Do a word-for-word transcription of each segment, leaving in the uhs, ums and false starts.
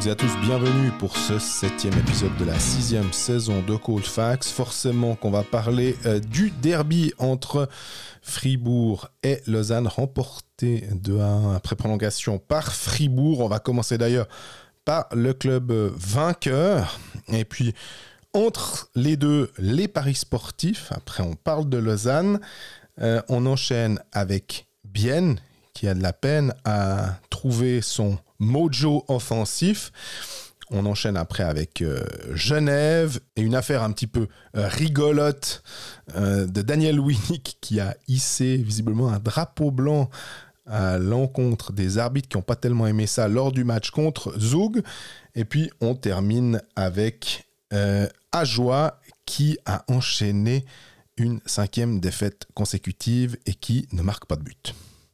toutes et à tous, bienvenue pour ce septième épisode de la sixième saison de Colfax. Forcément qu'on va parler euh, du derby entre Fribourg et Lausanne, remporté deux à un après prolongation par Fribourg. On va commencer d'ailleurs par le club vainqueur. Et puis, entre les deux, les paris sportifs. Après, on parle de Lausanne. Euh, on enchaîne avec Bienne, qui a de la peine à trouver son mojo offensif. On enchaîne après avec euh, Genève et une affaire un petit peu euh, rigolote euh, de Daniel Winnick qui a hissé visiblement un drapeau blanc à l'encontre des arbitres qui n'ont pas tellement aimé ça lors du match contre Zug. Et puis on termine avec euh, Ajoie qui a enchaîné une cinquième défaite consécutive et qui ne marque pas de but.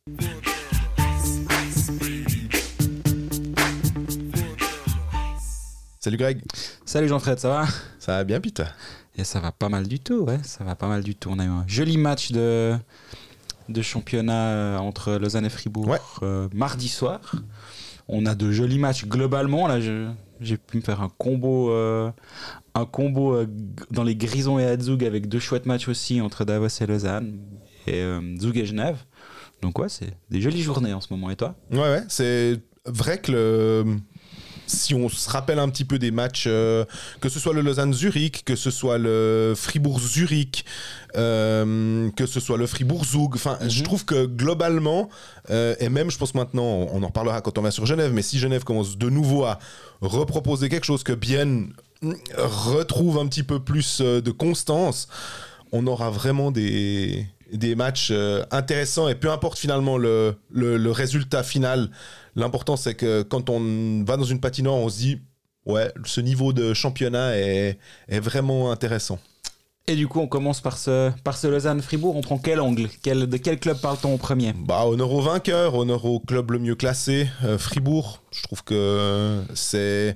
Salut Greg. Salut Jean-Fred, ça va ? Ça va bien, Peter ? Et ça va pas mal du tout, ouais, ça va pas mal du tout. On a eu un joli match de, de championnat entre Lausanne et Fribourg ouais. euh, mardi soir. On a de jolis matchs globalement. Là, je, j'ai pu me faire un combo, euh, un combo euh, dans les Grisons et à Zug avec deux chouettes matchs aussi entre Davos et Lausanne et euh, Zug et Genève. Donc ouais, c'est des jolies journées en ce moment. Et toi ? Ouais, ouais, c'est vrai que le... si on se rappelle un petit peu des matchs, euh, que ce soit le Lausanne-Zurich, que ce soit le Fribourg-Zurich, euh, que ce soit le Fribourg-Zug, enfin, mm-hmm. je trouve que globalement, euh, et même je pense maintenant, on en reparlera quand on va sur Genève, mais si Genève commence de nouveau à reproposer quelque chose, que Bienne retrouve un petit peu plus de constance, on aura vraiment des... des matchs euh, intéressants et peu importe finalement le, le, le résultat final, l'important c'est que quand on va dans une patinoire, on se dit ouais, ce niveau de championnat est, est vraiment intéressant. Et du coup, on commence par ce, par ce Lausanne-Fribourg. On prend quel angle ? quel, De quel club parle-t-on au premier ? Bah, honneur au vainqueur, honneur au club le mieux classé, euh, Fribourg. Je trouve que c'est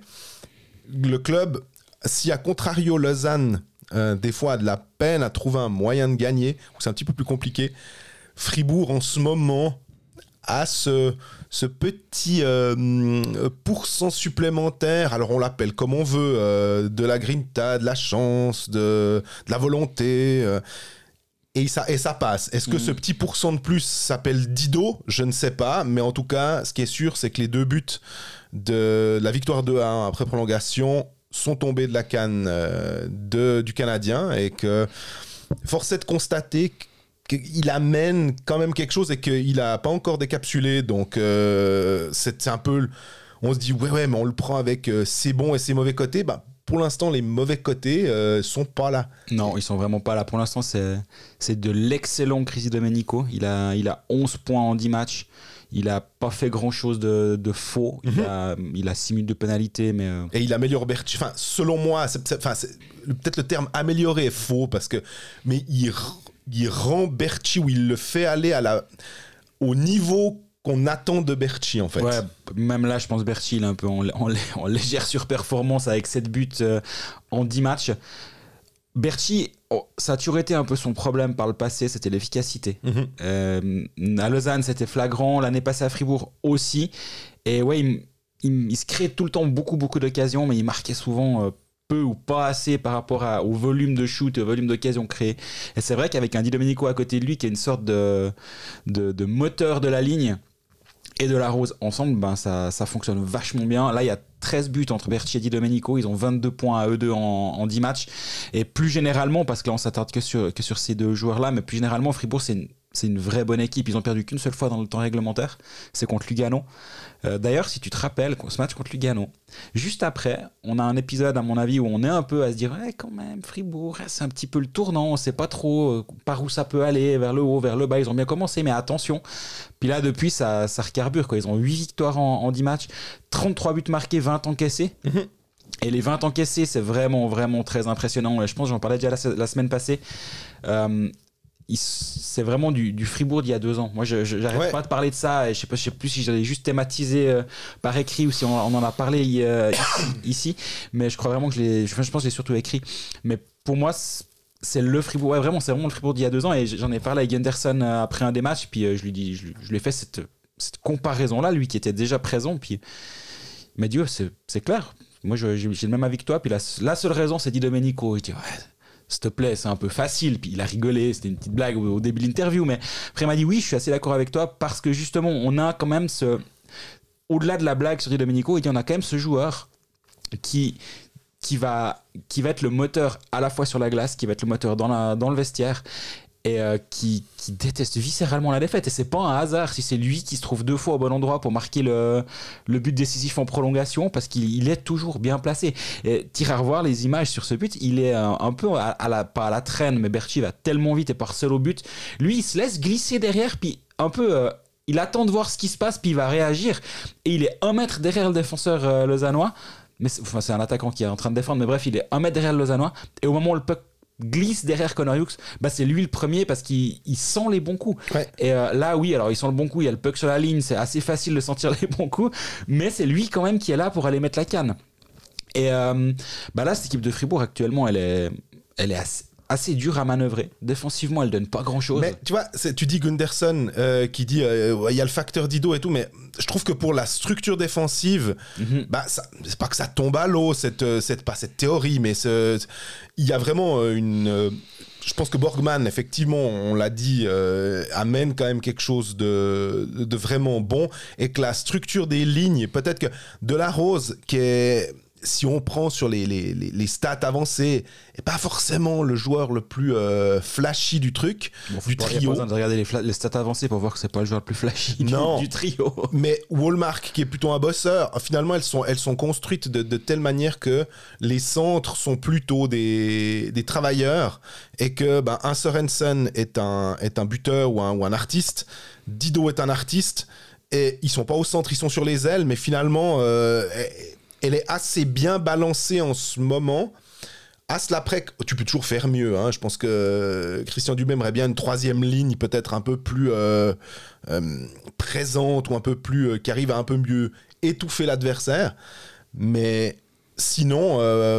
le club, si à contrario Lausanne Euh, des fois a de la peine à trouver un moyen de gagner, où c'est un petit peu plus compliqué. Fribourg en ce moment a ce, ce petit euh, pourcent supplémentaire, alors on l'appelle comme on veut, euh, de la grinta, de la chance, de, de la volonté, euh, et, ça, et ça passe. Est-ce que mmh. ce petit pourcent de plus s'appelle Dido ? Je ne sais pas, mais en tout cas, ce qui est sûr, c'est que les deux buts de la victoire deux à un après prolongation sont tombés de la canne euh, de, du Canadien et que force est de constater qu'il amène quand même quelque chose et qu'il n'a pas encore décapsulé. Donc euh, c'est, c'est un peu... On se dit ouais, ouais, mais on le prend avec euh, ses bons et ses mauvais côtés. Bah, pour l'instant, les mauvais côtés euh, sont pas là. Non, ils sont vraiment pas là. Pour l'instant, c'est, c'est de l'excellent Crisi Domenico. Il a, il a onze points en dix matchs. Il a pas fait grand chose de, de faux. Il, mm-hmm. a, il a six minutes de pénalité, mais euh... et il améliore Berchi. Enfin, selon moi, c'est, c'est, enfin, c'est, peut-être le terme améliorer est faux parce que, mais il, il rend Berchi où il le fait aller à la, au niveau qu'on attend de Berchi en fait. Ouais, même là, je pense Berchi il est un peu en, en, en légère surperformance avec sept buts euh, en dix matchs. Berchi, oh, ça a toujours été un peu son problème par le passé, c'était l'efficacité. Mm-hmm. Euh, à Lausanne, c'était flagrant. L'année passée à Fribourg aussi. Et ouais, il, il, il se crée tout le temps beaucoup, beaucoup d'occasions, mais il marquait souvent euh, peu ou pas assez par rapport à, au volume de shoot et au volume d'occasions créées. Et c'est vrai qu'avec un Di Domenico à côté de lui, qui est une sorte de, de, de moteur de la ligne, et de la Rose ensemble, ben ça, ça fonctionne vachement bien. Là, il y a treize buts entre Berchi et Di Domenico. Ils ont vingt-deux points à eux deux en, en dix matchs. Et plus généralement, parce que là, on s'attarde que sur, que sur ces deux joueurs-là, mais plus généralement, Fribourg, c'est une, c'est une vraie bonne équipe. Ils ont perdu qu'une seule fois dans le temps réglementaire. C'est contre Lugano. Euh, d'ailleurs, si tu te rappelles, ce match contre Lugano, juste après, on a un épisode, à mon avis, où on est un peu à se dire eh, quand même, Fribourg, c'est un petit peu le tournant. On ne sait pas trop euh, par où ça peut aller, vers le haut, vers le bas. Ils ont bien commencé, mais attention. Puis là, depuis, ça, ça recarbure, quoi. Ils ont huit victoires en, en dix matchs, trente-trois buts marqués, vingt encaissés. Mmh. Et les vingt encaissés, c'est vraiment, vraiment très impressionnant. Je pense, j'en parlais déjà la, la semaine passée. Euh, il, c'est vraiment du, du Fribourg d'il y a deux ans. Moi, je, je, j'arrête ouais. pas de parler de ça. Et je sais pas, je sais plus si j'allais juste thématiser euh, par écrit ou si on, on en a parlé euh, ici. Mais je crois vraiment que je l'ai. Je, je pense que je l'ai surtout écrit. Mais pour moi, c'est, c'est le Fribourg. Ouais, vraiment, c'est vraiment le Fribourg d'il y a deux ans. Et j'en ai parlé avec Gunderson après un des matchs. Puis euh, je lui dis, je, je lui ai fait cette, cette comparaison-là, lui qui était déjà présent. Puis Mais Dieu, c'est, c'est clair. Moi, je, j'ai, j'ai le même avis que toi. Puis la, la seule raison, c'est Di Domenico. Il dit, ouais, s'il te plaît, c'est un peu facile. Puis il a rigolé, c'était une petite blague au, au début de l'interview. Mais après, il m'a dit, oui, je suis assez d'accord avec toi parce que justement, on a quand même ce... Au-delà de la blague sur Di Domenico, il dit, on a quand même ce joueur qui... Qui va, qui va être le moteur à la fois sur la glace, qui va être le moteur dans, la, dans le vestiaire et euh, qui, qui déteste viscéralement la défaite. Et c'est pas un hasard si c'est lui qui se trouve deux fois au bon endroit pour marquer le, le but décisif en prolongation, parce qu'il il est toujours bien placé. Et tire à revoir les images sur ce but, il est un, un peu, à, à la, pas à la traîne, mais Berchi va tellement vite et part seul au but. Lui, il se laisse glisser derrière, puis un peu... Euh, il attend de voir ce qui se passe, puis il va réagir. Et il est un mètre derrière le défenseur euh, lausannois. Mais c'est, enfin, c'est un attaquant qui est en train de défendre, mais bref, il est un mètre derrière le lausannois, et au moment où le puck glisse derrière Connor Hughes, bah c'est lui le premier parce qu'il il sent les bons coups. Ouais. Et euh, là, oui, alors il sent le bon coup, il y a le puck sur la ligne, c'est assez facile de sentir les bons coups, mais c'est lui quand même qui est là pour aller mettre la canne. Et euh, bah là, cette équipe de Fribourg actuellement, elle est, elle est assez... assez dur à manœuvrer. Défensivement, elle donne pas grand-chose. Mais tu vois, c'est, tu dis Gunderson euh, qui dit il euh, y a le facteur Dido et tout, mais je trouve que pour la structure défensive, mm-hmm. bah, ça, c'est pas que ça tombe à l'eau, cette, cette, pas cette théorie, mais il y a vraiment une... Euh, je pense que Borgman, effectivement, on l'a dit, euh, amène quand même quelque chose de, de vraiment bon, et que la structure des lignes, peut-être que Delarose, qui est... Si on prend sur les, les, les, les stats avancées, et pas forcément le joueur le plus euh, flashy du truc, bon, du trio. Il n'y a pas besoin de regarder les, fla- les stats avancées pour voir que c'est pas le joueur le plus flashy non, du, du trio. Mais Wallmark, qui est plutôt un bosseur, finalement, elles sont, elles sont construites de, de telle manière que les centres sont plutôt des, des travailleurs, et que ben, un Sorensen est un, est un buteur ou un, ou un artiste, Dido est un artiste, et ils sont pas au centre, ils sont sur les ailes, mais finalement... Euh, elle est assez bien balancée en ce moment. À cela près, tu peux toujours faire mieux. Hein. Je pense que Christian Dubé aimerait bien une troisième ligne, peut-être un peu plus euh, euh, présente, ou un peu plus euh, qui arrive à un peu mieux étouffer l'adversaire. Mais sinon, euh,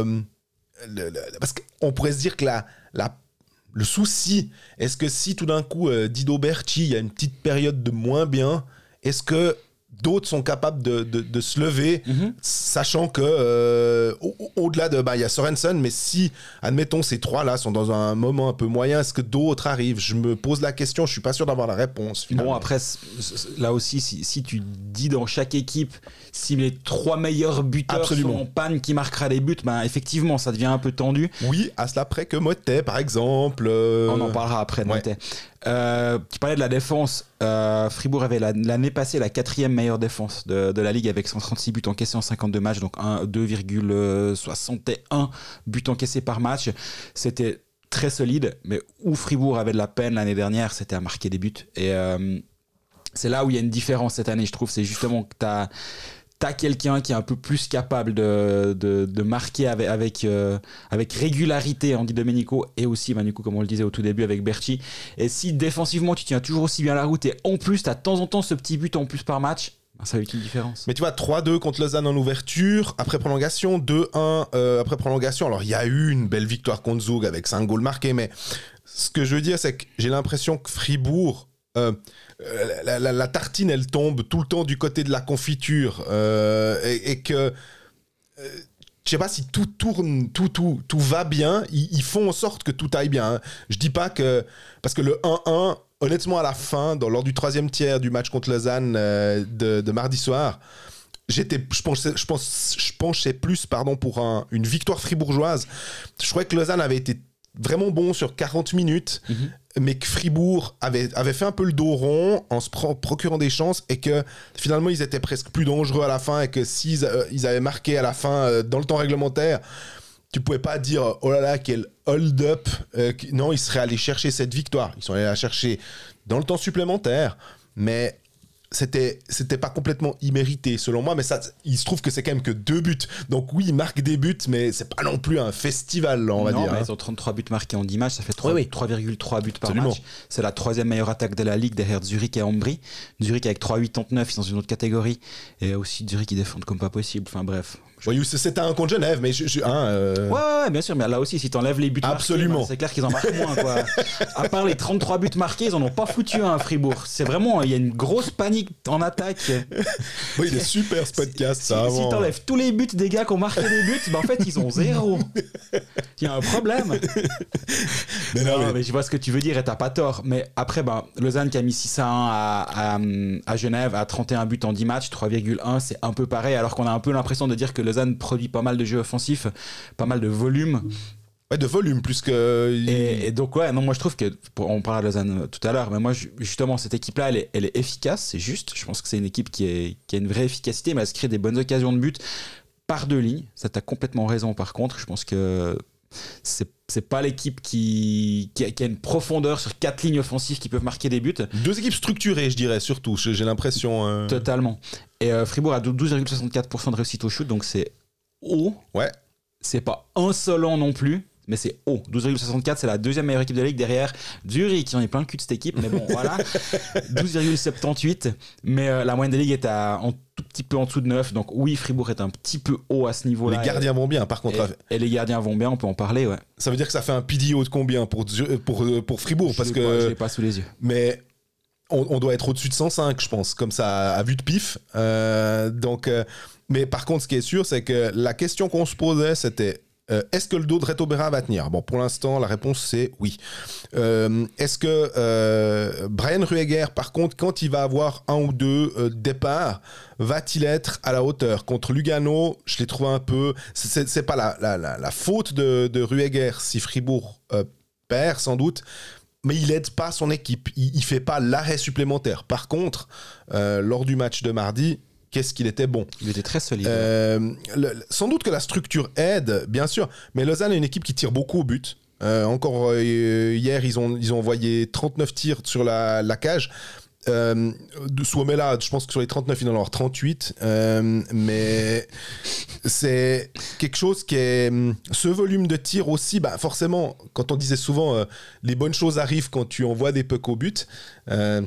le, le, parce qu'on pourrait se dire que la, la, le souci, est-ce que si tout d'un coup euh, Dido Berchi, il y a une petite période de moins bien, est-ce que d'autres sont capables de, de, de se lever, mm-hmm. sachant que euh, au, au-delà de, bah, il y a Sorensen, mais si, admettons, ces trois-là sont dans un moment un peu moyen, est-ce que d'autres arrivent ? Je me pose la question, je suis pas sûr d'avoir la réponse. Finalement. Bon, après, là aussi, si, si tu dis dans chaque équipe, si les trois meilleurs buteurs Absolument. sont en panne, qui marquera des buts, ben effectivement, ça devient un peu tendu. Oui, à cela près que Motet, par exemple. Euh... On en parlera après de ouais. Motet. Euh, tu parlais de la défense. Euh, Fribourg avait la, l'année passée la quatrième meilleure défense de, de la ligue avec cent trente-six buts encaissés en cinquante-deux matchs, donc deux virgule soixante et un buts encaissés par match. C'était très solide, mais où Fribourg avait de la peine l'année dernière, c'était à marquer des buts. Et euh, c'est là où il y a une différence cette année, je trouve. C'est justement que tu as... T'as quelqu'un qui est un peu plus capable de, de, de marquer avec, avec, euh, avec régularité en Di Domenico, et aussi, bah, du coup, comme on le disait au tout début, avec Berchi. Et si défensivement, tu tiens toujours aussi bien la route, et en plus, t'as de temps en temps ce petit but en plus par match, bah, ça fait une différence. Mais tu vois, trois deux contre Lausanne en ouverture, après prolongation, deux un euh, après prolongation. Alors, il y a eu une belle victoire contre Zug avec cinq goals marqués, mais ce que je veux dire, c'est que j'ai l'impression que Fribourg... Euh, La, la, la tartine, elle tombe tout le temps du côté de la confiture, euh, et, et que euh, je sais pas si tout tourne, tout, tout, tout va bien. Ils, ils font en sorte que tout aille bien. Hein. Je dis pas que... Parce que le un un, honnêtement, à la fin, dans, lors du troisième tiers du match contre Lausanne euh, de, de mardi soir, j'étais, je penchais, je pense, je penchais plus pardon, pour un, une victoire fribourgeoise. Je croyais que Lausanne avait été vraiment bon sur quarante minutes, mm-hmm. mais que Fribourg avait, avait fait un peu le dos rond en se pro- procurant des chances, et que finalement ils étaient presque plus dangereux à la fin, et que s'ils euh, ils avaient marqué à la fin euh, dans le temps réglementaire, tu pouvais pas dire oh là là quel hold-up, euh, non, ils seraient allés chercher cette victoire. Ils sont allés la chercher dans le temps supplémentaire, mais c'était c'était pas complètement immérité selon moi, mais ça, il se trouve que c'est quand même que deux buts, donc oui, ils marquent des buts, mais c'est pas non plus un festival là, on va non, dire. Mais hein. Ils ont trente-trois buts marqués en dix matchs, ça fait trois, oui, oui. trois virgule trois buts par Absolument. match. C'est la troisième meilleure attaque de la ligue derrière Zurich et Ambry. Zurich avec trois virgule quatre-vingt-dix-neuf, ils sont dans une autre catégorie, et aussi Zurich qui défendent comme pas possible. Enfin bref, Oui, c'était un contre Genève, mais je, je, hein, euh... ouais, ouais, bien sûr, mais là aussi, si t'enlèves les buts Absolument. marqués, bah, c'est clair qu'ils en marquent moins, quoi. À part les trente-trois buts marqués, ils en ont pas foutu un à Fribourg. C'est vraiment, il y a une grosse panique en attaque. Oui, il est super ce podcast, si, ça. Si, si t'enlèves tous les buts des gars qui ont marqué des buts, bah en fait, ils ont zéro. Il y a un problème. Mais non, non mais... mais je vois ce que tu veux dire et t'as pas tort. Mais après, bah, Lausanne qui a mis six à un à, à, à Genève, à trente et un buts en dix matchs, trois virgule un, c'est un peu pareil, alors qu'on a un peu l'impression de dire que Lausanne produit pas mal de jeux offensifs, pas mal de volume. Ouais, de volume plus que. Et, et donc, ouais, non, moi je trouve que. On parlait de Lausanne tout à l'heure, mais moi justement, cette équipe-là, elle est, elle est efficace, c'est juste. Je pense que c'est une équipe qui, est, qui a une vraie efficacité, mais elle se crée des bonnes occasions de but par deux lignes. Ça, t'as complètement raison par contre. Je pense que c'est, c'est pas l'équipe qui, qui a, qui, a, une profondeur sur quatre lignes offensives qui peuvent marquer des buts. Deux équipes structurées, je dirais, surtout. J'ai l'impression. Euh... Totalement. Et euh, Fribourg a douze virgule soixante-quatre pour cent de réussite au shoot, donc c'est haut. Ouais. C'est pas insolent non plus, mais c'est haut. douze virgule soixante-quatre, c'est la deuxième meilleure équipe de la ligue derrière Zurich, qui en est plein le cul de cette équipe, mais bon, voilà. douze virgule soixante-dix, mais euh, la moyenne des ligues est à un tout petit peu en dessous de neuf, donc oui, Fribourg est un petit peu haut à ce niveau-là. Les gardiens et, vont bien, par contre. Et, et les gardiens vont bien, on peut en parler, ouais. Ça veut dire que ça fait un P D O de combien pour, pour, pour Fribourg, je parce que pas, je l'ai pas sous les yeux. Mais on, on doit être au-dessus de cent cinq, je pense, comme ça, à vue de pif. Euh, donc, euh, mais par contre, ce qui est sûr, c'est que la question qu'on se posait, c'était Euh, est-ce que le dos de Reto Berra va tenir ? Bon, pour l'instant, la réponse c'est oui. Euh, est-ce que euh, Brian Rueger, par contre, quand il va avoir un ou deux euh, départs, va-t-il être à la hauteur ? Contre Lugano, je l'ai trouvé un peu... C'est, c'est, c'est pas la, la, la, la faute de, de Rueger si Fribourg euh, perd, sans doute, mais il aide pas son équipe. Il, il fait pas l'arrêt supplémentaire. Par contre, euh, lors du match de mardi, qu'est-ce qu'il était bon. Il était très solide. Euh, le, sans doute que la structure aide, bien sûr, mais Lausanne est une équipe qui tire beaucoup au but. Euh, encore euh, hier, ils ont, ils ont envoyé trente-neuf tirs sur la, la cage. Euh, Suomela, je pense que sur les trente-neuf, il en a avoir trente-huit. Euh, mais c'est quelque chose qui est... Ce volume de tirs aussi, bah forcément, quand on disait souvent euh, les bonnes choses arrivent quand tu envoies des pucks au but... Euh,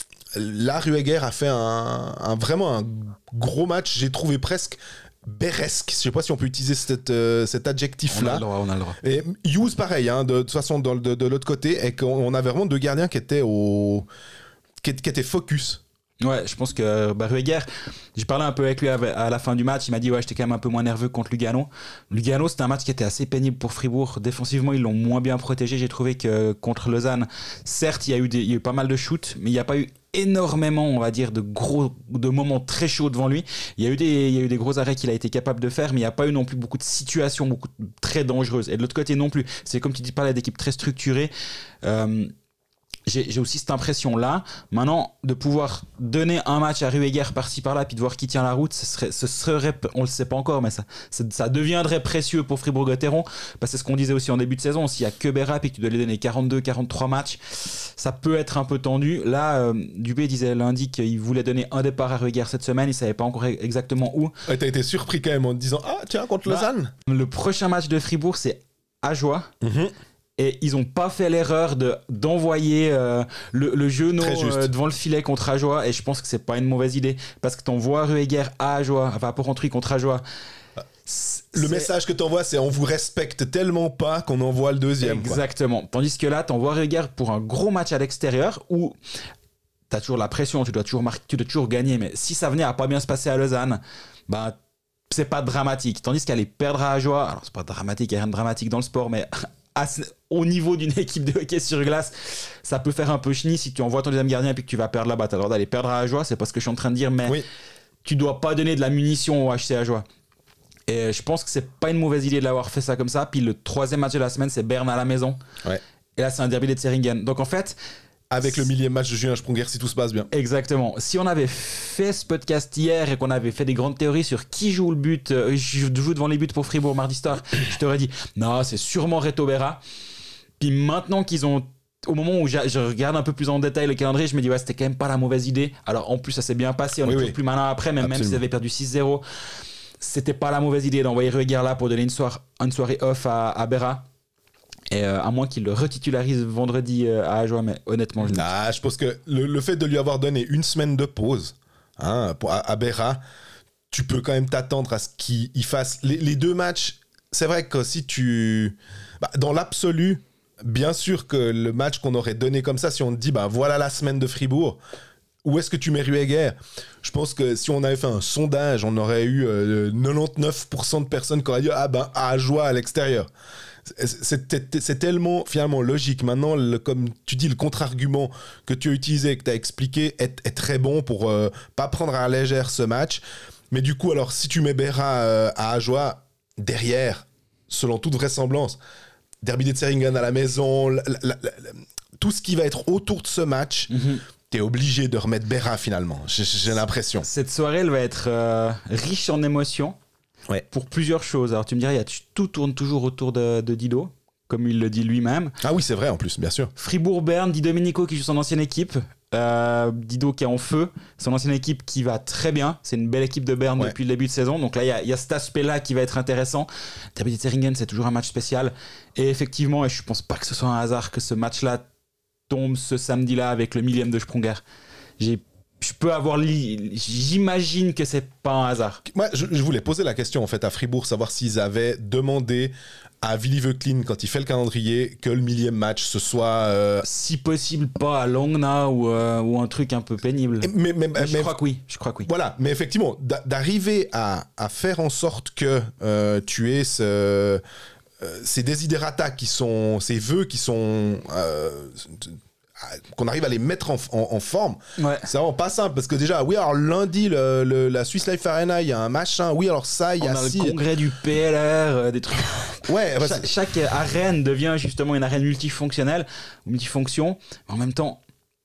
Là, Rueger a fait un, un, vraiment un gros match, j'ai trouvé presque béresque. Je ne sais pas si on peut utiliser cette, euh, cet adjectif-là. On a le droit, on a le droit. Et Hughes, pareil, hein, de, de toute façon, de, de, de l'autre côté, et qu'on avait vraiment deux gardiens qui étaient, au, qui, qui étaient focus. Ouais, je pense que bah, Rueger, j'ai parlé un peu avec lui à, à la fin du match, il m'a dit ouais, j'étais quand même un peu moins nerveux contre Lugano. Lugano, c'était un match qui était assez pénible pour Fribourg. Défensivement, ils l'ont moins bien protégé. J'ai trouvé que contre Lausanne, certes, il y a eu, des, il y a eu pas mal de shoots, mais il n'y a pas eu énormément, on va dire, de gros, de moments très chauds devant lui. Il y a eu des, il y a eu des gros arrêts qu'il a été capable de faire, mais il n'y a pas eu non plus beaucoup de situations, beaucoup de, très dangereuses. Et de l'autre côté non plus. C'est comme tu dis, parler d'équipes très structurées. Euh, J'ai, j'ai aussi cette impression-là. Maintenant, de pouvoir donner un match à Rueger par-ci par-là, puis de voir qui tient la route, ce serait, ce serait on le sait pas encore, mais ça, ça deviendrait précieux pour Fribourg-Gotteron. Parce que c'est ce qu'on disait aussi en début de saison. S'il y a que Berra, puis que tu dois lui donner quarante-deux quarante-trois matchs, ça peut être un peu tendu. Là, euh, Dubé disait lundi qu'il voulait donner un départ à Rueger cette semaine. Il savait pas encore exactement où. Ouais, t'as été surpris quand même en te disant ah tiens contre Lausanne. Bah, le prochain match de Fribourg, c'est Ajoie. Mm-hmm. Et ils n'ont pas fait l'erreur de, d'envoyer euh, le, le genou euh, devant le filet contre Ajoie. Et je pense que c'est pas une mauvaise idée. Parce que t'envoies Rueger à Ajoie, enfin pour Porrentruy contre Ajoie. Le message que t'envoies, c'est on vous respecte tellement pas qu'on envoie le deuxième. Exactement. Quoi. Tandis que là, t'envoies Rueger pour un gros match à l'extérieur où t'as toujours la pression, tu dois toujours, marquer, tu dois toujours gagner. Mais si ça venait à pas bien se passer à Lausanne, bah, c'est pas dramatique. Tandis qu'aller perdre à Ajoie, alors c'est pas dramatique, il n'y a rien de dramatique dans le sport, mais... au niveau d'une équipe de hockey sur glace, ça peut faire un peu chenille si tu envoies ton deuxième gardien et puis que tu vas perdre là-bas. Tu as le droit d'aller perdre à Ajoie, c'est pas ce que je suis en train de dire, mais oui. Tu dois pas donner de la munition au H C Ajoie. Et je pense que c'est pas une mauvaise idée de l'avoir fait ça comme ça. Puis le troisième match de la semaine, c'est Berne à la maison. Ouais. Et là, c'est un derby de Zeringen. Donc en fait... Avec le millième match de Julien Sprunger, si tout se passe bien. Exactement. Si on avait fait ce podcast hier et qu'on avait fait des grandes théories sur qui joue le but, euh, joue devant les buts pour Fribourg mardi soir, je t'aurais dit, non, c'est sûrement Reto Berra. Puis maintenant qu'ils ont... Au moment où je regarde un peu plus en détail le calendrier, je me dis, ouais, c'était quand même pas la mauvaise idée. Alors en plus, ça s'est bien passé, on oui, est oui. plus malin après, mais même s'ils avaient perdu six zéro, c'était pas la mauvaise idée d'envoyer Rueger là pour donner une, soir, une soirée off à, à Berra. Et euh, à moins qu'il le retitularise vendredi euh, à Ajoie, mais honnêtement, je ah, je pense que le, le fait de lui avoir donné une semaine de pause hein, pour, à, à Berra, tu peux quand même t'attendre à ce qu'ils fassent les, les deux matchs. C'est vrai que si tu... Bah, dans l'absolu, bien sûr que le match qu'on aurait donné comme ça, si on te dit, bah, voilà la semaine de Fribourg, où est-ce que tu mets Rueger ? Je pense que si on avait fait un sondage, on aurait eu euh, quatre-vingt-dix-neuf pour cent de personnes qui auraient dit, ah ben, à Ajoie à l'extérieur. C'est, c'est tellement finalement logique. Maintenant, le, comme tu dis, le contre-argument que tu as utilisé, que tu as expliqué, est, est très bon pour euh, pas prendre à la légère ce match. Mais du coup, alors, si tu mets Berra euh, à Ajoie, derrière, selon toute vraisemblance, Derby des Zeringen à la maison, la, la, la, la, tout ce qui va être autour de ce match, mm-hmm. t'es obligé de remettre Berra finalement. J'ai, j'ai l'impression. Cette soirée, elle va être euh, riche en émotions. Ouais. Pour plusieurs choses. Alors tu me dirais, y a, tout tourne toujours autour de, de Dido, comme il le dit lui-même. Ah oui, c'est vrai en plus, bien sûr. Fribourg-Berne, Di Domenico qui joue son ancienne équipe. Euh, Dido qui est en feu, son ancienne équipe qui va très bien. C'est une belle équipe de Berne ouais. depuis le début de saison. Donc là, il y a, y a cet aspect-là qui va être intéressant. Derby des Zeringen, c'est toujours un match spécial. Et effectivement, et je pense pas que ce soit un hasard que ce match-là tombe ce samedi-là avec le millième de Sprunger. J'ai Je peux avoir li... J'imagine que c'est pas un hasard. Moi, je, je voulais poser la question en fait à Fribourg, savoir s'ils avaient demandé à Willy Veuclin, quand il fait le calendrier, que le millième match ce soit euh... si possible pas à Langnau ou, euh, ou un truc un peu pénible. Mais, mais, mais, je mais, crois que oui. Je crois que oui. Voilà, mais effectivement, d'arriver à, à faire en sorte que euh, tu aies ce, euh, ces desiderata qui sont, ces vœux qui sont euh, qu'on arrive à les mettre en, en, en forme, ouais. c'est vraiment pas simple parce que déjà, oui, alors lundi, le, le, la Swiss Life Arena, il y a un machin, oui, alors ça, il y a, a si... le congrès du P L R, euh, des trucs. Ouais, bah, Cha- chaque arène devient justement une arène multifonctionnelle ou multifonction, mais en même temps,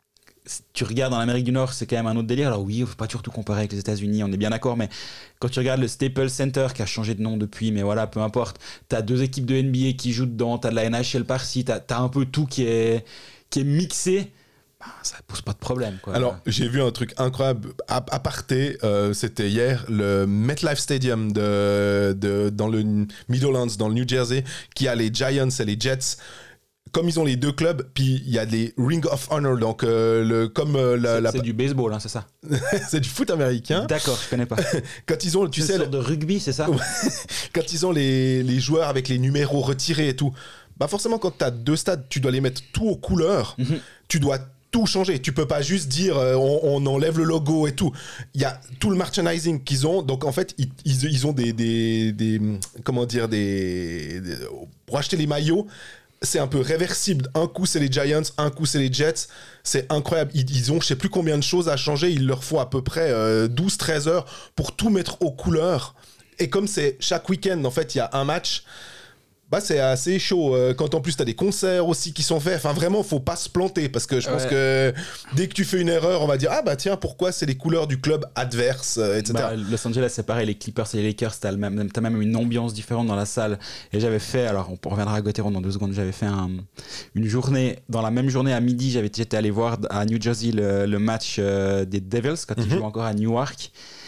tu regardes dans l'Amérique du Nord, c'est quand même un autre délire. Alors oui, il ne faut pas toujours tout comparer avec les États-Unis, on est bien d'accord, mais quand tu regardes le Staples Center qui a changé de nom depuis, mais voilà, peu importe, tu as deux équipes de N B A qui jouent dedans, tu as de la N H L par-ci, tu as un peu tout qui est, qui est mixé. Bah, ça pose pas de problème, quoi. Alors, j'ai vu un truc incroyable à, à parté, euh, c'était hier, le MetLife Stadium de, de, dans le Meadowlands, dans le New Jersey, qui a les Giants et les Jets. Comme ils ont les deux clubs, puis il y a des Ring of Honor, donc euh, le, comme euh, la, c'est, la... c'est du baseball, hein, c'est ça. C'est du foot américain. D'accord, je connais pas. Quand ils ont, tu c'est sais, une sorte de rugby, c'est ça. Quand ils ont les, les joueurs avec les numéros retirés et tout, bah forcément quand tu as deux stades, tu dois les mettre tout aux couleurs. Mm-hmm. Tu dois tout changer. Tu peux pas juste dire euh, on, on enlève le logo et tout. Il y a tout le merchandising qu'ils ont. Donc en fait, ils, ils, ils ont des, des, des comment dire des, des pour acheter les maillots. C'est un peu réversible. Un coup, c'est les Giants, un coup, c'est les Jets. C'est incroyable. Ils, ils ont je sais plus combien de choses à changer. Il leur faut à peu près euh, douze treize heures pour tout mettre aux couleurs. Et comme c'est chaque week-end, en fait, il y a un match, bah, c'est assez chaud. Quand en plus, tu as des concerts aussi qui sont faits. Enfin, vraiment, faut pas se planter parce que je pense ouais. que dès que tu fais une erreur, on va dire ah bah tiens, pourquoi c'est les couleurs du club adverse, et cetera. Bah, Los Angeles, c'est pareil. Les Clippers et les Lakers, t'as, le même, t'as même une ambiance différente dans la salle. Et j'avais fait, alors on reviendra à Gauthieron dans deux secondes, j'avais fait un, une journée, dans la même journée à midi, j'avais, j'étais allé voir à New Jersey le, le match euh, des Devils quand mm-hmm. ils jouent encore à Newark.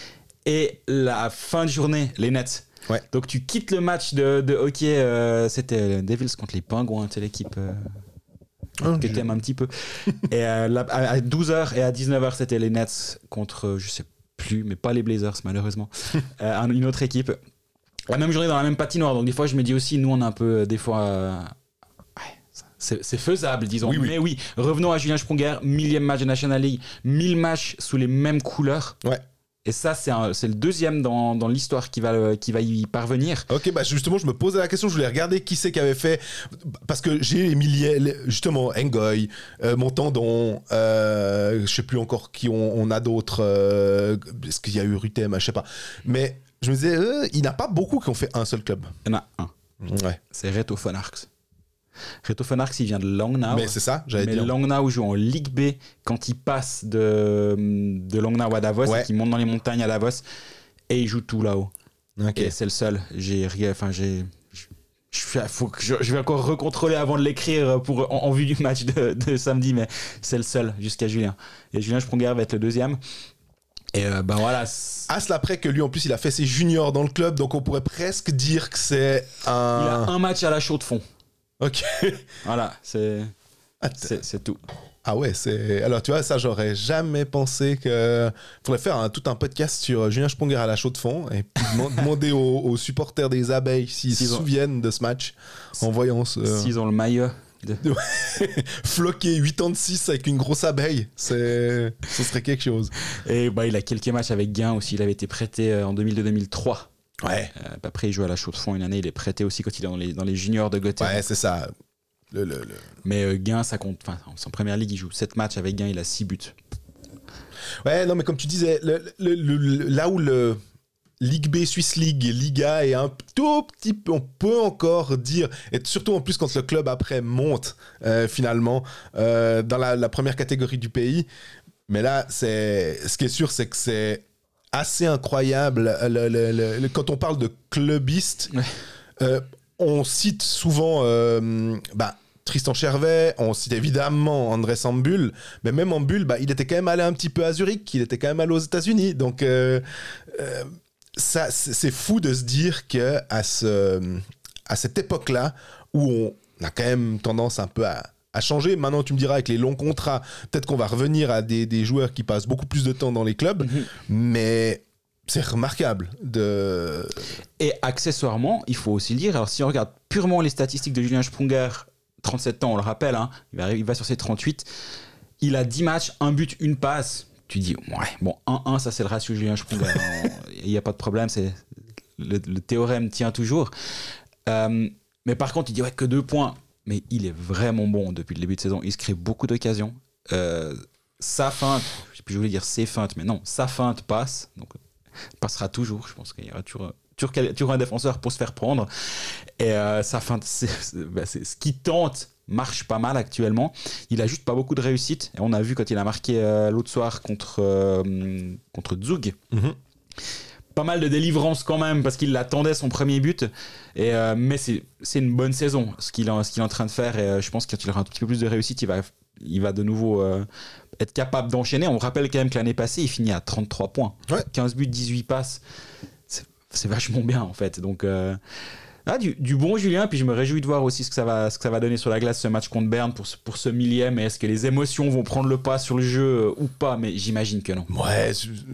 Et la fin de journée, les Nets. Ouais. Donc tu quittes le match de, de hockey, euh, c'était Devils contre les Pingouins, c'est l'équipe euh, oh, que t'aimes un petit peu. Et euh, là, à douze heures et à dix-neuf heures, c'était les Nets contre, je sais plus, mais pas les Blazers malheureusement, euh, une autre équipe. La même journée dans la même patinoire, donc des fois je me dis aussi, nous on a un peu, des fois... Euh, C'est, c'est faisable, disons. Oui, oui. Mais oui, revenons à Julien Sprunger, millième match de National League, mille matchs sous les mêmes couleurs. Ouais. Et ça, c'est, un, c'est le deuxième dans, dans l'histoire qui va, qui va y parvenir. Ok, bah justement, je me posais la question, je voulais regarder qui c'est qui avait fait. Parce que j'ai les milliers, justement, Ngoy, euh, Montandon, euh, je sais plus encore qui on, on a d'autres. Euh, est-ce qu'il y a eu Rutem, je sais pas. Mais je me disais, euh, il n'y en a pas beaucoup qui ont fait un seul club. Il y en a un. Ouais. C'est Reto von Arx. Reto von Arx, il vient de Langnau. Mais c'est ça, j'allais mais dire. Mais Langnau joue en Ligue B quand il passe de, de Langnau à Davos, ouais. et qu'il monte dans les montagnes à Davos, et il joue tout là-haut. Okay. Et c'est le seul. J'ai rien, enfin j'ai, je, faut que je, je vais encore recontrôler avant de l'écrire pour en, en vue du match de, de samedi, mais c'est le seul jusqu'à Julien. Et Julien Sprunger va être le deuxième. Et euh, ben voilà. À cela près que lui en plus il a fait ses juniors dans le club, donc on pourrait presque dire que c'est un. Il a un match à la chaux de fond. Ok. Voilà, c'est. c'est, c'est tout. Ah ouais, c'est... Alors tu vois, ça, j'aurais jamais pensé que... faudrait faire un, tout un podcast sur Julien Sprunger à la chaux de fonds et puis demander aux, aux supporters des Abeilles s'ils se souviennent de ce match en voyant ce... S'ils ont le maillot. De... Floqué huit ans de six avec une grosse abeille, c'est... ce serait quelque chose. Et bah, il a quelques matchs avec Guin aussi, il avait été prêté en deux mille deux deux mille trois. Ouais. Euh, après, il joue à la chaux de fonds une année, il est prêté aussi quand il est dans les, dans les juniors de Göttingen. Ouais, c'est ça. Le, le, le... Mais euh, Guin, ça compte. Enfin, en première ligue, il joue sept matchs avec Guin, il a six buts. Ouais, non, mais comme tu disais, le, le, le, le, là où le Ligue B, Swiss League et Liga est un tout petit peu, on peut encore dire, et surtout en plus quand le club après monte euh, finalement euh, dans la, la première catégorie du pays. Mais là, c'est, ce qui est sûr, c'est que c'est assez incroyable. Le, le, le, le, quand on parle de clubiste, ouais. euh, on cite souvent euh, bah, Tristan Chervet, on cite évidemment André Sambul, mais même en bulle, bah, il était quand même allé un petit peu à Zurich, il était quand même allé aux États-Unis. Donc, euh, euh, ça, c'est fou de se dire qu'à ce, à cette époque-là, où on a quand même tendance un peu à, à changer, maintenant tu me diras avec les longs contrats, peut-être qu'on va revenir à des, des joueurs qui passent beaucoup plus de temps dans les clubs, mmh. mais... c'est remarquable. De... Et accessoirement, il faut aussi le dire, alors si on regarde purement les statistiques de Julien Sprunger, trente-sept ans, on le rappelle, hein, il, va, il va sur ses trente-huit, il a dix matchs, un but, une passe. Tu dis, ouais, bon, un un, ça c'est le ratio Julien Sprunger. Il n'y a pas de problème, c'est, le, le théorème tient toujours. Euh, mais par contre, il dit, ouais, que deux points. Mais il est vraiment bon depuis le début de saison. Il se crée beaucoup d'occasions. Euh, sa feinte, je voulais dire ses feintes, mais non, sa feinte passe. Donc, passera toujours. Je pense qu'il y aura toujours, toujours, toujours un défenseur pour se faire prendre. Et euh, sa feinte, c'est, c'est, bah, c'est, ce qui tente marche pas mal actuellement. Il a juste pas beaucoup de réussite. Et on a vu quand il a marqué euh, l'autre soir contre, euh, contre Zug. Mm-hmm. Pas mal de délivrance quand même parce qu'il attendait son premier but. Et, euh, mais c'est, c'est une bonne saison ce qu'il, a, ce qu'il est en train de faire. Et euh, je pense que quand il aura un petit peu plus de réussite, il va, il va de nouveau euh, être capable d'enchaîner. On rappelle quand même que l'année passée, il finit à trente-trois points. Ouais. quinze buts, dix-huit passes. C'est, c'est vachement bien en fait. Donc... Euh, Ah, du, du bon Julien, puis je me réjouis de voir aussi ce que ça va, ce que ça va donner sur la glace ce match contre Berne pour ce, pour ce millième. Et est-ce que les émotions vont prendre le pas sur le jeu euh, ou pas? Mais j'imagine que non. Ouais,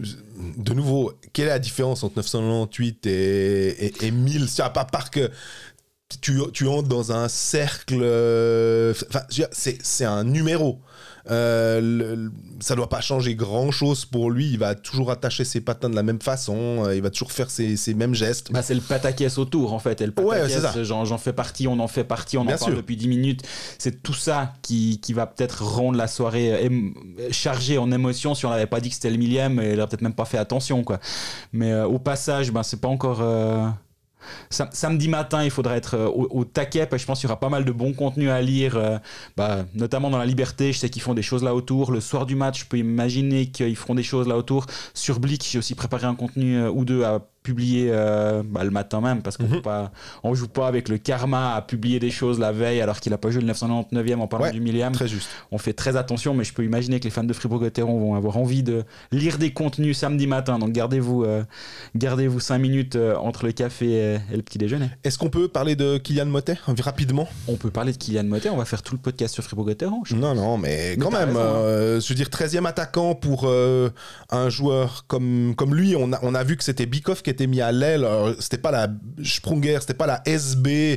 de nouveau, quelle est la différence entre neuf cent quatre-vingt-dix-huit et, et, et mille? À part que tu, tu entres dans un cercle. Enfin, c'est, c'est un numéro. Euh, le, ça doit pas changer grand chose pour lui. Il va toujours attacher ses patins de la même façon. Il va toujours faire ses, ses mêmes gestes. Bah, c'est le pataquès autour en fait. Et le pataquès, ouais, j'en, j'en fais partie, on en fait partie, on Bien en parle sûr. Depuis dix minutes. C'est tout ça qui, qui va peut-être rendre la soirée ém- chargée en émotions. Si on n'avait pas dit que c'était le millième, il n'aurait peut-être même pas fait attention, quoi. Mais euh, au passage, bah, c'est pas encore. Euh... Sam- samedi matin, il faudra être euh, au, au taquet. Je pense qu'il y aura pas mal de bons contenus à lire, euh, bah, notamment dans la Liberté. Je sais qu'ils font des choses là autour. Le soir du match, je peux imaginer qu'ils feront des choses là autour. Sur Blick, j'ai aussi préparé un contenu euh, ou deux à publier euh, bah, le matin même parce qu'on mm-hmm. ne joue pas avec le karma à publier des choses la veille alors qu'il n'a pas joué le neuf cent quatre-vingt-dix-neuvième en parlant ouais, du millième. Très juste. On fait très attention, mais je peux imaginer que les fans de Fribourg-Gotteron vont avoir envie de lire des contenus samedi matin. Donc gardez-vous, euh, gardez-vous cinq minutes euh, entre le café et, et le petit déjeuner. Est-ce qu'on peut parler de Kylian Motet rapidement? On peut parler de Kylian Motet. On va faire tout le podcast sur Fribourg-Gotteron. Non, non, mais, mais quand même. Euh, je veux dire, treizième attaquant pour euh, un joueur comme, comme lui. On a, on a vu que c'était Bikoff qui était mis à l'aile. Alors, c'était pas la Sprunger, c'était pas la S B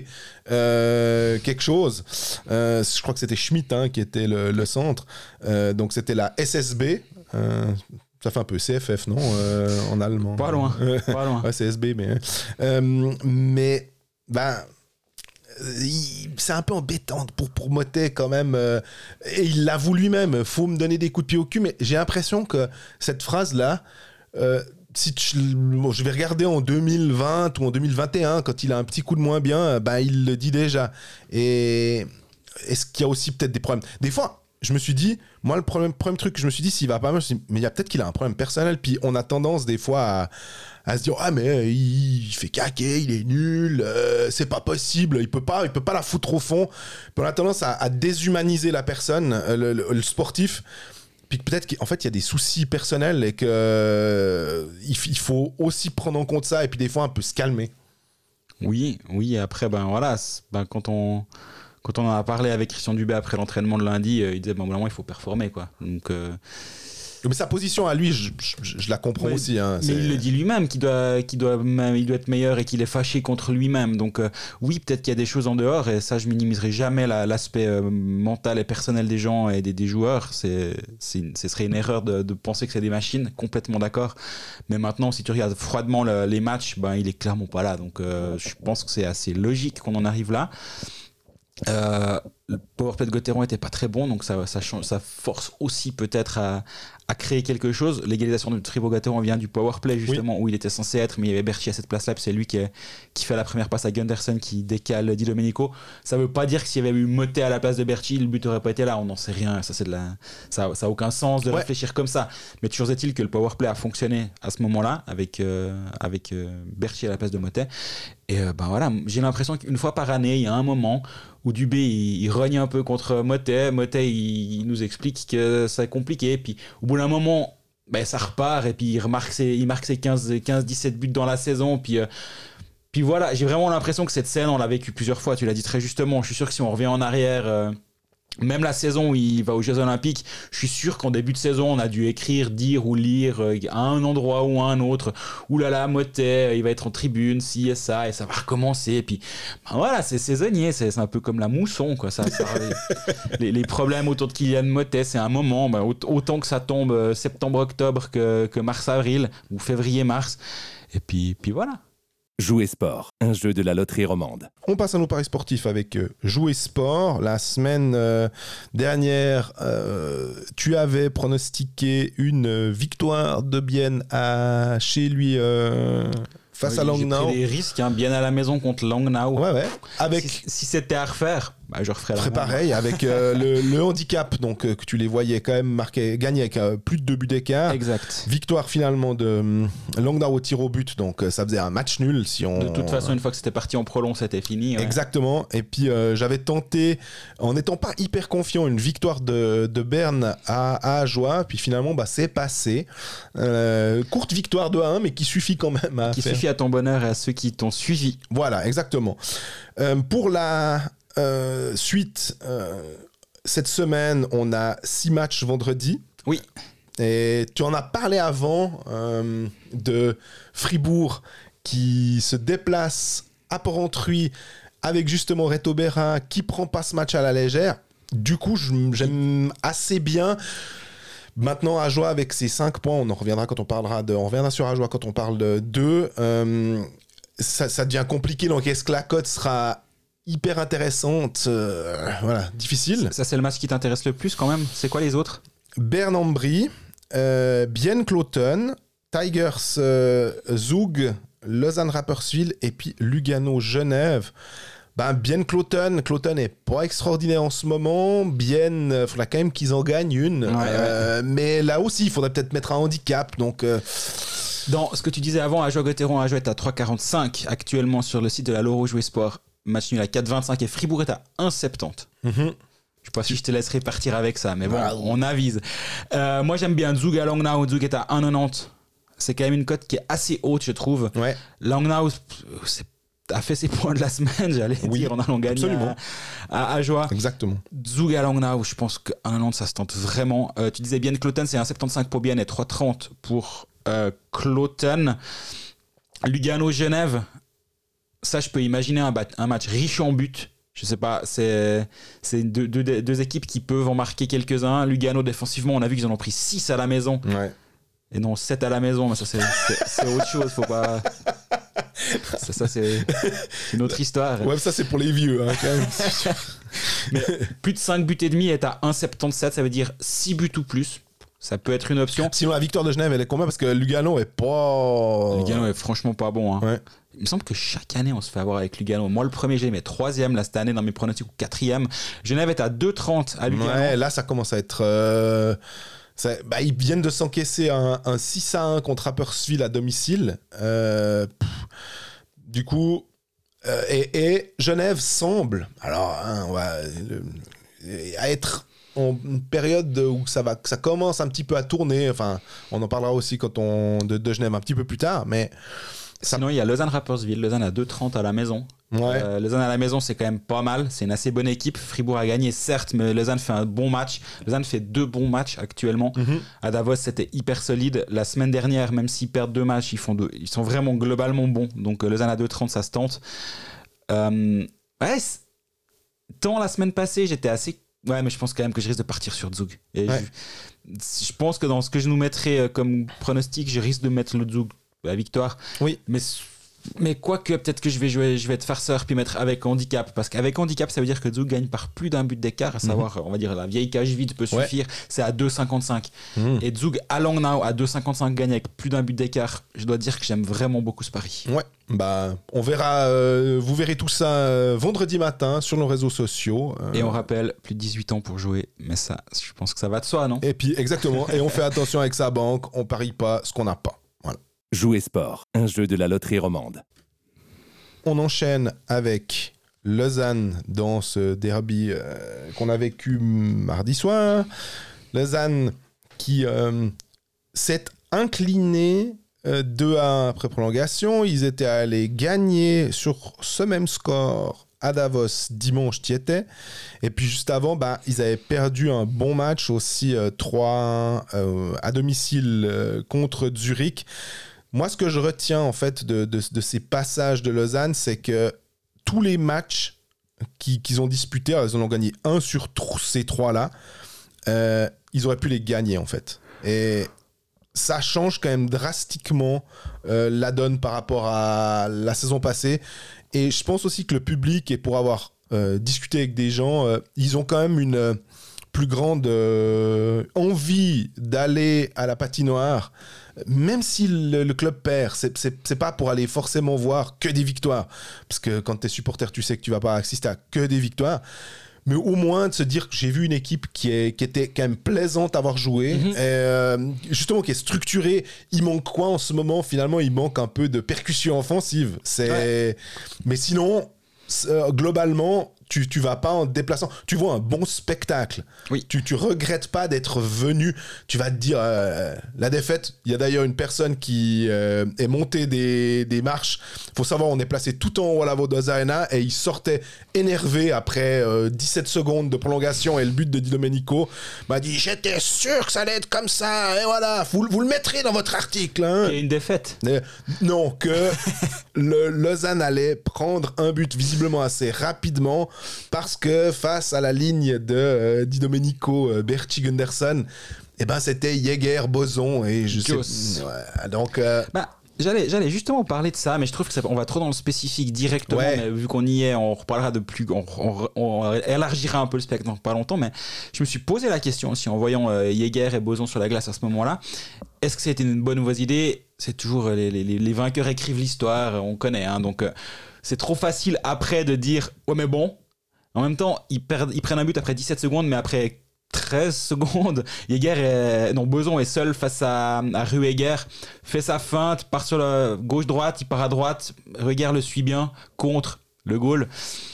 euh, quelque chose. Euh, je crois que c'était Schmidt hein, qui était le, le centre. Euh, donc c'était la S S B. Euh, ça fait un peu C F F, non euh, en allemand. Pas loin. Pas loin. Ouais, c'est S B, mais. Euh, mais, ben. Il, c'est un peu embêtant pour, pour Motet quand même euh, et il l'avoue lui-même, faut me donner des coups de pied au cul, mais j'ai l'impression que cette phrase-là euh, si tu, bon, je vais regarder en deux mille vingt ou en deux mille vingt et un quand il a un petit coup de moins bien, ben, il le dit déjà. Et est-ce qu'il y a aussi peut-être des problèmes des fois je me suis dit, moi le problème, premier truc que je me suis dit s'il va pas mal, je me suis dit, mais il y a peut-être qu'il a un problème personnel, puis on a tendance des fois à à se dire ah mais il, il fait caquer, il est nul, euh, c'est pas possible, il peut pas, il peut pas la foutre au fond. Puis on a tendance à, à déshumaniser la personne, euh, le, le, le sportif. Puis peut-être qu'en fait il y a des soucis personnels et que euh, il, il faut aussi prendre en compte ça et puis des fois un peu se calmer. Oui, oui. Après ben voilà, ben quand on quand on en a parlé avec Christian Dubé après l'entraînement de lundi, euh, il disait, bon, moment, il faut performer, quoi. Donc... Euh... Mais sa position à lui, je, je, je la comprends ouais, aussi. Hein, mais il le dit lui-même qu'il doit, qu'il doit, il doit être meilleur et qu'il est fâché contre lui-même. Donc euh, oui, peut-être qu'il y a des choses en dehors, et ça, je minimiserai jamais la, l'aspect euh, mental et personnel des gens et des, des joueurs. C'est, c'est une, ce serait une erreur de, de penser que c'est des machines, complètement d'accord. Mais maintenant, si tu regardes froidement le, les matchs, ben, il est clairement pas là. Donc euh, je pense que c'est assez logique qu'on en arrive là. Euh, le powerplay de Gauthieron était pas très bon, donc ça, ça, change, ça force aussi peut-être à, à créer quelque chose. L'égalisation de Fribourg-Gauthieron vient du powerplay justement, oui, où il était censé être, mais il y avait Berchi à cette place-là, puis c'est lui qui, est, qui fait la première passe à Gunderson qui décale Di Domenico. Ça veut pas dire que s'il y avait eu Motet à la place de Berchi, le but aurait pas été là, on n'en sait rien. Ça, c'est de la, ça, ça a aucun sens de ouais. réfléchir comme ça. Mais toujours est-il que le powerplay a fonctionné à ce moment-là avec, euh, avec euh, Berchi à la place de Motet. Et euh, ben voilà, j'ai l'impression qu'une fois par année, il y a un moment où Dubé il, il rogne un peu contre Motet. Motet il, il nous explique que c'est compliqué. Puis au bout d'un moment, ben, ça repart et puis il, remarque ses, il marque ses quinze dix-sept buts dans la saison. Puis, euh, puis voilà, j'ai vraiment l'impression que cette scène, on l'a vécue plusieurs fois. Tu l'as dit très justement. Je suis sûr que si on revient en arrière. Euh, Même la saison où il va aux Jeux Olympiques, je suis sûr qu'en début de saison, on a dû écrire, dire ou lire à un endroit ou à un autre. Ouh là là, Motet, il va être en tribune, ci et ça, et ça va recommencer. Et puis, ben voilà, c'est saisonnier, c'est, c'est un peu comme la mousson, quoi. Ça, ça les, les problèmes autour de Kylian Motet, c'est un moment, ben, autant que ça tombe septembre-octobre que, que mars-avril, ou février-mars. Et puis, puis voilà. Jouer Sport, un jeu de la loterie romande. On passe à nos paris sportifs avec euh, Jouer Sport. La semaine euh, dernière, euh, tu avais pronostiqué une victoire de Bienne à, chez lui euh, face oui, à Langnau. J'ai pris des risques, hein, Bienne à la maison contre Langnau. Ouais, ouais. Avec... Si, si c'était à refaire, bah, je referais la même. Pareil, avec euh, le, le handicap, donc euh, que tu les voyais quand même marquer, gagner avec euh, plus de deux buts d'écart. Exact. Victoire finalement de euh, Langnau au tir au but, donc euh, ça faisait un match nul. Si on... De toute façon, une fois que c'était parti en prolong, c'était fini. Ouais. Exactement. Et puis euh, j'avais tenté, en n'étant pas hyper confiant, une victoire de, de Berne à, à Ajoie. Puis finalement, bah, c'est passé. Euh, courte victoire de un, mais qui suffit quand même à Qui faire... suffit à ton bonheur et à ceux qui t'ont suivi. Voilà, exactement. Euh, pour la euh, suite, euh, cette semaine, on a six matchs vendredi. Oui. Et tu en as parlé avant euh, de Fribourg qui se déplace à Porrentruy avec justement Reto Berra qui prend pas ce match à la légère. Du coup, j'aime assez bien. Maintenant, Ajoie avec ses cinq points, on en reviendra quand on parlera de, on reviendra sur Ajoie quand on parle de deux. Euh, ça, ça devient compliqué. Donc, est-ce que la cote sera hyper intéressante, euh, voilà, difficile. Ça, c'est le match qui t'intéresse le plus quand même. C'est quoi les autres? Berne-en-Brie, euh, Bienne-Cloton, Tigers euh, Zug, Lausanne-Rapperswil et puis Lugano-Genève. Ben, Bienne-Cloton, Cloton est pas extraordinaire en ce moment. Bienne, il faudra quand même qu'ils en gagnent une. Ouais, euh, ouais. Mais là aussi, il faudrait peut-être mettre un handicap. Donc, euh... Dans ce que tu disais avant, Ajoie-Gauthieron, Ajoie est à trois virgule quarante-cinq actuellement sur le site de la Loro Jouer Sport. Match nul à quatre virgule vingt-cinq et Fribourg est à un virgule soixante-dix. Mm-hmm. Je sais pas si je te laisserai partir avec ça, mais bon, ah, on avise. Euh, moi, j'aime bien Zug à Langnau. Zug est à un virgule quatre-vingt-dix. C'est quand même une cote qui est assez haute, je trouve. Ouais. Langnau c'est, a fait ses points de la semaine, j'allais oui, dire, en allant gagner à, à Ajoie. Exactement. Zug à Langnau, je pense qu'un virgule quatre-vingt-dix, ça se tente vraiment. Euh, tu disais Bienne Cloton, c'est un virgule soixante-quinze pour Bienne et trois virgule trente pour euh, Cloton. Lugano-Genève, ça, je peux imaginer un, bat- un match riche en buts. Je sais pas, c'est, c'est deux, deux, deux équipes qui peuvent en marquer quelques-uns. Lugano, défensivement, on a vu qu'ils en ont pris six à la maison. Ouais. Et non, sept à la maison, mais ça, c'est, c'est, c'est autre chose. Faut pas. Ça, ça c'est, c'est une autre histoire. Ouais, ça, c'est pour les vieux, hein, quand même. Mais plus de cinq buts et demi est à un virgule soixante-dix-sept, ça veut dire six buts ou plus. Ça peut être une option. Sinon, la victoire de Genève, elle est combien? Parce que Lugano est pas. Lugano est franchement pas bon. Hein. Ouais. Il me semble que chaque année, on se fait avoir avec Lugano. Moi, le premier, j'ai mis troisième là, cette année dans mes pronostics, ou quatrième. Genève est à deux virgule trente à Lugano. Ouais, là, ça commence à être. Euh... Ça, bah, ils viennent de s'encaisser un, un six à un contre Rapperswil à domicile. Euh, du coup, euh, et, et Genève semble, alors, hein, ouais, le, à être en une période où ça, va, ça commence un petit peu à tourner. Enfin, on en parlera aussi quand on, de, de Genève un petit peu plus tard, mais Sinon, il y a Lausanne-Rapperswil. Lausanne à deux trente à la maison. Ouais. Euh, Lausanne à la maison, c'est quand même pas mal. C'est une assez bonne équipe. Fribourg a gagné, certes, mais Lausanne fait un bon match. Lausanne fait deux bons matchs actuellement. Mm-hmm. À Davos, c'était hyper solide. La semaine dernière, même s'ils perdent deux matchs, ils, font deux... ils sont vraiment globalement bons. Donc, euh, Lausanne à deux trente, ça se tente. Euh... Ouais, tant la semaine passée, j'étais assez... Ouais, mais je pense quand même que je risque de partir sur Zug. Et ouais. je... je pense que dans ce que je nous mettrais comme pronostic, je risque de mettre le Zug la victoire. Oui. Mais, mais quoique, peut-être que je vais jouer, je vais être farceur puis mettre avec handicap. Parce qu'avec handicap, ça veut dire que Zug gagne par plus d'un but d'écart. À savoir, mm-hmm. on va dire, la vieille cage vide peut suffire. Ouais. C'est à deux cinquante-cinq. Mm. Et Zug à Langnau à deux cinquante-cinq gagne avec plus d'un but d'écart. Je dois dire que j'aime vraiment beaucoup ce pari. Ouais. Bah, on verra. Euh, vous verrez tout ça euh, vendredi matin sur nos réseaux sociaux. Euh... Et on rappelle, plus de dix-huit ans pour jouer. Mais ça, je pense que ça va de soi, non ? Et puis, exactement. Et on fait attention avec sa banque. On parie pas ce qu'on n'a pas. Voilà. Jouer Sport, un jeu de la loterie romande. On enchaîne avec Lausanne dans ce derby euh, qu'on a vécu mardi soir. Lausanne qui euh, s'est incliné euh, deux à un après prolongation. Ils étaient allés gagner sur ce même score à Davos dimanche, t'y étais. Et puis juste avant, bah, ils avaient perdu un bon match aussi euh, trois à un euh, à domicile euh, contre Zurich. Moi, ce que je retiens en fait de, de, de ces passages de Lausanne, c'est que tous les matchs qui, qu'ils ont disputés, alors ils en ont gagné un sur t- ces trois-là, euh, ils auraient pu les gagner en fait. Et ça change quand même drastiquement euh, la donne par rapport à la saison passée. Et je pense aussi que le public, et pour avoir euh, discuté avec des gens, euh, ils ont quand même une euh, plus grande euh, envie d'aller à la patinoire. Même si le, le club perd, c'est, c'est, c'est pas pour aller forcément voir que des victoires. Parce que quand t'es supporter, tu sais que tu vas pas assister à que des victoires. Mais au moins de se dire que j'ai vu une équipe qui, est, qui était quand même plaisante à avoir joué. Mm-hmm. Et euh, justement, qui est structurée. Il manque quoi en ce moment ? Finalement, il manque un peu de percussion offensive. C'est... Ouais. Mais sinon, euh, globalement... Tu, tu vas pas en te déplaçant. Tu vois un bon spectacle. Oui. Tu, tu regrettes pas d'être venu. Tu vas te dire, euh, la défaite, il y a d'ailleurs une personne qui euh, est montée des, des marches. Faut savoir, on est placé tout en haut à la Vodaz Arena et il sortait énervé après euh, dix-sept secondes de prolongation et le but de Di Domenico. M'a dit, j'étais sûr que ça allait être comme ça. Et voilà, vous, vous le mettrez dans votre article. Hein. Il y a une défaite. Et, non, que le Lausanne allait prendre un but visiblement assez rapidement. Parce que face à la ligne de euh, Di Domenico, euh, Berchi Gunderson, eh ben c'était Jäger, Boson et je Jos. sais ouais, donc euh... bah, j'allais j'allais justement parler de ça, mais je trouve que ça, on va trop dans le spécifique directement. Ouais. Mais vu qu'on y est, on reparlera de plus, on, on, on élargira un peu le spectre dans pas longtemps. Mais je me suis posé la question aussi en voyant euh, Jäger et Boson sur la glace à ce moment-là. Est-ce que c'était une bonne ou mauvaise idée ? C'est toujours les, les, les vainqueurs écrivent l'histoire, on connaît. Hein, donc euh, c'est trop facile après de dire ouais mais bon. En même temps, ils, perdent, ils prennent un but après dix-sept secondes, mais après treize secondes, Jäger est, non, Boson est seul face à, à Rueger, fait sa feinte, part sur la gauche-droite, il part à droite, Rueger le suit bien, contre le goal.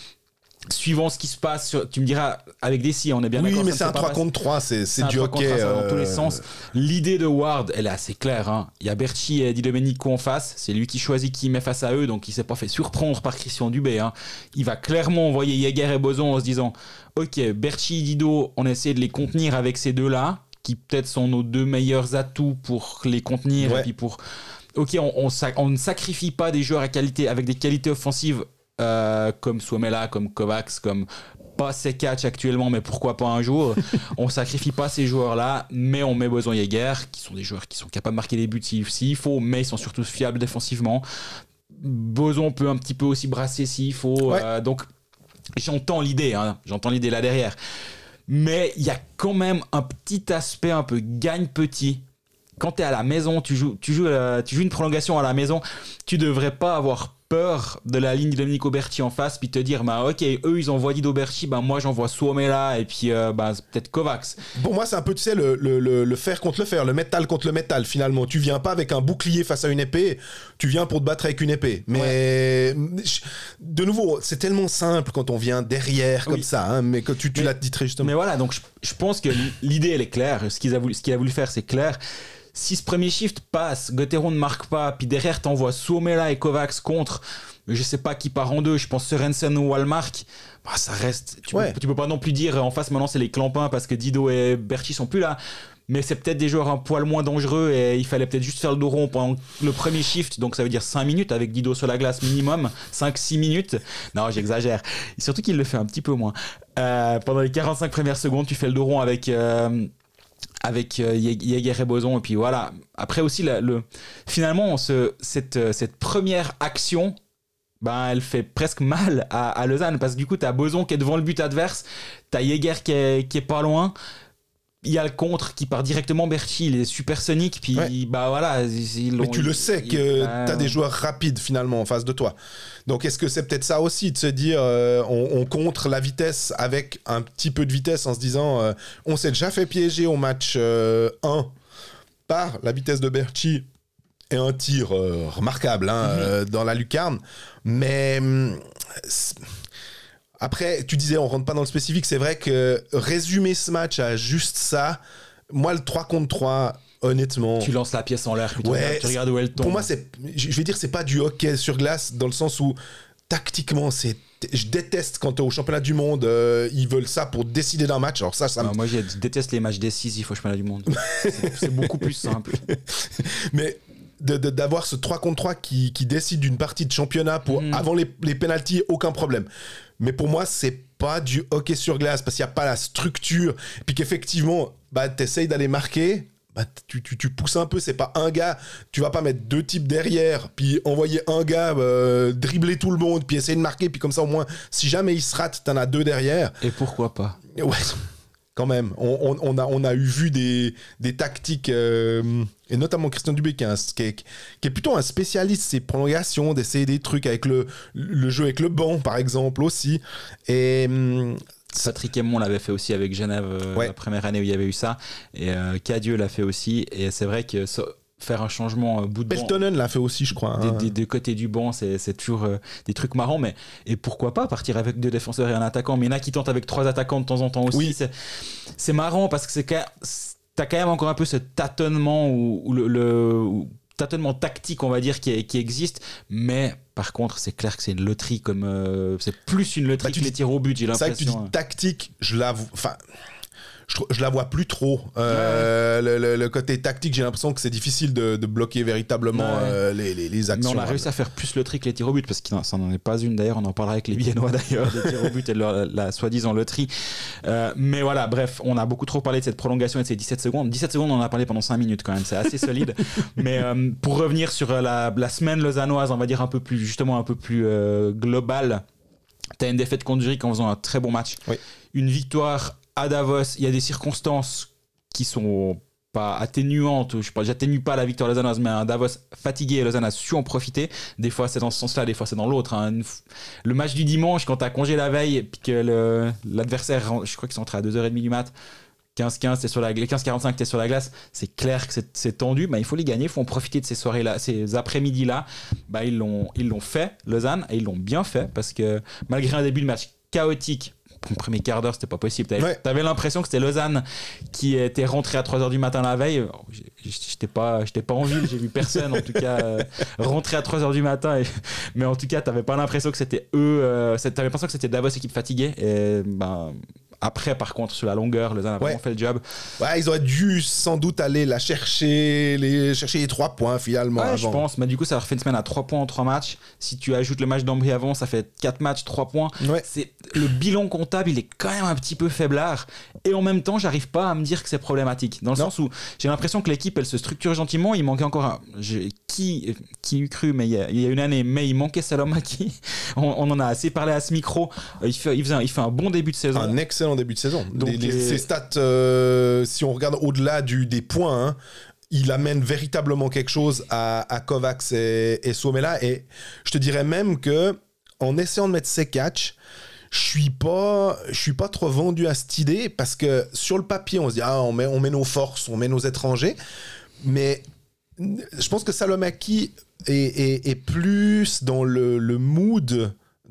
Suivant ce qui se passe, sur, tu me diras, avec des si, on est bien oui, d'accord. Oui, mais c'est un trois contre trois, c'est, c'est, c'est du hockey. Euh... Dans tous les sens. L'idée de Ward, elle est assez claire. Hein. Il y a Berchi et Di Domenico en face, c'est lui qui choisit qui met face à eux, donc il s'est pas fait surprendre par Christian Dubé. Hein. Il va clairement envoyer Jäger et Boson en se disant ok, Berchi et Dido, on essaie de les contenir avec ces deux-là, qui peut-être sont nos deux meilleurs atouts pour les contenir. Ouais. Et puis pour... Ok, on, on, sac... on ne sacrifie pas des joueurs à qualité, avec des qualités offensives. Euh, comme Suomela, comme Kovacs, comme pas Sekac actuellement, mais pourquoi pas un jour. On sacrifie pas ces joueurs-là, mais on met Boson et Jäger, qui sont des joueurs qui sont capables de marquer des buts s'il, s'il faut, mais ils sont surtout fiables défensivement. Boson peut un petit peu aussi brasser s'il faut. Ouais. Euh, donc j'entends l'idée, hein, j'entends l'idée là derrière. Mais il y a quand même un petit aspect un peu gagne petit. Quand tu es à la maison, tu joues, tu, joues, euh, tu joues une prolongation à la maison, tu devrais pas avoir peur de la ligne de Domenico Berchi en face, puis te dire bah ok, eux ils envoient Dido Berchi, bah moi j'envoie Suomela et puis euh, bah peut-être Kovacs. Pour moi c'est un peu tu sais le, le, le, le fer contre le fer, le métal contre le métal finalement. Tu viens pas avec un bouclier face à une épée, tu viens pour te battre avec une épée. Mais ouais. De nouveau c'est tellement simple quand on vient derrière comme oui. ça, hein, mais que tu, tu mais, l'as dit très justement. Mais voilà, donc je, je pense que l'idée elle est claire, ce qu'il a voulu, ce qu'il a voulu faire c'est clair. six premiers shifts passent, Gauthieron ne marque pas, puis derrière t'envoies Suomela et Kovacs contre, je sais pas qui part en deux, je pense Sørensen ou Wallmark, bah, ça reste, tu, ouais. peux, tu peux pas non plus dire en face maintenant c'est les clampins parce que Didot et Berchi sont plus là, mais c'est peut-être des joueurs un poil moins dangereux et il fallait peut-être juste faire le dos rond pendant le premier shift, donc ça veut dire cinq minutes avec Didot sur la glace minimum, cinq six minutes, non j'exagère, surtout qu'il le fait un petit peu moins, euh, pendant les quarante-cinq premières secondes tu fais le dos rond avec... Euh, avec euh, Jäger et Boson, et puis voilà. Après aussi, la, le, finalement, ce, cette, cette première action, ben, elle fait presque mal à, à Lausanne, parce que du coup, t'as Boson qui est devant le but adverse, t'as Jäger qui est, qui est pas loin, il y a le contre qui part directement Berchi, il est supersonique, puis ouais. bah voilà. Ils Mais tu le sais que bah... t'as des joueurs rapides finalement en face de toi. Donc est-ce que c'est peut-être ça aussi, de se dire euh, on, on contre la vitesse avec un petit peu de vitesse en se disant euh, on s'est déjà fait piéger au match euh, un par la vitesse de Berchi et un tir euh, remarquable hein, mm-hmm. euh, dans la lucarne, mais après tu disais on rentre pas dans le spécifique, c'est vrai que résumer ce match à juste ça, moi le trois contre trois, honnêtement, tu lances la pièce en l'air, tu, ouais, regardes, tu regardes où elle tombe. Pour moi c'est, je vais dire c'est pas du hockey sur glace dans le sens où tactiquement c'est, je déteste quand au championnat du monde euh, ils veulent ça pour décider d'un match, alors ça ça non, me... moi je déteste les matchs décisifs au championnat du monde. c'est, c'est beaucoup plus simple. Mais De, de, d'avoir ce trois contre trois qui, qui décide d'une partie de championnat pour, mmh. avant les, les pénaltys, aucun problème. Mais pour moi, c'est pas du hockey sur glace parce qu'il n'y a pas la structure. Puis qu'effectivement, bah, tu essayes d'aller marquer, bah, tu, tu, tu pousses un peu. C'est pas un gars, tu vas pas mettre deux types derrière, puis envoyer un gars euh, dribbler tout le monde, puis essayer de marquer. Puis comme ça, au moins, si jamais il se rate, t'en as deux derrière. Et pourquoi pas ? Ouais. Quand même, on, on, on, a, on a eu vu des, des tactiques, euh, et notamment Christian Dubé, qui est, un, qui, est, qui est plutôt un spécialiste, ces prolongations, d'essayer des trucs avec le, le jeu avec le banc, par exemple, aussi. Et, hum, Patrick Aymon l'avait fait aussi avec Genève, euh, ouais. la première année où il y avait eu ça. Et euh, Cadieux l'a fait aussi. Et c'est vrai que... Ça, faire un changement euh, bout de banc. Peltonen l'a fait aussi, je crois. Des, hein. des, des côtés du banc, c'est, c'est toujours euh, des trucs marrants. Mais, et pourquoi pas partir avec deux défenseurs et un attaquant ? Mais il y en a qui tentent avec trois attaquants de temps en temps aussi. Oui. C'est, c'est marrant parce que c'est quand même, t'as quand même encore un peu ce tâtonnement ou, ou le, le ou tâtonnement tactique, on va dire, qui, qui existe. Mais par contre, c'est clair que c'est une loterie. Comme, euh, c'est plus une loterie bah, que les tirs au but, j'ai l'impression. C'est vrai que tu dis tactique, je l'avoue. Enfin... Je, je la vois plus trop. Euh, ouais. le, le, le côté tactique, j'ai l'impression que c'est difficile de, de bloquer véritablement ouais. euh, les, les, les actions. Mais on a réussi à faire plus le tri que les tirs au but, parce que ça n'en est pas une d'ailleurs. On en parlera avec les Viennois d'ailleurs, des tirs au but et de leur, la soi-disant loterie. Euh, mais voilà, bref, on a beaucoup trop parlé de cette prolongation et de ces dix-sept secondes. dix-sept secondes, on en a parlé pendant cinq minutes quand même, c'est assez solide. Mais euh, pour revenir sur la, la semaine lausannoise, on va dire un peu plus, justement un peu plus euh, globale, t'as une défaite contre Zurich en faisant un très bon match. Oui. Une victoire à Davos, il y a des circonstances qui sont pas atténuantes, je sais pas, j'atténue pas la victoire lausannoise, mais un Davos fatigué et Lausanne a su en profiter. Des fois c'est dans ce sens-là, des fois c'est dans l'autre. Hein. Le match du dimanche, quand t'as congé la veille, et puis que le, l'adversaire, je crois qu'ils sont entrés à deux heures trente du mat, quinze quinze, t'es sur la, quinze quarante-cinq, t'es sur la glace, c'est clair que c'est, c'est tendu, bah, il faut les gagner, il faut en profiter de ces soirées-là, ces après-midi-là. Bah, ils, l'ont, ils l'ont fait, Lausanne, et ils l'ont bien fait, parce que malgré un début de match chaotique, le premier quart d'heure, c'était pas possible. T'avais, ouais. t'avais l'impression que c'était Lausanne qui était rentré à trois heures du matin la veille. J'étais pas, j'étais pas en ville, j'ai vu personne, en tout cas, euh, rentrer à trois heures du matin. Et, mais en tout cas, t'avais pas l'impression que c'était eux. Euh, t'avais l'impression que c'était Davos équipe fatiguée. Et ben. Après, par contre, sur la longueur, Lausanne a vraiment ouais. fait le job. Ouais, ils auraient dû sans doute aller la chercher, les, chercher les trois points finalement. Ouais, avant. je pense. Mais du coup, ça leur fait une semaine à trois points en trois matchs. Si tu ajoutes le match d'Ambry avant, ça fait quatre matchs, trois points. Ouais. C'est, le bilan comptable, il est quand même un petit peu faiblard. Et en même temps, j'arrive pas à me dire que c'est problématique. Dans le non. sens où j'ai l'impression que l'équipe, elle se structure gentiment. Il manquait encore un. Je, qui, qui eût cru, mais il y, a, il y a une année, mais il manquait Salomaki. On, on en a assez parlé à ce micro. Il fait, il, faisait un, il fait un bon début de saison. Un excellent début de saison. Donc, les, les, ces stats, euh, si on regarde au-delà du, des points, hein, il amène véritablement quelque chose à, à Kovacs et, et Suomela. Et je te dirais même que en essayant de mettre ses catchs, je suis pas, je suis pas trop vendu à cette idée parce que sur le papier, on se dit ah on met, on met nos forces, on met nos étrangers, mais je pense que Salomaki est, est, est plus dans le, le mood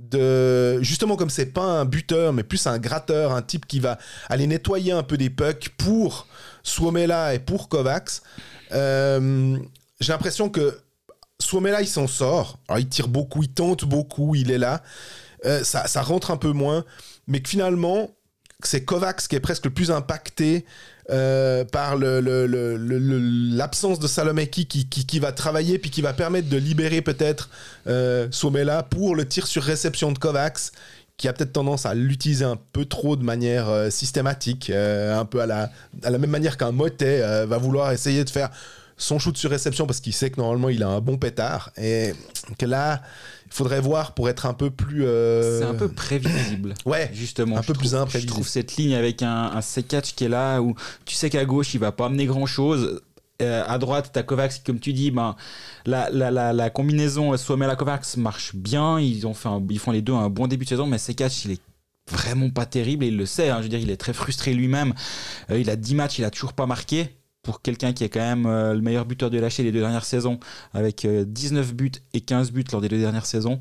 de justement comme c'est pas un buteur mais plus un gratteur, un type qui va aller nettoyer un peu des pucks pour Suomela et pour Kovacs. Euh, j'ai l'impression que Suomela il s'en sort. Alors il tire beaucoup, il tente beaucoup, il est là. Euh, ça, ça rentre un peu moins, mais que finalement c'est Kovacs qui est presque le plus impacté euh, par le, le, le, le, l'absence de Salomeki qui, qui, qui va travailler puis qui va permettre de libérer peut-être euh, Suomela pour le tir sur réception de Kovacs, qui a peut-être tendance à l'utiliser un peu trop de manière euh, systématique, euh, un peu à la, à la même manière qu'un Motet euh, va vouloir essayer de faire son shoot sur réception parce qu'il sait que normalement il a un bon pétard, et que là il faudrait voir pour être un peu plus euh... c'est un peu prévisible. Ouais, justement un peu je plus trouve, imprévisible. Je trouve cette ligne avec un, un Sekac qui est là où tu sais qu'à gauche il va pas amener grand chose. Euh, à droite, t'as Kovacs, comme tu dis, ben, la, la, la, la combinaison Suomela-Kovacs marche bien. Ils, ont fait un, ils font les deux un bon début de saison, mais Sekac, il est vraiment pas terrible et il le sait. Hein, je veux dire, il est très frustré lui-même. Euh, il a dix matchs, il a toujours pas marqué. Pour quelqu'un qui est quand même euh, le meilleur buteur de l'H L les deux dernières saisons, avec euh, dix-neuf buts et quinze buts lors des deux dernières saisons.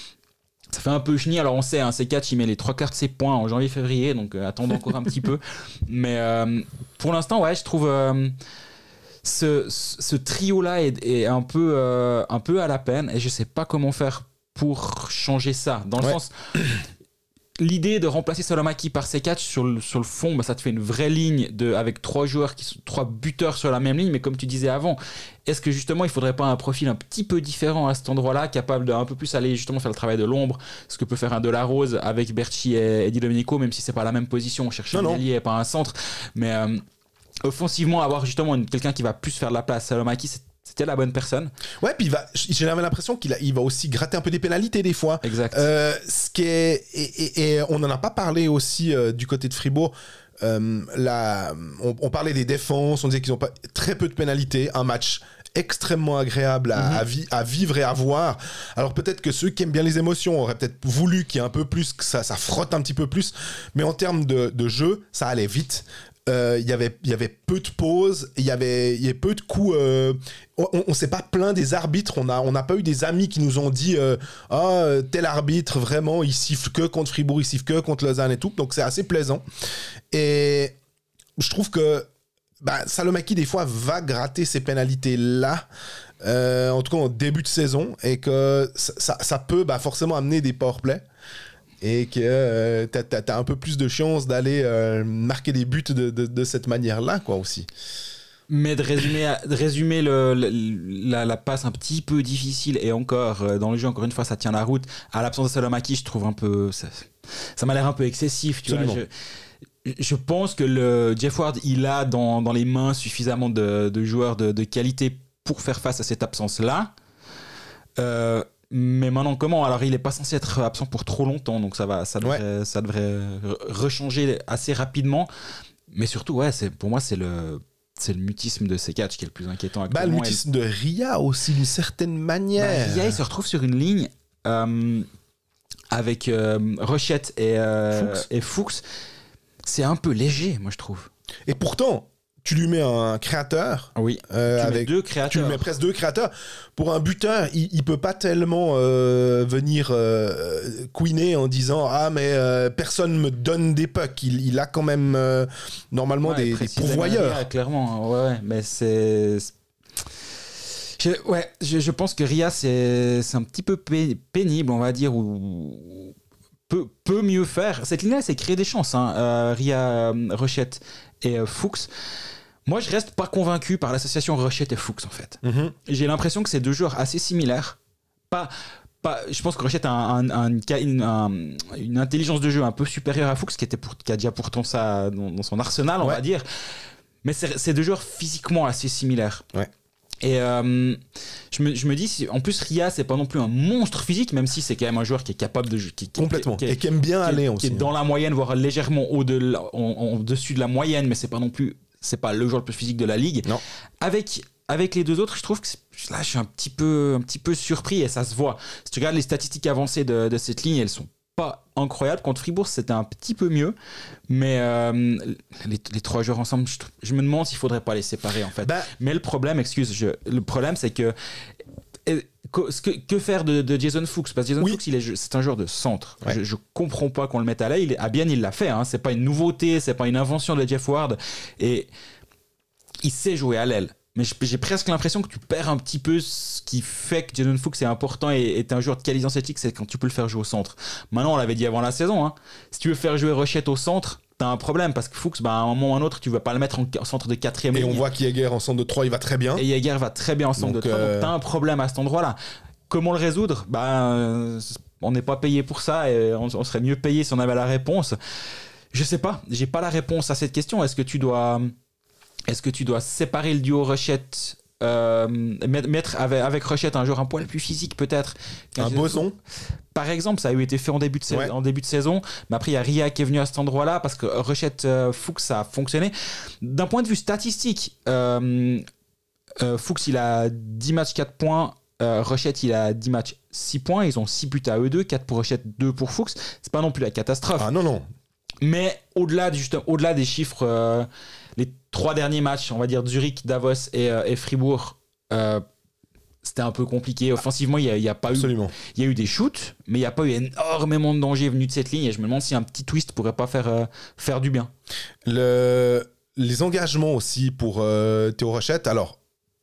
Ça fait un peu chenille. Alors on sait, hein, Sekac, il met les trois quarts de ses points en janvier-février, donc euh, attendons encore un petit peu. Mais euh, pour l'instant, ouais, je trouve... Euh, Ce, ce trio-là est, est un, peu, euh, un peu à la peine et je sais pas comment faire pour changer ça. Dans le ouais. sens, l'idée de remplacer Salomaki par Sekac sur le, sur le fond, bah, ça te fait une vraie ligne de, avec trois joueurs, qui sont, trois buteurs sur la même ligne, mais comme tu disais avant, est-ce que justement il faudrait pas un profil un petit peu différent à cet endroit-là, capable d'un peu plus aller justement faire le travail de l'ombre, ce que peut faire un Delarose avec Berchi et, et Di Domenico, même si c'est pas la même position, on cherche non, un ailier et pas un centre, mais... Euh, offensivement, avoir justement une, quelqu'un qui va plus faire de la place. Salomaki, c'était la bonne personne. Ouais, puis il va, j'ai l'impression qu'il a, il va aussi gratter un peu des pénalités des fois. Exact. Euh, ce qui est, et, et, et on n'en a pas parlé aussi euh, du côté de Fribourg. Euh, là, on, on parlait des défenses, on disait qu'ils ont pas très peu de pénalités. Un match extrêmement agréable à, mm-hmm. à, vi- à vivre et à voir. Alors peut-être que ceux qui aiment bien les émotions auraient peut-être voulu qu'il y ait un peu plus, que ça, ça frotte un petit peu plus. Mais en termes de, de jeu, ça allait vite. Il euh, y avait il y avait peu de pauses, il y avait il y avait peu de coups, euh, on, on s'est pas plaint des arbitres, on a on n'a pas eu des amis qui nous ont dit euh, ah tel arbitre vraiment il siffle que contre Fribourg, il siffle que contre Lausanne et tout, donc c'est assez plaisant. Et je trouve que bah, Salomaki des fois va gratter ces pénalités là, euh, en tout cas en début de saison, et que ça, ça, ça peut bah, forcément amener des powerplays. Et que euh, t'as, t'as, t'as un peu plus de chances d'aller euh, marquer des buts de, de, de cette manière-là, quoi, aussi. Mais de résumer, de résumer le, le, la, la passe un petit peu difficile, et encore, euh, dans le jeu, encore une fois, ça tient la route. À l'absence de Salomaki, je trouve un peu... Ça, ça m'a l'air un peu excessif, tu Absolument. vois. Je, je pense que le Jeff Ward, il a dans, dans les mains suffisamment de, de joueurs de, de qualité pour faire face à cette absence-là. Euh... Mais maintenant, comment ? Alors, il n'est pas censé être absent pour trop longtemps, donc ça, va, ça, devrait, ouais. ça devrait rechanger assez rapidement. Mais surtout, ouais, c'est, pour moi, c'est le, c'est le mutisme de Sekac qui est le plus inquiétant actuellement. Bah, le mutisme et... de Ria aussi, d'une certaine manière. Bah, Ria, il se retrouve sur une ligne euh, avec euh, Rochette et, euh, Fuchs. et Fuchs. C'est un peu léger, moi, je trouve. Et pourtant... tu lui mets un créateur. Oui. Euh, tu avec, mets deux créateurs. Tu lui mets presque deux créateurs. Pour un buteur, il, il peut pas tellement euh, venir euh, couiner en disant ah mais euh, personne me donne des pucks. Il, il a quand même euh, normalement ouais, des, des pourvoyeurs. Ria, clairement, ouais, mais c'est. Je, ouais, je, je pense que Ria c'est, c'est un petit peu pénible, on va dire, ou peut, peut mieux faire. Cette ligne-là, c'est créer des chances. Hein. Euh, Ria, Rochette et euh, Fuchs. Moi, je reste pas convaincu par l'association Rochette et Fuchs, en fait. Mm-hmm. J'ai l'impression que c'est deux joueurs assez similaires. Pas, pas, je pense que Rochette a un, un, un, une, un, une intelligence de jeu un peu supérieure à Fuchs, qui, était pour, qui a déjà pourtant ça dans, dans son arsenal, on ouais. va dire. Mais c'est, c'est deux joueurs physiquement assez similaires. Ouais. Et euh, je, me, je me dis, en plus, Ria, c'est pas non plus un monstre physique, même si c'est quand même un joueur qui est capable de jouer. Qui, Complètement. Qui, qui, et qui aime bien qui, aller qui, aussi. Qui est dans la moyenne, voire légèrement au-delà, en, en dessus de la moyenne, mais c'est pas non plus. C'est pas le joueur le plus physique de la ligue. Non. Avec, avec les deux autres, je trouve que là, je suis un petit peu, un petit peu surpris et ça se voit. Si tu regardes les statistiques avancées de, de cette ligne, elles sont pas incroyables. Contre Fribourg, c'était un petit peu mieux. Mais euh, les, les trois joueurs ensemble, je, je me demande s'il faudrait pas les séparer en fait. Bah, mais le problème, excuse, je, le problème, c'est que que, que, que faire de, de Jason Fuchs? Parce que Jason oui. Fuchs, il est, c'est un joueur de centre. Ouais. Je, je comprends pas qu'on le mette à l'aile. Il est, à bien, il l'a fait. Hein. C'est pas une nouveauté, c'est pas une invention de Jeff Ward. Et il sait jouer à l'aile. Mais j'ai presque l'impression que tu perds un petit peu ce qui fait que Jason Fuchs est important et est un joueur de qualité athlétique, c'est quand tu peux le faire jouer au centre. Maintenant, on l'avait dit avant la saison, hein, si tu veux faire jouer Rochette au centre, t'as un problème parce que Fuchs, bah, à un moment ou à un autre, tu vas pas le mettre en centre de quatrième ligne. Et ligne. on voit qu'Jaeger en centre de trois, il va très bien. Et Jaeger va très bien en centre donc, de trois, euh... donc t'as un problème à cet endroit-là. Comment le résoudre? Bah, euh, on n'est pas payé pour ça et on, on serait mieux payé si on avait la réponse. Je sais pas, j'ai pas la réponse à cette question. Est-ce que tu dois, est-ce que tu dois séparer le duo Rochette? Euh, mettre avec, avec Rochette un joueur un poil plus physique peut-être un Boson par exemple, ça a eu été fait en début de, sa- ouais. en début de saison, mais après il y a Ria qui est venu à cet endroit là parce que Rochette euh, Fuchs ça a fonctionné d'un point de vue statistique. euh, euh, Fuchs il a dix matchs quatre points, euh, Rochette il a dix matchs six points, ils ont six buts à eux deux, quatre pour Rochette, deux pour Fuchs, c'est pas non plus la catastrophe. Ah non non. Mais au-delà, juste, au-delà des chiffres, euh, les trois derniers matchs, on va dire Zurich, Davos et, euh, et Fribourg, euh, c'était un peu compliqué. Offensivement, il n'y a, y a pas Absolument. eu... Il y a eu des shoots, mais il n'y a pas eu énormément de danger venu de cette ligne. Et je me demande si un petit twist pourrait pas faire, euh, faire du bien. Le... Les engagements aussi pour euh, Théo Rochette. Alors,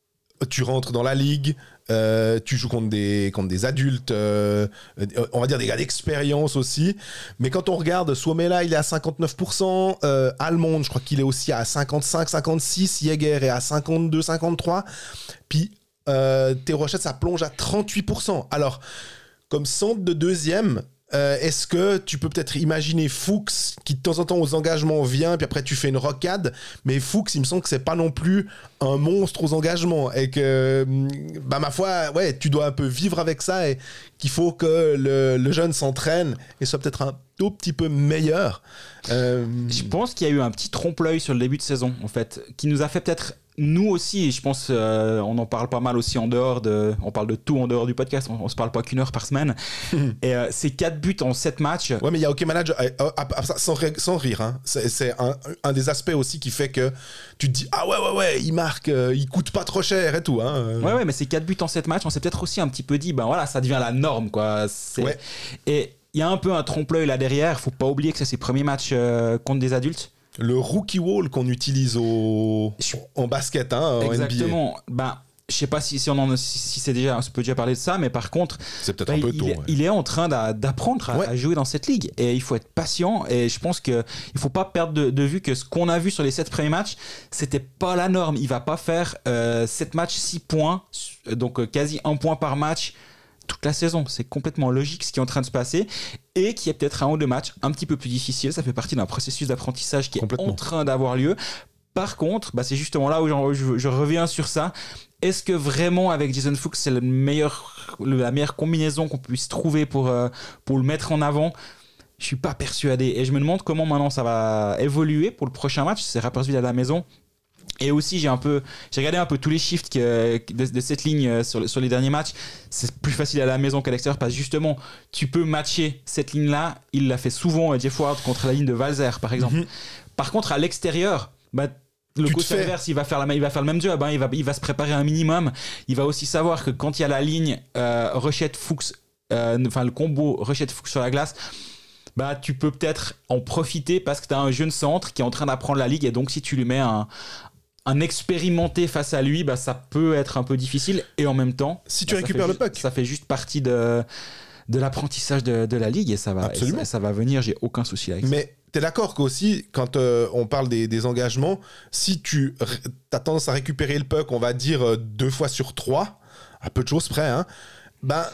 tu rentres dans la ligue... Euh, tu joues contre des, contre des adultes, euh, on va dire des gars d'expérience aussi. Mais quand on regarde, Suomela, il est à cinquante-neuf pour cent, euh, Almond, je crois qu'il est aussi à cinquante-cinq cinquante-six, Jaeger est à cinquante-deux cinquante-trois. Puis euh, Théo Rochette, ça plonge à trente-huit pour cent. Alors, comme centre de deuxième, euh, est-ce que tu peux peut-être imaginer Fuchs qui de temps en temps aux engagements vient, puis après tu fais une rocade, mais Fuchs, il me semble que c'est pas non plus un monstre aux engagements et que, bah ma foi, ouais, tu dois un peu vivre avec ça et qu'il faut que le, le jeune s'entraîne et soit peut-être un tout petit peu meilleur. Euh... Je pense qu'il y a eu un petit trompe-l'œil sur le début de saison, en fait, qui nous a fait peut-être nous aussi, je pense, euh, on en parle pas mal aussi en dehors de, on parle de tout en dehors du podcast, on, on se parle pas qu'une heure par semaine. Et euh, c'est quatre buts en sept matchs. Ouais, mais il y a Hockey Manager, euh, euh, euh, sans, sans rire, hein. c'est, c'est un, un des aspects aussi qui fait que tu te dis ah ouais ouais ouais, il marque, euh, il coûte pas trop cher et tout. Hein. Ouais ouais, mais c'est quatre buts en sept matchs, on s'est peut-être aussi un petit peu dit, ben voilà, ça devient la norme quoi. C'est... Ouais. Et il y a un peu un trompe-l'œil là derrière. Faut pas oublier que c'est ses premiers matchs euh, contre des adultes. Le rookie wall qu'on utilise au... en basket, hein, en exactement. N B A. Ben, je sais pas si, si on en si, si c'est déjà, on peut déjà parler de ça, mais par contre, c'est peut-être ben, un peu il, tôt. Il, ouais. il est en train d'a, d'apprendre à, ouais. à jouer dans cette ligue et il faut être patient. Et je pense que il faut pas perdre de, de vue que ce qu'on a vu sur les sept premiers matchs, c'était pas la norme. Il va pas faire euh, sept matchs six points, donc euh, quasi un point par match. Toute la saison, c'est complètement logique ce qui est en train de se passer et qu'il y a peut-être un ou deux matchs un petit peu plus difficiles. Ça fait partie d'un processus d'apprentissage qui est en train d'avoir lieu. Par contre, bah c'est justement là où je, je reviens sur ça. Est-ce que vraiment avec Jason Fuchs c'est le meilleur, la meilleure combinaison qu'on puisse trouver pour, euh, pour le mettre en avant? Je suis pas persuadé et je me demande comment maintenant ça va évoluer pour le prochain match. C'est Rapperswil à la maison. Et aussi, j'ai un peu, j'ai regardé un peu tous les shifts que, de, de cette ligne sur, sur les derniers matchs. C'est plus facile à la maison qu'à l'extérieur parce que justement, tu peux matcher cette ligne-là. Il l'a fait souvent, Jeff Ward, contre la ligne de Valzer, par exemple. Mm-hmm. Par contre, à l'extérieur, bah, le coach adverse, il va faire la, il va faire le même job. Hein. Il va, il va se préparer un minimum. Il va aussi savoir que quand il y a la ligne euh, Rochette-Fuchs, euh, enfin le combo Rochette-Fuchs sur la glace. Bah, tu peux peut-être en profiter parce que tu as un jeune centre qui est en train d'apprendre la ligue et donc si tu lui mets un, un expérimenté face à lui, bah, ça peut être un peu difficile et en même temps si tu bah, récupères le juste, puck ça fait juste partie de, de l'apprentissage de, de la ligue et ça va, et ça, ça va venir, j'ai aucun souci avec mais ça. T'es d'accord qu'aussi, quand euh, on parle des, des engagements, si tu as tendance à récupérer le puck, on va dire euh, deux fois sur trois, à peu de choses près, hein, ben,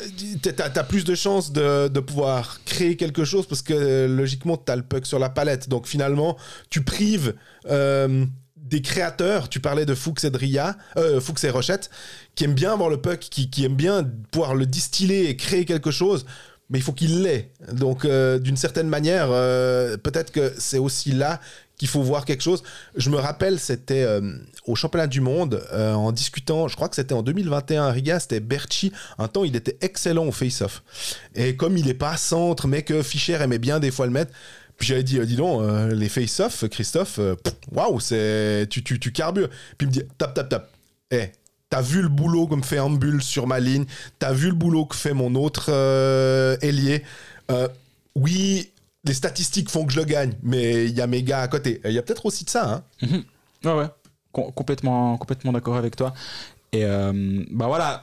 t'as, t'as plus de chances de, de pouvoir créer quelque chose parce que euh, logiquement, t'as le puck sur la palette. Donc finalement, tu prives euh, des créateurs. Tu parlais de Fuchs et de Ria, euh, Fuchs et Rochette, qui aiment bien avoir le puck, qui, qui aiment bien pouvoir le distiller et créer quelque chose. Mais il faut qu'il l'ait. Donc, euh, d'une certaine manière, euh, peut-être que c'est aussi là qu'il faut voir quelque chose. Je me rappelle, c'était euh, au championnat du monde, euh, en discutant, je crois que c'était en deux mille vingt et un à Riga, c'était Berchi. Un temps, il était excellent au face-off. Et comme il n'est pas centre, mais que Fischer aimait bien des fois le mettre, puis j'avais dit, dis donc, euh, les face-off, Christophe, waouh, wow, c'est tu, tu, tu carbures. Puis il me dit, tape, tape, tape. Eh, T'as vu le boulot que me fait Ambul sur ma ligne. T'as vu le boulot que fait mon autre euh, ailier. Euh, oui, les statistiques font que je le gagne, mais il y a mes gars à côté. Il y a peut-être aussi de ça. Hein. Mm-hmm. Ouais, ouais. Com- complètement, complètement d'accord avec toi. Et euh, bah voilà.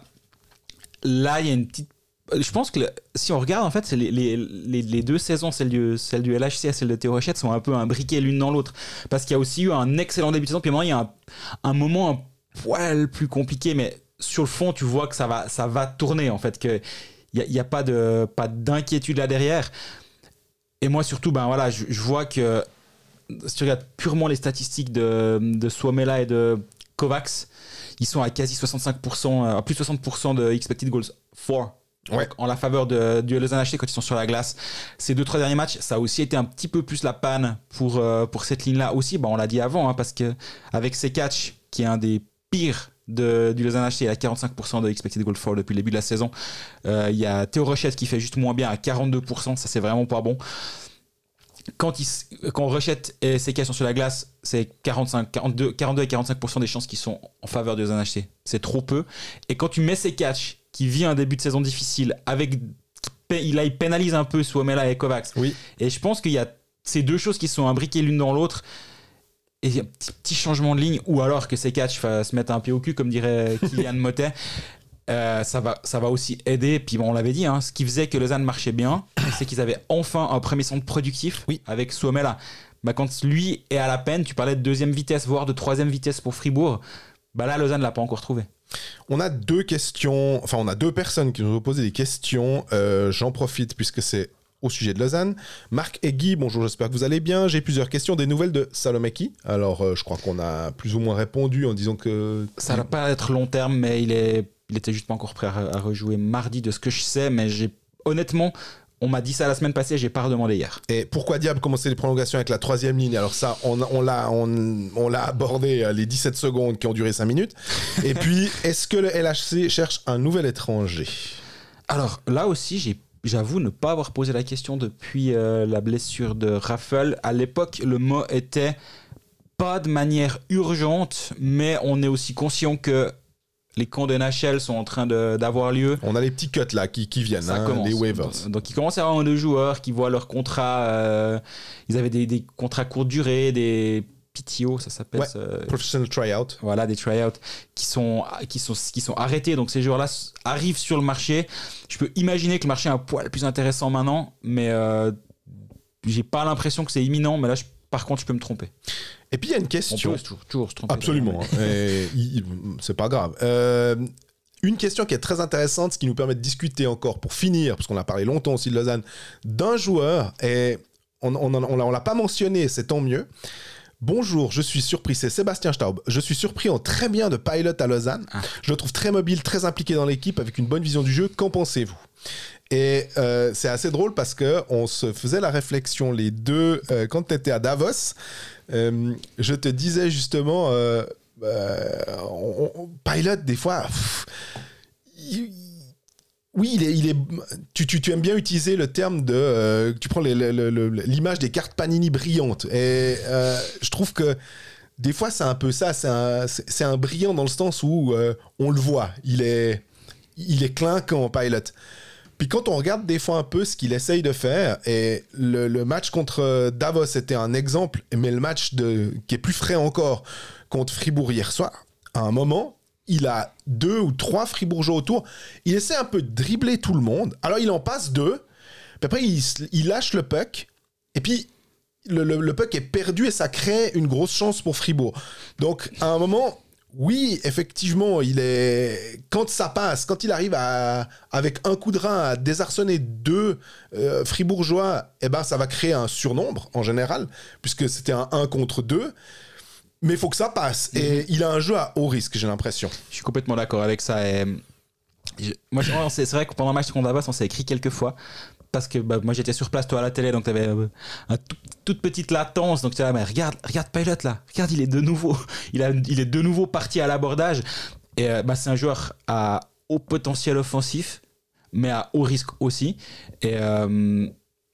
Là, il y a une petite. Je pense que le... si on regarde, en fait, c'est les, les, les, les deux saisons, celle du, celle du L H C et celle de Théo Rochette, sont un peu imbriquées l'une dans l'autre. Parce qu'il y a aussi eu un excellent début de saison, puis maintenant, il y a un, un moment un poil plus compliqué, mais sur le fond, tu vois que ça va, ça va tourner, en fait, qu'il n'y a, y a pas, de, pas d'inquiétude là derrière. Et moi, surtout, ben voilà, je, je vois que si tu regardes purement les statistiques de, de Suomela et de Kovacs, ils sont à quasi soixante-cinq pour cent, à plus de soixante pour cent de expected goals for. Ouais. En la faveur de, du Lausanne H C quand ils sont sur la glace. Ces deux trois derniers matchs, ça a aussi été un petit peu plus la panne pour, euh, pour cette ligne-là aussi. Bah, on l'a dit avant, hein, parce qu'avec Sekac, qui est un des pires de, du Lausanne H C, il a quarante-cinq pour cent de expected goal for depuis le début de la saison. Euh, il y a Théo Rochette qui fait juste moins bien à quarante-deux pour cent, ça c'est vraiment pas bon. Quand, il, quand Rochette et Sekac sont sur la glace, c'est quarante-cinq, quarante-deux, quarante-deux et quarante-cinq pour cent des chances qui sont en faveur du Lausanne H C. C'est trop peu. Et quand tu mets Sekac, qui vit un début de saison difficile, avec, il, il pénalise un peu Suomela et Kovacs. Oui. Et je pense qu'il y a ces deux choses qui sont imbriquées l'une dans l'autre. Et il y a un petit, petit changement de ligne, ou alors que Sekac se mette un pied au cul, comme dirait Kylian Motet. Euh, ça, va, ça va aussi aider. Puis bon, on l'avait dit, hein, ce qui faisait que Lausanne marchait bien, c'est qu'ils avaient enfin un premier centre productif oui. avec Suomela. Bah, quand lui est à la peine, tu parlais de deuxième vitesse, voire de troisième vitesse pour Fribourg. Bah là, Lausanne ne l'a pas encore trouvé. On a deux questions, enfin on a deux personnes qui nous ont posé des questions. Euh, j'en profite puisque c'est au sujet de Lausanne. Marc et Guy, bonjour, j'espère que vous allez bien. J'ai plusieurs questions, des nouvelles de Salomeki. Alors euh, je crois qu'on a plus ou moins répondu en disant que... Ça ne va pas être long terme, mais il, est, il était juste pas encore prêt à, à rejouer mardi de ce que je sais. Mais j'ai honnêtement... On m'a dit ça la semaine passée, j'ai pas redemandé hier. Et pourquoi diable commencer les prolongations avec la troisième ligne? Alors ça, on, on, l'a, on, on l'a abordé les dix-sept secondes qui ont duré cinq minutes. Et puis, est-ce que le L H C cherche un nouvel étranger? Alors là aussi, j'ai, j'avoue ne pas avoir posé la question depuis euh, la blessure de Raffel. À l'époque, le mot était pas de manière urgente, mais on est aussi conscient que les camps de N H L sont en train de, d'avoir lieu. On a les petits cuts là qui, qui viennent, hein, les waivers. Donc, donc, ils commencent à avoir un de joueurs qui voient leur contrat. Euh, ils avaient des, des contrats courte durée, des P T O, ça s'appelle. Ouais, ce, Professional Tryout. Voilà, des tryouts qui sont, qui, sont, qui sont arrêtés. Donc ces joueurs-là arrivent sur le marché. Je peux imaginer que le marché est un poil plus intéressant maintenant, mais euh, j'ai pas l'impression que c'est imminent. Mais là, je, par contre, je peux me tromper. Et puis il y a une question. On peut toujours, toujours se tromper. Absolument. Et, il, c'est pas grave. Euh, une question qui est très intéressante, ce qui nous permet de discuter encore pour finir, parce qu'on a parlé longtemps aussi de Lausanne, d'un joueur, et on on, on, on, on l'a pas mentionné, c'est tant mieux. Bonjour, je suis surpris, c'est Sébastien Staub. Je suis surpris en très bien de Pilot à Lausanne. Ah. Je le trouve très mobile, très impliqué dans l'équipe, avec une bonne vision du jeu. Qu'en pensez-vous? Et euh, c'est assez drôle parce qu'on se faisait la réflexion les deux euh, quand tu étais à Davos. Euh, je te disais justement, euh, euh, on, on, Pilot, des fois, pff, il, oui, il est, il est, tu, tu, tu aimes bien utiliser le terme de... Euh, tu prends les, le, le, l'image des cartes Panini brillantes. Et euh, je trouve que des fois, c'est un peu ça. C'est un, c'est, c'est un brillant dans le sens où euh, on le voit. Il est, il est clinquant, Pilot. Puis quand on regarde des fois un peu ce qu'il essaye de faire, et le, le match contre Davos était un exemple, mais le match de, qui est plus frais encore contre Fribourg hier soir, à un moment, il a deux ou trois Fribourgeois autour, il essaie un peu de dribbler tout le monde, alors il en passe deux, puis après il, il lâche le puck, et puis le, le, le puck est perdu et ça crée une grosse chance pour Fribourg. Donc à un moment... Oui, effectivement, il est quand ça passe, quand il arrive à avec un coup de rein à désarçonner deux euh, Fribourgeois, eh ben ça va créer un surnombre en général, puisque c'était un un contre deux. Mais il faut que ça passe. Mmh. Et il a un jeu à haut risque, j'ai l'impression. Je suis complètement d'accord avec ça. Et je, moi, je, c'est vrai que pendant le match contre Davos, on s'est écrit quelques fois. Parce que bah, moi j'étais sur place, toi à la télé, donc t'avais euh, une tout, toute petite latence. Donc tu là, mais regarde, regarde Pilot là, regarde, il est de nouveau, il, a, il est de nouveau parti à l'abordage. Et euh, bah, c'est un joueur à haut potentiel offensif, mais à haut risque aussi. Et euh,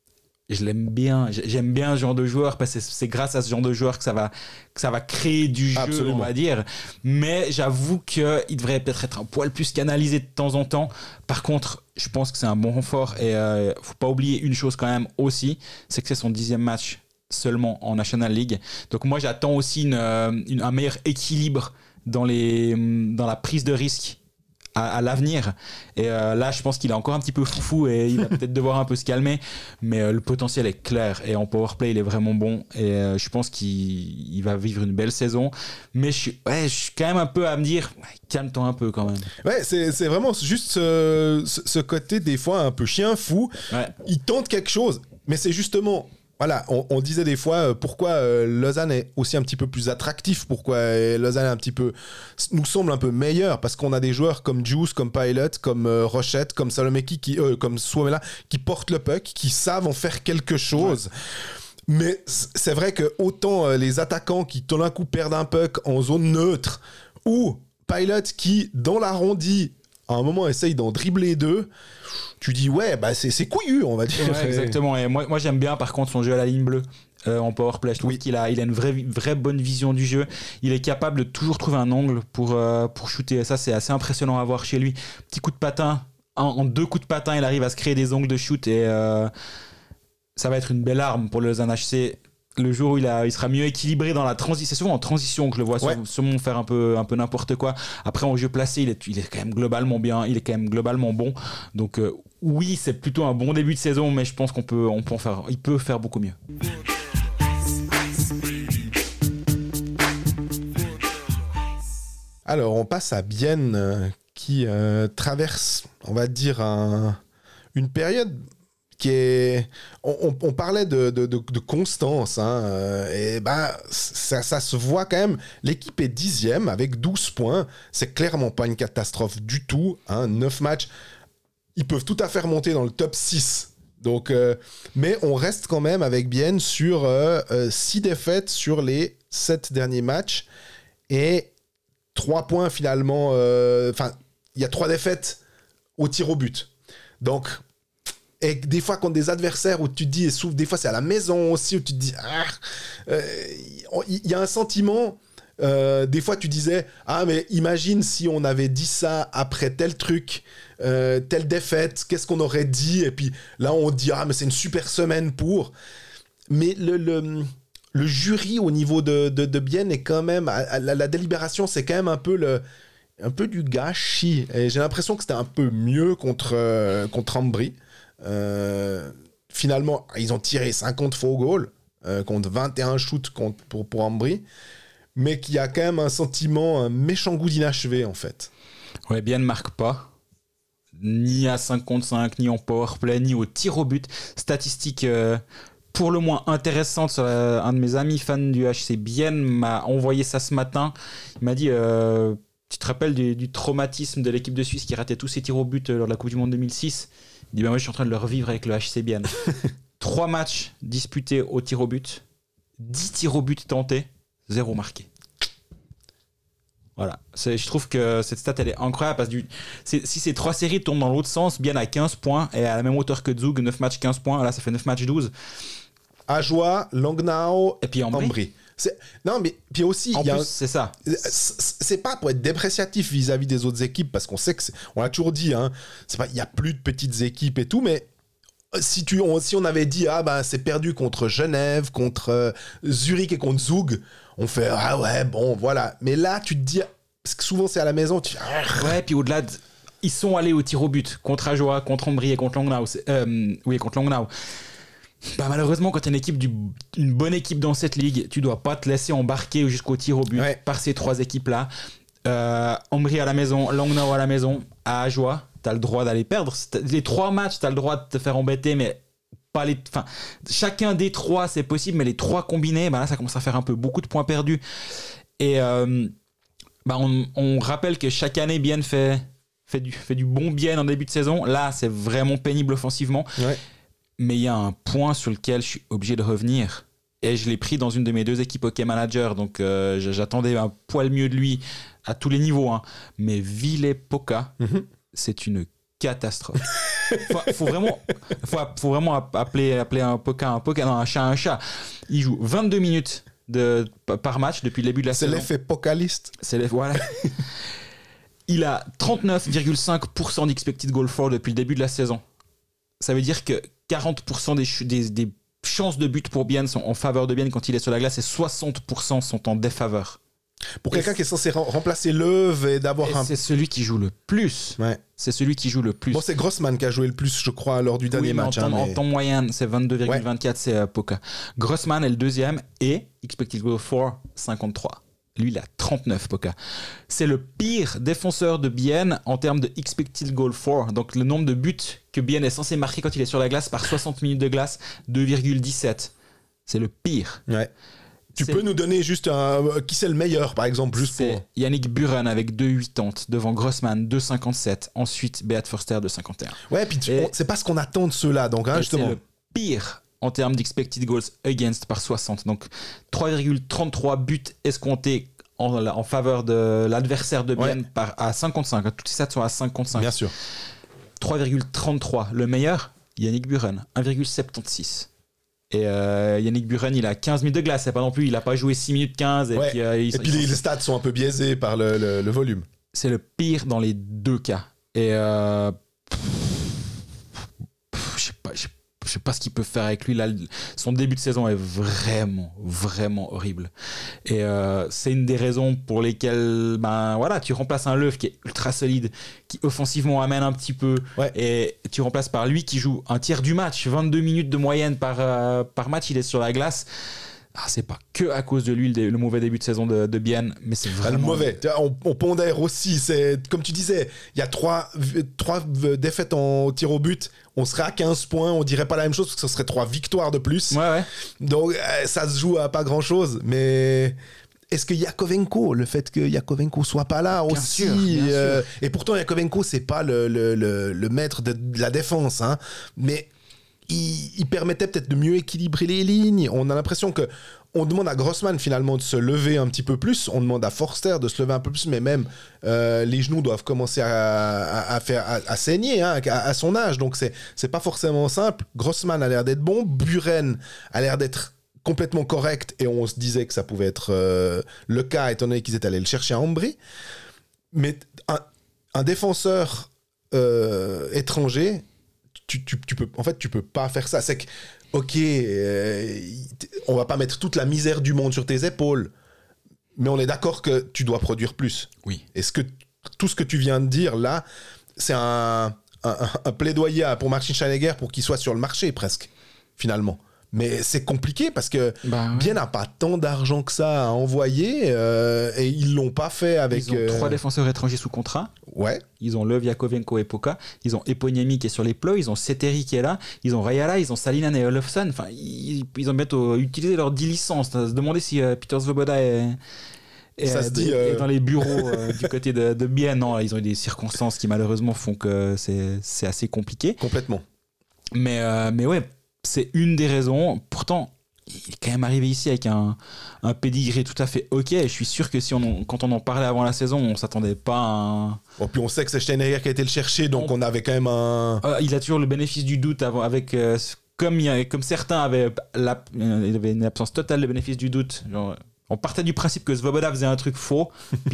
je l'aime bien. J'aime bien ce genre de joueur parce que c'est grâce à ce genre de joueur que ça va, que ça va créer du jeu, Absolument. on va dire. Mais j'avoue qu'il devrait peut-être être un poil plus canalisé de temps en temps. Par contre, je pense que c'est un bon renfort. Et il euh, ne faut pas oublier une chose quand même aussi, c'est que c'est son dixième match seulement en National League. Donc moi, j'attends aussi une, une, un meilleur équilibre dans, les, dans la prise de risque À, à l'avenir. Et euh, là, je pense qu'il est encore un petit peu foufou et il va peut-être devoir un peu se calmer. Mais euh, le potentiel est clair. Et en powerplay, il est vraiment bon. Et euh, je pense qu'il il va vivre une belle saison. Mais je suis, ouais, je suis quand même un peu à me dire, ouais, calme-toi un peu quand même. Ouais, c'est, c'est vraiment juste ce, ce côté, des fois, un peu chien fou. Ouais. Il tente quelque chose. Mais c'est justement... Voilà, on, on disait des fois euh, pourquoi euh, Lausanne est aussi un petit peu plus attractif, pourquoi euh, Lausanne est un petit peu, nous semble un peu meilleur, parce qu'on a des joueurs comme Juice, comme Pilot, comme euh, Rochette, comme Salomeki, qui, euh, comme Suomela, qui portent le puck, qui savent en faire quelque chose. Ouais. Mais c'est vrai que autant euh, les attaquants qui tout d'un coup perdent un puck en zone neutre, ou Pilot qui, dans l'arrondi, à un moment essaye d'en dribbler deux, tu dis ouais, bah c'est, c'est couillu, on va dire. Ouais, exactement. Et moi, moi j'aime bien par contre son jeu à la ligne bleue euh, en powerplay. Je trouve oui. qu'il a, il a une vraie, vraie bonne vision du jeu. Il est capable de toujours trouver un angle pour, euh, pour shooter. Et ça, c'est assez impressionnant à voir chez lui. Petit coup de patin, en, en deux coups de patin, il arrive à se créer des angles de shoot et euh, ça va être une belle arme pour le Lausanne H C. Le jour où il, a, il sera mieux équilibré dans la transition, c'est souvent en transition que je le vois ouais. sûrement faire un peu, un peu n'importe quoi. Après, en jeu placé, il est, il est quand même globalement bien, il est quand même globalement bon. Donc, euh, oui, c'est plutôt un bon début de saison, mais je pense qu'on peut, on peut en faire, il peut faire beaucoup mieux. Alors, on passe à Bienne euh, qui euh, traverse, on va dire, un, une période. Qui est... on, on parlait de, de, de, de constance, hein, euh, et bah, ça, ça se voit quand même. L'équipe est dixième avec douze points. C'est clairement pas une catastrophe du tout. Hein, neuf matchs, ils peuvent tout à fait remonter dans le top six. Donc, euh, mais on reste quand même avec Bienne sur euh, euh, six défaites sur les sept derniers matchs et trois points finalement. Enfin, euh, il y a trois défaites au tir au but. Donc, et des fois contre des adversaires où tu te dis, et souffle, des fois c'est à la maison aussi, où tu te dis, ah, euh, il y a un sentiment, euh, des fois tu disais, ah mais imagine si on avait dit ça après tel truc, euh, telle défaite, qu'est-ce qu'on aurait dit, et puis là on dit, ah mais c'est une super semaine pour, mais le, le, le jury au niveau de, de, de Bienne est quand même, à, à la, la délibération c'est quand même un peu le... un peu du gâchis, et j'ai l'impression que c'était un peu mieux contre, euh, contre Ambry. Euh, finalement, ils ont tiré cinquante faux goals euh, contre vingt et un shoots contre, pour, pour Ambry, mais qu'il y a quand même un sentiment, un méchant goût d'inachevé en fait. Ouais, bien ne marque pas, ni à cinq contre cinq, ni en powerplay, ni au tir au but. Statistique euh, pour le moins intéressante. Euh, un de mes amis fans du H C Bienne m'a envoyé ça ce matin. Il m'a dit euh, tu te rappelles du, du traumatisme de l'équipe de Suisse qui ratait tous ses tirs au but lors de la Coupe du Monde deux mille six? Il dit, ben moi je suis en train de le revivre avec le H C Bienne. Trois matchs disputés au tir au but, dix tirs au but tentés, zéro marqué. Voilà. C'est, je trouve que cette stat, elle est incroyable parce que du, c'est, si ces trois séries tournent dans l'autre sens, Bienne à quinze points et à la même hauteur que Zug, neuf matchs, quinze points. Là, ça fait neuf matchs, douze. Ajoie, Langnau et puis Ambry. Ambry. C'est... Non, mais puis aussi, en y a plus, un... c'est ça. C'est pas pour être dépréciatif vis-à-vis des autres équipes, parce qu'on sait que, c'est... on l'a toujours dit, hein, c'est pas, il y a plus de petites équipes et tout, mais si tu, on, si on avait dit ah bah c'est perdu contre Genève, contre euh, Zurich et contre Zug, on fait ah ouais bon voilà. Mais là, tu te dis parce que souvent c'est à la maison, tu ah, ouais, puis au-delà, de... ils sont allés au tir au but contre Ajoie, contre Ambry et contre Langnau. Euh, oui, contre Langnau. Bah malheureusement, quand tu es une équipe du, une bonne équipe dans cette ligue, tu dois pas te laisser embarquer jusqu'au tir au but ouais. par ces trois équipes-là. Euh, Ambry à la maison, Langnau à la maison, à Ajoie, tu as le droit d'aller perdre. Les trois matchs, tu as le droit de te faire embêter, mais pas les. Enfin, chacun des trois, c'est possible, mais les trois combinés, bah là, ça commence à faire un peu beaucoup de points perdus. Et euh, bah on, on rappelle que chaque année, Bienne fait, fait, du, fait du bon Bienne en début de saison. Là, c'est vraiment pénible offensivement. Ouais. Mais il y a un point sur lequel je suis obligé de revenir. Et je l'ai pris dans une de mes deux équipes hockey manager. Donc euh, j'attendais un poil mieux de lui à tous les niveaux. Hein. Mais Ville Poca, mm-hmm. c'est une catastrophe. faut, faut vraiment, faut, faut vraiment appeler, appeler un poka un poka, non, un chat un chat. Il joue vingt-deux minutes de, par match depuis le début de la C'est saison. l'effet Pocaliste. C'est l'effet, voilà. Il a trente-neuf virgule cinq pour cent d'expected goal for depuis le début de la saison. Ça veut dire que quarante pour cent des, des, des chances de but pour Bien sont en faveur de Bien quand il est sur la glace et soixante pour cent sont en défaveur. Pour quelqu'un qui est censé rem- remplacer Löw et d'avoir Et un... c'est celui qui joue le plus. Ouais. C'est celui qui joue le plus. Bon, c'est Grossman qui a joué le plus, je crois, lors du dernier oui, mais match. En temps, hein, en mais... temps moyen, c'est vingt-deux virgule vingt-quatre, ouais. C'est euh, Poka. Grossman est le deuxième et expected goal for cinquante-trois. Lui, il a trente-neuf, Poka. C'est le pire défenseur de Bienne en termes de expected goal for. Donc, le nombre de buts que Bienne est censé marquer quand il est sur la glace par soixante minutes de glace, deux virgule dix-sept. C'est le pire. Ouais. Tu c'est... peux nous donner juste un... Qui c'est le meilleur, par exemple, juste c'est pour... Yannick Buren avec deux virgule quatre-vingts devant Grossman, deux virgule cinquante-sept. Ensuite, Beat Forster, deux virgule cinquante et un. Ouais, puis tu... Et... on... c'est pas ce qu'on attend de ceux-là, donc, hein, justement. C'est le pire en termes d'expected goals against par soixante. Donc, trois virgule trente-trois buts escomptés en, en faveur de l'adversaire de Bienne, ouais. par, à cinquante-cinq. Toutes ces stats sont à cinquante-cinq. Bien sûr. trois virgule trente-trois. Le meilleur, Yannick Buren, un virgule soixante-seize. Et euh, Yannick Buren, il a quinze minutes de glace. C'est pas non plus, il a pas joué six minutes quinze. Et ouais. puis, euh, et ils, puis ils les sont... stats sont un peu biaisés par le, le, le volume. C'est le pire dans les deux cas. Et euh... je sais pas, je sais pas ce qu'ils peuvent faire avec lui. Là, son début de saison est vraiment, vraiment horrible. Et euh, c'est une des raisons pour lesquelles, ben voilà, tu remplaces un Löw qui est ultra solide, qui offensivement amène un petit peu, ouais. et tu remplaces par lui qui joue un tiers du match, vingt-deux minutes de moyenne par, euh, par match, il est sur la glace. Ah, c'est pas que à cause de lui le, le mauvais début de saison de, de Bienne, mais c'est vraiment... Le mauvais, on, on pondère aussi, c'est, comme tu disais, il y a trois, trois défaites en tir au but, on serait à quinze points, on dirait pas la même chose parce que ce serait trois victoires de plus. Ouais, ouais. Donc ça se joue à pas grand chose, mais... Est-ce que Yakovenko, le fait que Yakovenko soit pas là bien aussi, sûr, bien euh, sûr. Et pourtant Yakovenko c'est pas le, le, le, le maître de, de la défense, hein, mais il, il permettait peut-être de mieux équilibrer les lignes. On a l'impression que on demande à Grossman finalement de se lever un petit peu plus, on demande à Forster de se lever un peu plus, mais même euh, les genoux doivent commencer à, à, à, faire, à, à saigner hein, à, à son âge, donc c'est, c'est pas forcément simple. Grossman a l'air d'être bon, Buren a l'air d'être complètement correct, et on se disait que ça pouvait être euh, le cas étant donné qu'ils étaient allés le chercher à Ambry, mais un, un défenseur euh, étranger, tu, tu, tu peux, en fait tu peux pas faire ça. C'est que ok, euh, on va pas mettre toute la misère du monde sur tes épaules, mais on est d'accord que tu dois produire plus. Oui. Est-ce que tout ce que tu viens de dire là, c'est un, un, un plaidoyer pour Martin Scheinegger pour qu'il soit sur le marché presque, finalement. Mais c'est compliqué parce que bah ouais. Bien n'a pas tant d'argent que ça à envoyer euh, et ils l'ont pas fait avec... Ils ont euh... trois défenseurs étrangers sous contrat. Ouais. Ils ont Löw, Yakovenko et Poka. Ils ont Eponiemi qui est sur les plots. Ils ont Seteri qui est là. Ils ont Rayala. Ils ont Salinan et Olofsson. Enfin, ils, ils ont bientôt utilisé leurs dix licences. Se demander si euh, Peter Svoboda est... Et, ça euh, se dit, est euh... dans les bureaux euh, du côté de, de Bienne. Non, ils ont eu des circonstances qui malheureusement font que c'est, c'est assez compliqué. Complètement. Mais, euh, mais ouais, c'est une des raisons. Pourtant, il est quand même arrivé ici avec un, un pédigré tout à fait ok. Je suis sûr que si on, quand on en parlait avant la saison, on s'attendait pas à un... Bon, puis on sait que c'est Steinegger qui a été le chercher, donc on, on avait quand même un... Euh, il a toujours le bénéfice du doute avant, avec... Euh, comme, il a, comme certains avaient, la, il avait une absence totale de bénéfice du doute. Genre, on partait du principe que Svoboda faisait un truc faux, puis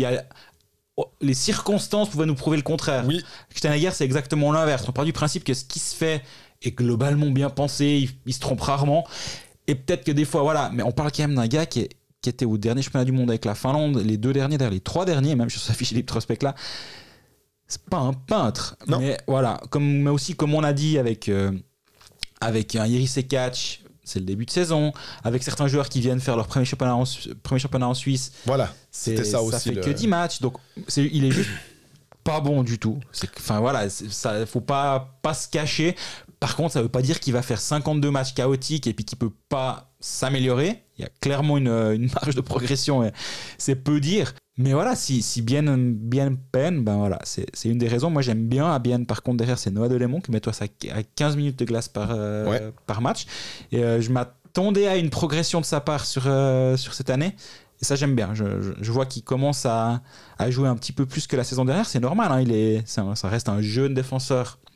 les circonstances pouvaient nous prouver le contraire. Oui. Steinegger, c'est exactement l'inverse. On part du principe que ce qui se fait est globalement bien pensé, il, il se trompe rarement. Et peut-être que des fois, voilà, mais on parle quand même d'un gars qui, est, qui était au dernier championnat du monde avec la Finlande, les deux derniers, d'ailleurs les trois derniers, même sur sa fiche Elite Prospect là. C'est pas un peintre, non. Mais voilà, comme, mais aussi comme on a dit avec, euh, avec un Iris Sekac, c'est le début de saison, avec certains joueurs qui viennend faire leur premier championnat en, premier championnat en Suisse. Voilà, c'est, c'était ça, ça aussi. Ça fait le... que dix matchs, donc c'est, il est juste pas bon du tout. Enfin voilà, ça, faut pas, pas se cacher. Par contre, ça ne veut pas dire qu'il va faire cinquante-deux matchs chaotiques et puis qu'il ne peut pas s'améliorer. Il y a clairement une, une marge de progression, c'est peu dire. Mais voilà, si, si bien, bien peine, ben voilà, c'est, c'est une des raisons. Moi, j'aime bien à Bienne, par contre, derrière, c'est Noah Delémont qui met toi ça à quinze minutes de glace par, euh, ouais. par match. Et euh, je m'attendais à une progression de sa part sur, euh, sur cette année. Et ça, j'aime bien. Je, je, je vois qu'il commence à, à jouer un petit peu plus que la saison dernière. C'est normal, hein, il est, c'est un, ça reste un jeune défenseur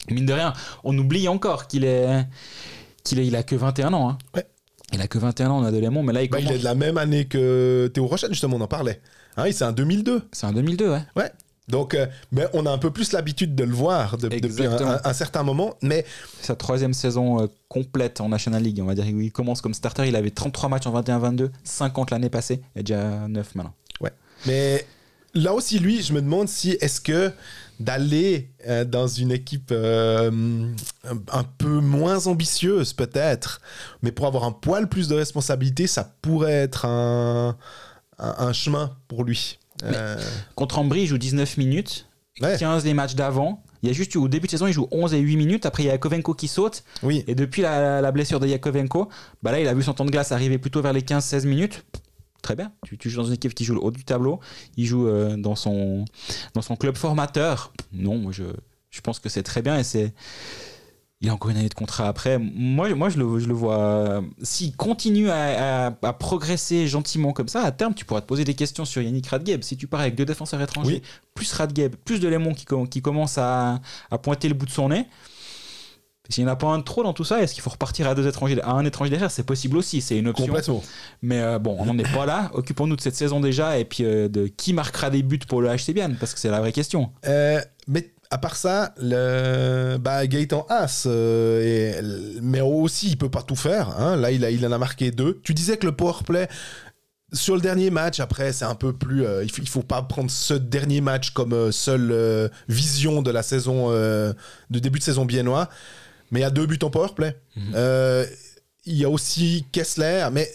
Mine de rien, on oublie encore qu'il est, qu'il est, il a que vingt et un ans. Hein. Ouais. Il a que vingt et un ans, on a de Lémon, mais là il bah, commence. Il est de la même année que Théo Rochette, justement, on en parlait. Hein, c'est un deux mille deux. C'est un deux mille deux, ouais. Ouais. Donc, euh, mais on a un peu plus l'habitude de le voir de, depuis un, un, un certain moment. Mais c'est sa troisième saison euh, complète en National League. On va dire il commence comme starter. Il avait trente-trois matchs en vingt et un vingt-deux, cinquante l'année passée. Il est déjà neuf maintenant. Ouais. Mais là aussi, lui, je me demande si est-ce que d'aller euh, dans une équipe euh, un peu moins ambitieuse, peut-être, mais pour avoir un poil plus de responsabilité, ça pourrait être un, un, un chemin pour lui. Euh... Contre Ambry, il joue dix-neuf minutes, ouais. quinze les matchs d'avant. Il y a juste eu, au début de saison, il joue onze et huit minutes. Après, il y a Yakovenko qui saute. Oui. Et depuis la, la blessure de Yakovenko, bah là, il a vu son temps de glace arriver plutôt vers les quinze seize minutes. Très bien. Tu, tu joues dans une équipe qui joue le haut du tableau. Il joue euh, dans, son, dans son club formateur. Non, moi, je, je pense que c'est très bien. Et c'est... Il a encore une année de contrat après. Moi, moi je, le, je le vois. S'il continue à, à, à progresser gentiment comme ça, à terme, tu pourras te poser des questions sur Yannick Radgeb. Si tu pars avec deux défenseurs étrangers, oui. plus Radgeb, plus de Lémon qui, qui commence à, à pointer le bout de son nez. S'il n'y en a pas un de trop dans tout ça, est-ce qu'il faut repartir à deux étrangers, à un étranger derrière? C'est possible aussi, c'est une option. Complètement. Mais euh, bon, on n'en est pas là. Occupons-nous de cette saison déjà et puis euh, de qui marquera des buts pour le H C Bienne, parce que c'est la vraie question. Euh, mais à part ça, le bah, Gaëtan Haas, euh, est... mais aussi il peut pas tout faire. Hein. Là, il, a, il en a marqué deux. Tu disais que le powerplay sur le dernier match, après, c'est un peu plus. Euh, il faut, il faut pas prendre ce dernier match comme euh, seule euh, vision de la saison, euh, de début de saison biennois. Mais il y a deux buts en powerplay. Mmh. Euh, il y a aussi Kessler, mais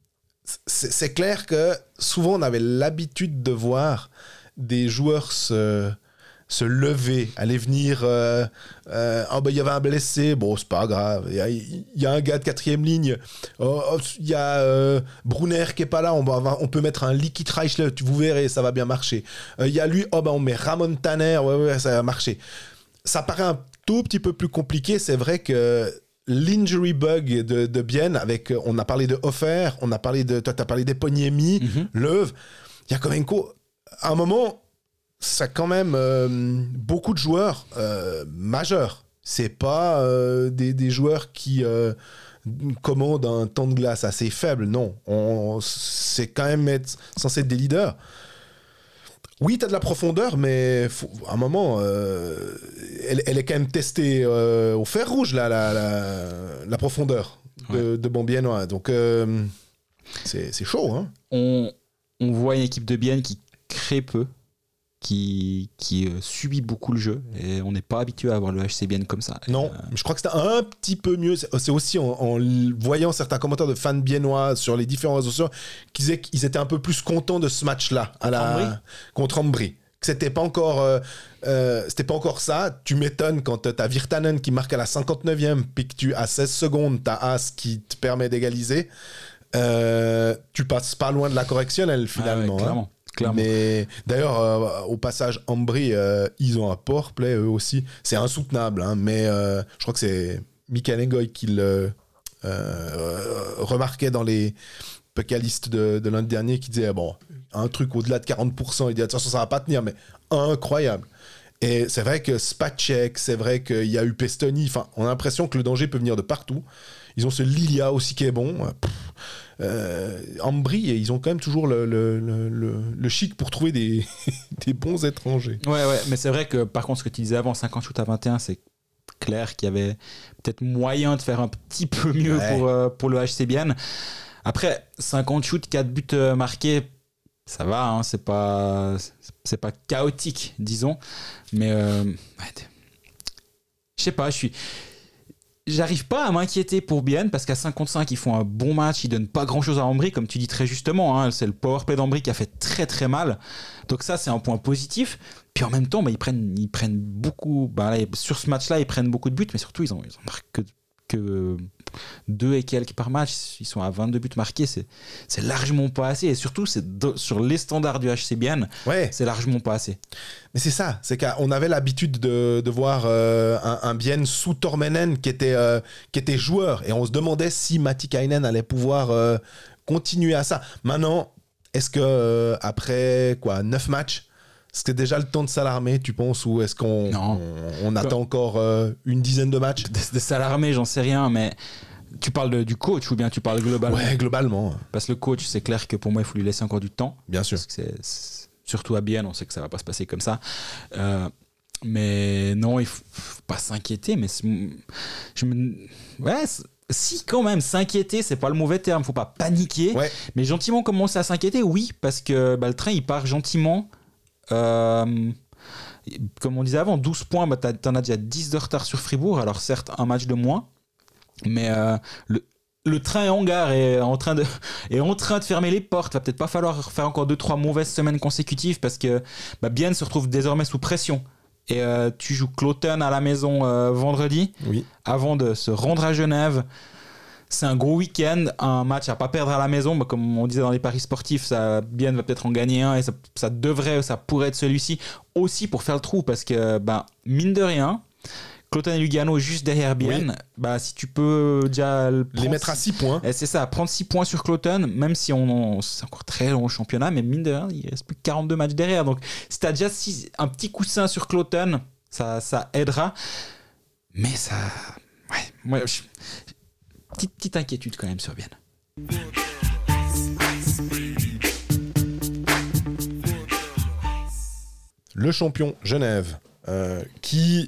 c'est, c'est clair que souvent on avait l'habitude de voir des joueurs se, se lever, aller venir. Euh, euh, oh ben il y avait un blessé, bon c'est pas grave. Il y a, il y a un gars de quatrième ligne. Oh, oh, il y a euh, Brunner qui est pas là. On, va, on peut mettre un Licky Reichler, vous verrez, ça va bien marcher. Euh, il y a lui, oh ben on met Ramon Tanner, ouais ouais ça va marcher. Ça paraît un tout petit peu plus compliqué. C'est vrai que l'injury bug de, de Bienne, avec, on a parlé de Hofer, on a parlé de, toi t'as parlé d'Eponiemi, mm-hmm. Leuve, Yakovenko, à un moment, ça a quand même euh, beaucoup de joueurs euh, majeurs. C'est pas euh, des, des joueurs qui euh, commandent un temps de glace assez faible, non. On, c'est quand même être, censé être des leaders. Oui, tu as de la profondeur, mais faut, à un moment, euh, elle, elle est quand même testée euh, au fer rouge, là, la, la, la profondeur de, ouais. de Bombiennois. Donc, euh, c'est, c'est chaud. Hein. On, on voit une équipe de Bienne qui crée peu, qui, qui euh, subit beaucoup le jeu, et on n'est pas habitué à avoir le H C Bienne comme ça. Non, euh... je crois que c'était un petit peu mieux. C'est, c'est aussi en, en voyant certains commentaires de fans biennois sur les différents réseaux sociaux qu'ils disaient qu'ils étaient un peu plus contents de ce match-là à la, Ambry. contre Ambry. Que c'était pas encore, euh, euh, c'était pas encore ça. Tu m'étonnes quand t'as Virtanen qui marque à la cinquante-neuvième, puis que tu à seize secondes, t'as Haas qui te permet d'égaliser. Euh, tu passes pas loin de la correctionnelle finalement. Ah ouais, clairement. Hein. Clairement. Mais d'ailleurs, euh, au passage, Ambry, euh, ils ont un powerplay eux aussi. C'est insoutenable, hein, mais euh, je crois que c'est Michael Ngoy qui le euh, remarquait dans les Puckalistes de, de l'an dernier, qui disait bon, un truc au-delà de quarante pour cent. Il dit attention, ça va pas tenir, mais incroyable. Et c'est vrai que Spacek, c'est vrai qu'il y a eu Pestoni. Enfin, on a l'impression que le danger peut venir de partout. Ils ont ce Lilia aussi qui est bon. Pff. Euh, Ambry, ils ont quand même toujours le, le, le, le, le chic pour trouver des, des bons étrangers. Ouais, ouais, mais c'est vrai que par contre, ce que tu disais avant, cinquante shoots à vingt et un, c'est clair qu'il y avait peut-être moyen de faire un petit peu mieux ouais. pour, euh, pour le H C Bienne. Après, cinquante shoots, quatre buts euh, marqués, ça va, hein, c'est pas, c'est pas chaotique, disons. Mais euh, ouais, je sais pas, je suis. J'arrive pas à m'inquiéter pour Bienne parce qu'à cinquante-cinq, ils font un bon match, ils donnent pas grand chose à Ambry, comme tu dis très justement. Hein, c'est le powerplay d'Ambry qui a fait très très mal. Donc, ça, c'est un point positif. Puis en même temps, bah, ils, prennent, ils prennent beaucoup. Bah, là, sur ce match-là, ils prennent beaucoup de buts, mais surtout, ils ont, ils ont marqué que, que deux et quelques par match. Ils sont à vingt-deux buts marqués. C'est, c'est largement pas assez. Et surtout, c'est de, sur les standards du H C Bienne, ouais. c'est largement pas assez. Mais c'est ça, c'est qu'on avait l'habitude de, de voir euh, un, un Bienne sous Tormenen qui était, euh, qui était joueur, et on se demandait si Matikainen allait pouvoir euh, continuer à ça. Maintenant, est-ce que euh, après quoi, neuf matchs, Est-ce que c'est déjà le temps de s'alarmer, tu penses, ou est-ce qu'on Non. on, on attend encore euh, une dizaine de matchs? De, de s'alarmer, j'en sais rien, mais tu parles de, du coach ou bien tu parles globalement? Ouais, globalement. Parce que le coach, c'est clair que pour moi, il faut lui laisser encore du temps. Bien sûr. Parce que c'est, c'est- surtout à Bienne, on sait que ça va pas se passer comme ça. Euh, mais non, il faut, faut pas s'inquiéter. Mais c'est- je me, ouais, c'est- si quand même s'inquiéter, c'est pas le mauvais terme. Faut pas paniquer. Ouais. Mais gentiment commencer à s'inquiéter, oui, parce que bah, le train il part gentiment. Euh, comme on disait avant, douze points, bah, t'as- t'en as déjà dix de retard sur Fribourg. Alors certes, un match de moins, mais euh, le, le train est en gare et est en train de, est en train de fermer les portes. Va peut-être pas falloir faire encore deux trois mauvaises semaines consécutives parce que bah, Bienne se retrouve désormais sous pression. Et euh, tu joues Cloton à la maison euh, vendredi Oui. avant de se rendre à Genève. C'est un gros week-end, un match à pas perdre à la maison. Bah, comme on disait dans les paris sportifs, ça, Bienne va peut-être en gagner un et ça, ça devrait, ça pourrait être celui-ci aussi pour faire le trou parce que bah, mine de rien, Cloton et Lugano juste derrière Bienne. Oui. Bah, si tu peux déjà le Les prendre- mettre à six points. Eh, c'est ça, prendre six points sur Cloton, même si on, c'est encore très long au championnat, mais mine de rien, il reste plus que quarante-deux matchs derrière. Donc, si tu as déjà six, un petit coussin sur Cloton, ça, ça aidera. Mais ça. Ouais, moi, je- petite, petite inquiétude quand même sur Bienne. Le champion Genève, euh, qui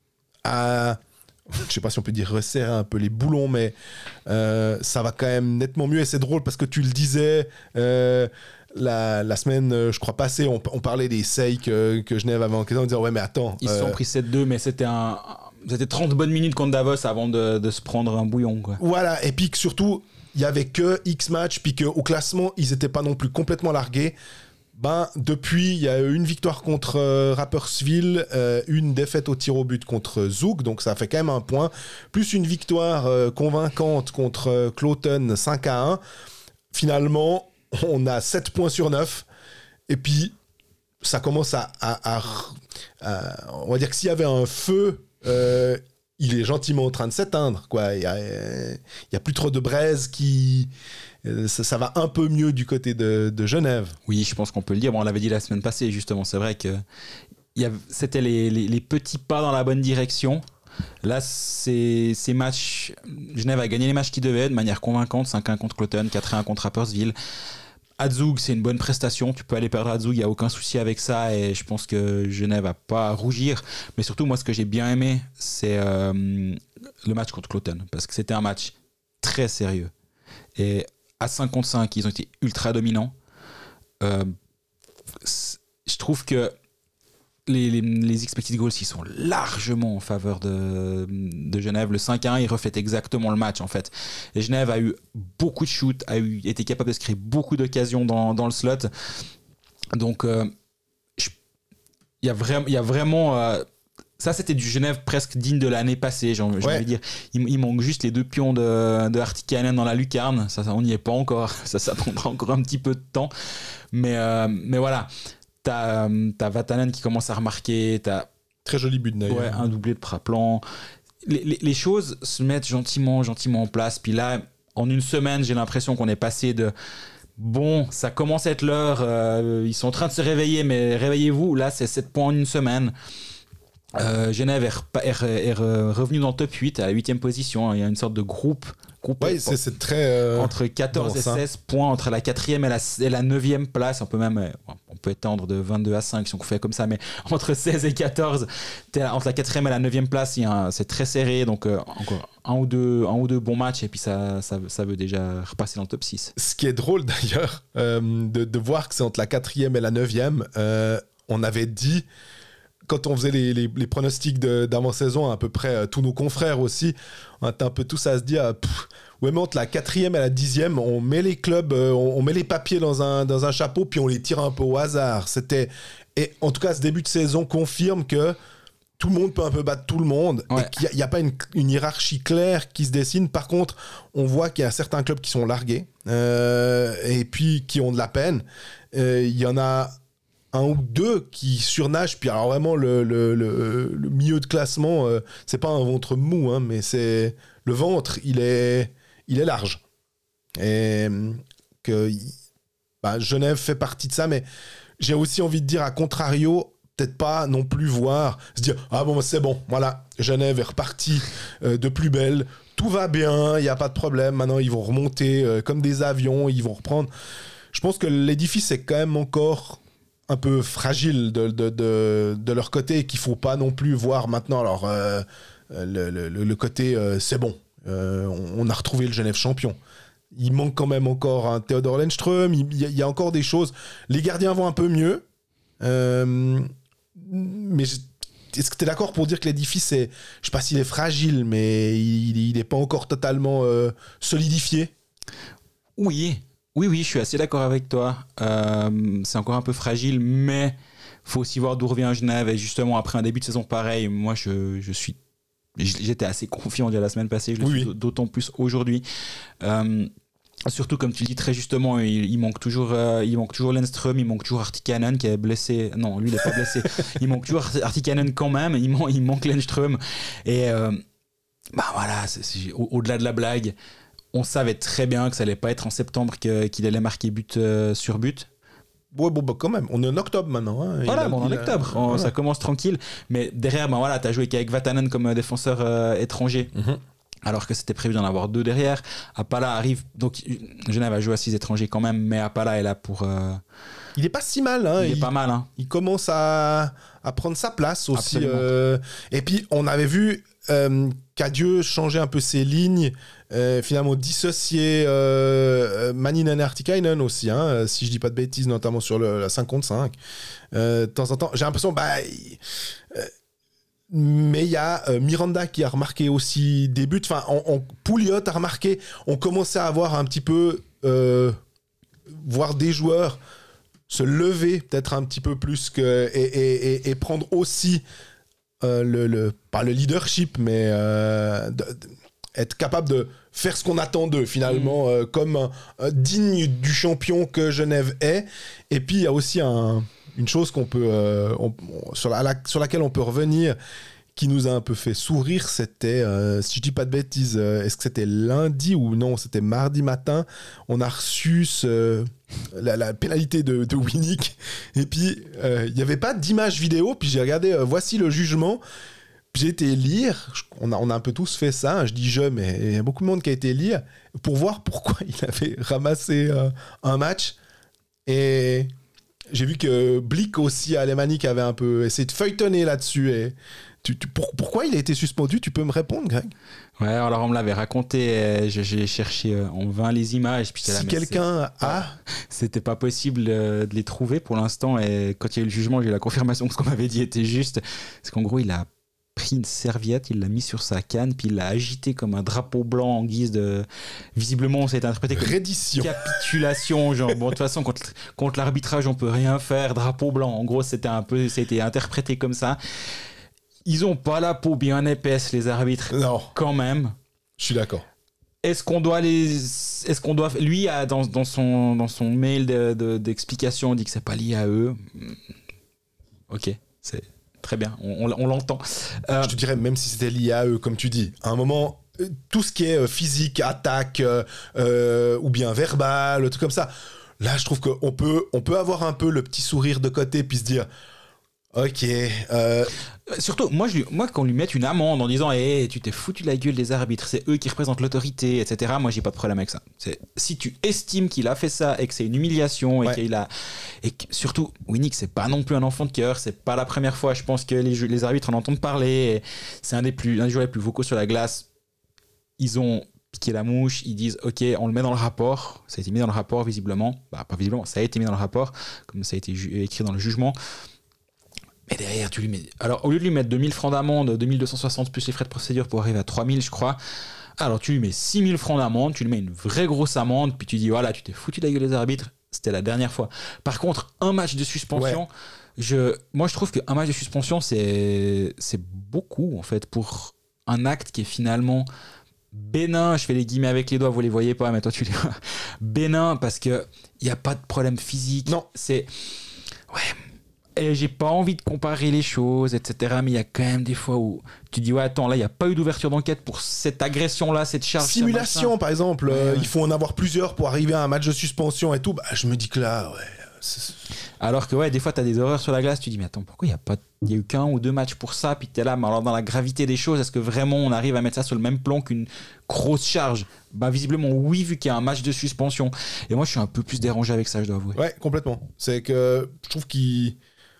a, je sais pas si on peut dire resserrer un peu les boulons, mais euh, ça va quand même nettement mieux. Et c'est drôle parce que tu le disais euh, la, la semaine, euh, je crois, passée, on, on parlait des seis que, que Genève avait encaissé en disant ouais, mais attends. Ils se sont euh, pris sept deux, mais c'était un. C'était trente bonnes minutes contre Davos avant de, de se prendre un bouillon, quoi. Voilà, et puis que surtout, il y avait que X matchs, puis qu'au classement, ils n'étaient pas non plus complètement largués. Ben, depuis, il y a eu une victoire contre euh, Rapperswil, euh, une défaite au tir au but contre Zug, donc ça fait quand même un point, plus une victoire euh, convaincante contre euh, Cloton cinq à un. Finalement, on a sept points sur neuf, et puis ça commence à... à- à- à- on va dire que s'il y avait un feu... euh, il est gentiment en train de s'éteindre, quoi. Il y a, euh, il y a plus trop de braise qui... euh, ça, ça va un peu mieux du côté de, de Genève. Oui, je pense qu'on peut le dire. Bon, on l'avait dit la semaine passée, justement. C'est vrai que il y a- c'était les, les- les petits pas dans la bonne direction. Là, c'est- ces matchs, Genève a gagné les matchs qu'il devait de manière convaincante. cinq à un contre Cloton, quatre à un contre Rapperswil. À Zug, c'est une bonne prestation. Tu peux aller perdre à Zug, il n'y a aucun souci avec ça. Et je pense que Genève va pas rougir. Mais surtout, moi, ce que j'ai bien aimé, c'est euh, le match contre Cloton. Parce que c'était un match très sérieux. Et à cinq contre cinq, ils ont été ultra dominants. Euh, c'est- je trouve que les, les, les expected goals, ils sont largement en faveur de, de Genève. Le cinq à un, il reflète exactement le match, en fait. Et Genève a eu beaucoup de shoots, a eu, été capable de se créer beaucoup d'occasions dans, dans le slot. Donc, euh, je- il y a vraiment... Il y a vraiment euh, ça, c'était du Genève presque digne de l'année passée, j'ai envie j'ai Ouais. envie de dire. Il, il manque juste les deux pions de, de Hartikainen dans la lucarne. Ça, ça, on n'y est pas encore. Ça, ça prendra encore un petit peu de temps. Mais, euh, mais voilà. T'as, euh, t'as Vatanen qui commence à remarquer. T'as Très joli but de Neuer. ouais, un doublé de Praplan. Les, les, les choses se mettent gentiment, gentiment en place. Puis là, en une semaine, j'ai l'impression qu'on est passé de... Bon, ça commence à être l'heure. euh, ils sont en train de se réveiller, mais réveillez-vous. Là, c'est sept points en une semaine. Euh, Genève est, repa- est re- est re- revenu dans le top huit, à la huitième position. Il y a une sorte de groupe, groupe Ouais, c'est, c'est très... euh, entre quatorze et dense, hein. seize points, entre la quatrième et la, et la neuvième place. On peut même euh, on peut étendre de vingt-deux à cinq si on fait comme ça, mais entre seize et quatorze, t'es à- entre la quatrième et la neuvième place, il y a un- c'est très serré. Donc euh, encore un ou, deux, un ou deux bons matchs et puis ça, ça, ça veut déjà repasser dans le top six. Ce qui est drôle d'ailleurs, euh, de, de voir que c'est entre la quatrième et la neuvième, euh, on avait dit, quand on faisait les, les, les pronostics de, d'avant-saison, à peu près euh, tous nos confrères aussi, on était un peu tous à se dire, pff, ouais, mais entre la quatrième et la dixième, on met les clubs, euh, on, on met les papiers dans un, dans un chapeau, puis on les tire un peu au hasard. C'était... Et en tout cas, ce début de saison confirme que tout le monde peut un peu battre tout le monde, Ouais. et qu'il n'y a, a pas une, une hiérarchie claire qui se dessine. Par contre, on voit qu'il y a certains clubs qui sont largués, euh, et puis qui ont de la peine. Euh, Il y en a un ou deux qui surnagent, puis alors vraiment le, le, le, le milieu de classement, euh, c'est pas un ventre mou, hein, mais c'est le ventre, il est, il est large. Et que bah, Genève fait partie de ça, mais j'ai aussi envie de dire, à contrario, peut-être pas non plus voir, se dire « Ah bon, c'est bon, voilà, Genève est reparti euh, de plus belle, tout va bien, il n'y a pas de problème, maintenant ils vont remonter euh, comme des avions, ils vont reprendre. » Je pense que l'édifice est quand même encore un peu fragile de, de, de, de leur côté et qu'il ne faut pas non plus voir maintenant alors, euh, le, le, le côté euh, « c'est bon, euh, on, on a retrouvé le Genève champion ». Il manque quand même encore un Theodor Lennström, il, il y a encore des choses. Les gardiens vont un peu mieux. Euh, mais je, est-ce que tu es d'accord pour dire que l'édifice est, je sais pas s'il est fragile, mais il n'est pas encore totalement euh, solidifié? Oui, oui, oui, je suis assez d'accord avec toi. Euh, c'est encore un peu fragile, mais faut aussi voir d'où revient Genève. Et justement, après un début de saison pareil, moi, je, je suis, j'étais assez confiant déjà la semaine passée. Je le oui, suis oui. d'autant plus aujourd'hui. Euh, Surtout, comme tu le dis très justement, il, il manque toujours, euh, il manque toujours Lennström, il manque toujours Artikainen qui est blessé. Non, lui, il n'est pas blessé. Il manque toujours Artikainen quand même. Il, man, il manque Lennström. Et euh, bah voilà, c'est, c'est, au, au-delà de la blague, on savait très bien que ça allait pas être en septembre que, qu'il allait marquer but euh, sur but. Ouais, bon, bah quand même, on est en octobre maintenant. Hein. Voilà, a, bon, en octobre, a... voilà. Ça commence tranquille. Mais derrière, bah voilà, t'as joué qu'avec Vatanen comme défenseur euh, étranger. Mm-hmm. Alors que c'était prévu d'en avoir deux derrière. Appala arrive, donc Genève a joué à six étrangers quand même, mais Appala est là pour... Euh... Il est pas si mal. Hein. Il, il est pas mal. Hein. Il commence à, à prendre sa place aussi. Euh... Et puis, on avait vu euh, Cadieux changer un peu ses lignes, euh, finalement dissocier euh, Maninen et Artikainen aussi, hein, si je dis pas de bêtises, notamment sur le, la cinq contre cinq. Euh, de temps en temps, j'ai l'impression... Bah, il, euh, mais il y a euh, Miranda qui a remarqué aussi des buts. Enfin, on, on, Pouliot a remarqué. On commençait à avoir un petit peu, euh, voir des joueurs se lever peut-être un petit peu plus que, et, et, et, et prendre aussi euh, le, le, pas le leadership, mais euh, de, de, être capable de faire ce qu'on attend d'eux finalement, mmh. euh, comme un, un digne du champion que Genève est. Et puis il y a aussi un... Une chose qu'on peut, euh, on, on, sur, la, la, sur laquelle on peut revenir, qui nous a un peu fait sourire, c'était, euh, si je dis pas de bêtises, euh, est-ce que c'était lundi ou non, c'était mardi matin, on a reçu ce, la, la pénalité de, de Winnick, et puis il euh, n'y avait pas d'image vidéo, puis j'ai regardé, euh, voici le jugement, puis j'ai été lire, on a, on a un peu tous fait ça, hein, je dis je, mais il y a beaucoup de monde qui a été lire, pour voir pourquoi il avait ramassé euh, un match, et... J'ai vu que Blick aussi, alémanique, avait un peu essayé de feuilletonner là-dessus. Et tu, tu, pour, pourquoi il a été suspendu? Tu peux me répondre, Greg? Ouais, alors on me l'avait raconté. J'ai cherché en vain les images. Puis si là, quelqu'un a... C'était pas possible de les trouver pour l'instant. Et quand il y a eu le jugement, j'ai eu la confirmation que ce qu'on m'avait dit était juste. Parce qu'en gros, il a pris une serviette, il l'a mis sur sa canne, puis il l'a agité comme un drapeau blanc en guise de... Visiblement, ça a été interprété comme reddition, capitulation. Genre, bon, de toute façon, contre, contre l'arbitrage, on peut rien faire. Drapeau blanc, en gros, c'était un peu... Ça a été interprété comme ça. Ils ont pas la peau bien épaisse, les arbitres. Non. Quand même. Je suis d'accord. Est-ce qu'on doit les... Est-ce qu'on doit... Lui, a, dans, dans, son, dans son mail de, de, d'explication, on dit que c'est pas lié à eux. Ok, c'est... Très bien, on, on, on l'entend. Euh... Je te dirais, même si c'était lié à eux, comme tu dis, à un moment, tout ce qui est physique, attaque, euh, ou bien verbal, tout comme ça, là, je trouve qu'on peut, on peut avoir un peu le petit sourire de côté, puis se dire, ok... Euh... Surtout, moi, je, moi, qu'on lui mette une amende en disant hey, « tu t'es foutu de la gueule des arbitres, c'est eux qui représentent l'autorité, et cetera » Moi, j'ai pas de problème avec ça. C'est, si tu estimes qu'il a fait ça et que c'est une humiliation, et ouais. qu'il a... Et que, surtout, Winnick, c'est pas non plus un enfant de cœur, c'est pas la première fois, je pense que les, les arbitres en entendent parler, c'est un des, plus, un des joueurs les plus vocaux sur la glace. Ils ont piqué la mouche, ils disent « ok, on le met dans le rapport », ça a été mis dans le rapport, visiblement. Bah, pas visiblement, ça a été mis dans le rapport, comme ça a été ju- écrit dans le jugement. Mais derrière, tu lui mets... Alors, au lieu de lui mettre deux mille francs d'amende, deux mille deux cent soixante plus les frais de procédure pour arriver à trois mille, je crois, alors tu lui mets six mille francs d'amende, tu lui mets une vraie grosse amende, puis tu dis, voilà, tu t'es foutu de la gueule des arbitres, c'était la dernière fois. Par contre, un match de suspension, ouais. je... moi, je trouve qu'un match de suspension, c'est... c'est beaucoup, en fait, pour un acte qui est finalement bénin. Je fais les guillemets avec les doigts, vous les voyez pas, mais toi, tu les vois. Bénin, parce qu'il n'y a pas de problème physique. Non. C'est... Ouais... Et j'ai pas envie de comparer les choses, et cetera. Mais il y a quand même des fois où tu dis, ouais, attends, là, il n'y a pas eu d'ouverture d'enquête pour cette agression-là, cette charge. Simulation, par exemple. Ouais, euh, ouais. Il faut en avoir plusieurs pour arriver à un match de suspension et tout. Bah, je me dis que là, ouais, c'est... Alors que ouais, des fois t'as des horreurs sur la glace, tu dis mais attends, pourquoi il y a pas, il y a eu qu'un ou deux matchs pour ça, puis t'es là, mais alors dans la gravité des choses, est-ce que vraiment on arrive à mettre ça sur le même plan qu'une grosse charge? Bah visiblement oui, vu qu'il y a un match de suspension. Et moi je suis un peu plus dérangé avec ça, je dois avouer. Ouais, complètement. C'est que je trouve qu'il...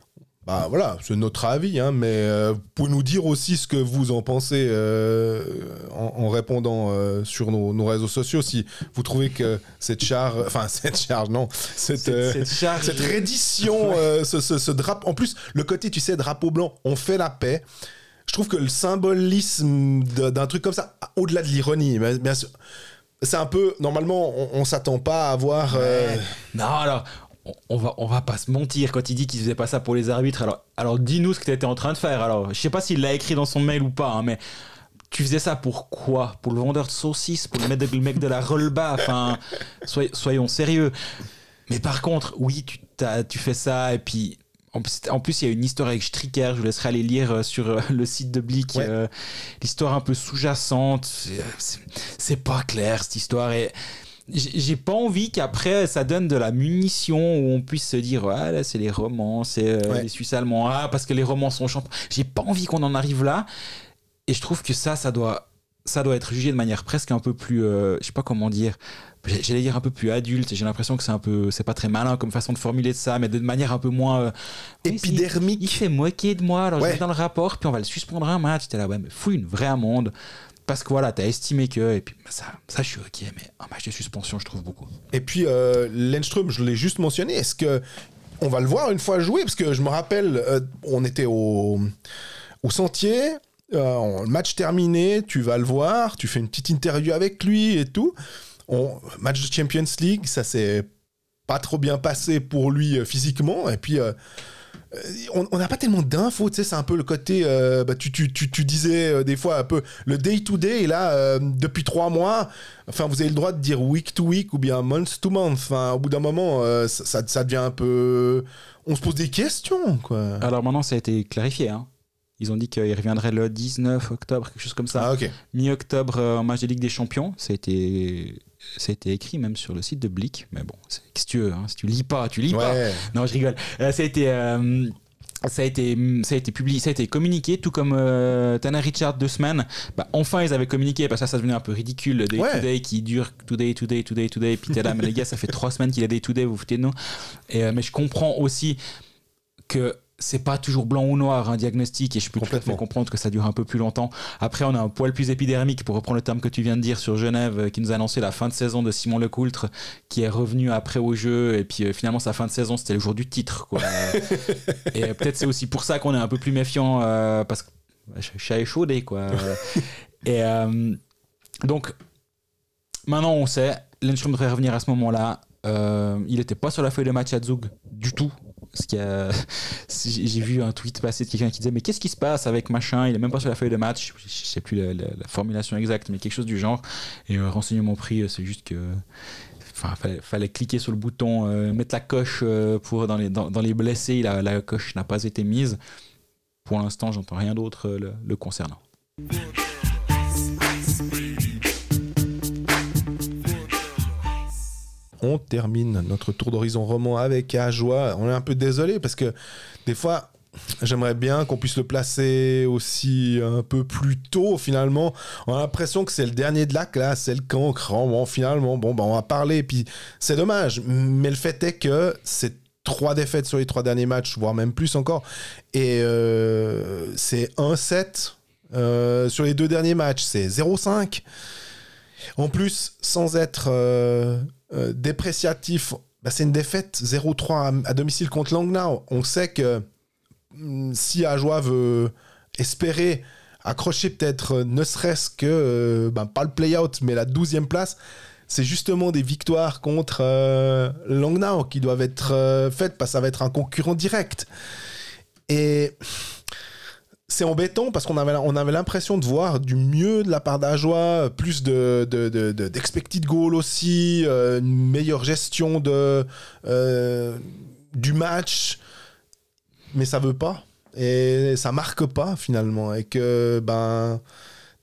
Bah voilà, c'est notre avis, hein, mais euh, vous pouvez nous dire aussi ce que vous en pensez euh, en, en répondant euh, sur nos, nos réseaux sociaux, si vous trouvez que cette charge, enfin cette charge, non, cette, Cette, euh, cette charge, cette reddition, euh, ce, ce, ce drapeau, en plus le côté, tu sais, drapeau blanc, on fait la paix. Je trouve que le symbolisme de, d'un truc comme ça, au-delà de l'ironie, mais, bien sûr, c'est un peu, normalement, on, on s'attend pas à avoir... Euh... Ouais. Non, alors... On va, on va pas se mentir quand il dit qu'il faisait pas ça pour les arbitres. Alors, alors dis-nous ce que tu étais en train de faire. Alors, je sais pas s'il l'a écrit dans son mail ou pas, hein, mais tu faisais ça pour quoi? Pour le vendeur de saucisses? Pour le mec de, le mec de la Rollba? Enfin, soy, soyons sérieux. Mais par contre, oui, tu, tu fais ça et puis... En plus, en plus, il y a une histoire avec Stricker, je vous laisserai aller lire sur le site de Blick. Ouais. Euh, l'histoire un peu sous-jacente. C'est, c'est, c'est pas clair, cette histoire. Et... J'ai pas envie qu'après ça donne de la munition où on puisse se dire ah là c'est les romans, c'est euh, ouais. les Suisses allemands, ah parce que les romans sont champions. J'ai pas envie qu'on en arrive là, et je trouve que ça ça doit ça doit être jugé de manière presque un peu plus euh, je sais pas comment dire, j'allais dire un peu plus adulte. J'ai l'impression que c'est un peu, c'est pas très malin comme façon de formuler de ça, mais de manière un peu moins euh, épidermique. Il, il fait moquer de moi, alors ouais. je vais dans le rapport, puis on va le suspendre un match. T'es là ouais mais fous une vraie amende. Parce que voilà, t'as estimé que, et puis ça, ça je suis ok, mais un match de suspension, je trouve beaucoup. Et puis euh, Lennström, je l'ai juste mentionné, est-ce que on va le voir une fois jouer? Parce que je me rappelle, euh, on était au, au Sentier, euh, le match terminé, tu vas le voir, tu fais une petite interview avec lui et tout. On, match de Champions League, ça s'est pas trop bien passé pour lui euh, physiquement, et puis... Euh, on n'a pas tellement d'infos, tu sais, c'est un peu le côté, euh, bah, tu, tu, tu, tu disais euh, des fois un peu le day-to-day, et là, euh, depuis trois mois, enfin, vous avez le droit de dire week-to-week ou bien month-to-month, enfin, au bout d'un moment, euh, ça, ça, ça devient un peu... On se pose des questions, quoi. Alors maintenant, ça a été clarifié, hein. Ils ont dit qu'il reviendrait le dix-neuf octobre, quelque chose comme ça. Ah, ok. Mi-octobre, euh, en match de Ligue des Champions, ça a été... Ça a été écrit même sur le site de Blick, mais bon, c'est, qu'est-ce que tu veux, hein, si tu lis pas, tu lis ouais. pas. Non, je rigole. Euh, ça a été, euh, ça a été, ça a été publié, ça a été communiqué, tout comme euh, Tanner Richard deux semaines. Bah, enfin, ils avaient communiqué parce que ça, ça devenait un peu ridicule, le day ouais. to day qui dure today, today, today, today. Puis t'es là, mais les gars, ça fait trois semaines qu'il a day to day, vous vous foutez de nous. Et euh, mais je comprends aussi que c'est pas toujours blanc ou noir un diagnostic, et je peux tout à fait comprendre que ça dure un peu plus longtemps. Après, on a un poil plus épidermique, pour reprendre le terme que tu viens de dire, sur Genève, qui nous a annoncé la fin de saison de Simon Lecoultre, qui est revenu après au jeu, et puis euh, finalement sa fin de saison c'était le jour du titre, quoi. Et euh, peut-être c'est aussi pour ça qu'on est un peu plus méfiant, euh, parce que chat échaudé, quoi. Et euh, donc maintenant on sait, Lennström devrait revenir à ce moment-là. Euh, il n'était pas sur la feuille de match à Zug du tout. Parce qu'il y a... J'ai vu un tweet passer de quelqu'un qui disait mais qu'est-ce qui se passe avec machin, il est même pas sur la feuille de match, je sais plus la, la, la formulation exacte, mais quelque chose du genre. Et euh, renseignement pris, c'est juste que enfin fallait, fallait cliquer sur le bouton, euh, mettre la coche euh, pour dans les, dans, dans les blessés. La, la coche n'a pas été mise. Pour l'instant, j'entends rien d'autre euh, le, le concernant. On termine notre tour d'horizon roman avec Ajoie. On est un peu désolé parce que des fois, j'aimerais bien qu'on puisse le placer aussi un peu plus tôt. Finalement, on a l'impression que c'est le dernier de la classe, c'est le cancre. Bon, finalement, bon, bah, on va parler. Puis c'est dommage, mais le fait est que c'est trois défaites sur les trois derniers matchs, voire même plus encore. Et euh, c'est un sept euh, sur les deux derniers matchs, c'est zéro cinq. En plus, sans être euh, euh, dépréciatif, bah, c'est une défaite zéro trois à, à domicile contre Langnau. On sait que mm, si Ajoie veut espérer accrocher peut-être, ne serait-ce que, euh, bah, pas le play-out, mais la douzième place, c'est justement des victoires contre euh, Langnau qui doivent être euh, faites parce que ça va être un concurrent direct. Et... c'est embêtant parce qu'on avait, on avait l'impression de voir du mieux de la part d'Ajoie, plus de, de, de, de, d'expected goal aussi, euh, une meilleure gestion de, euh, du match, mais ça veut pas et ça marque pas finalement, et que ben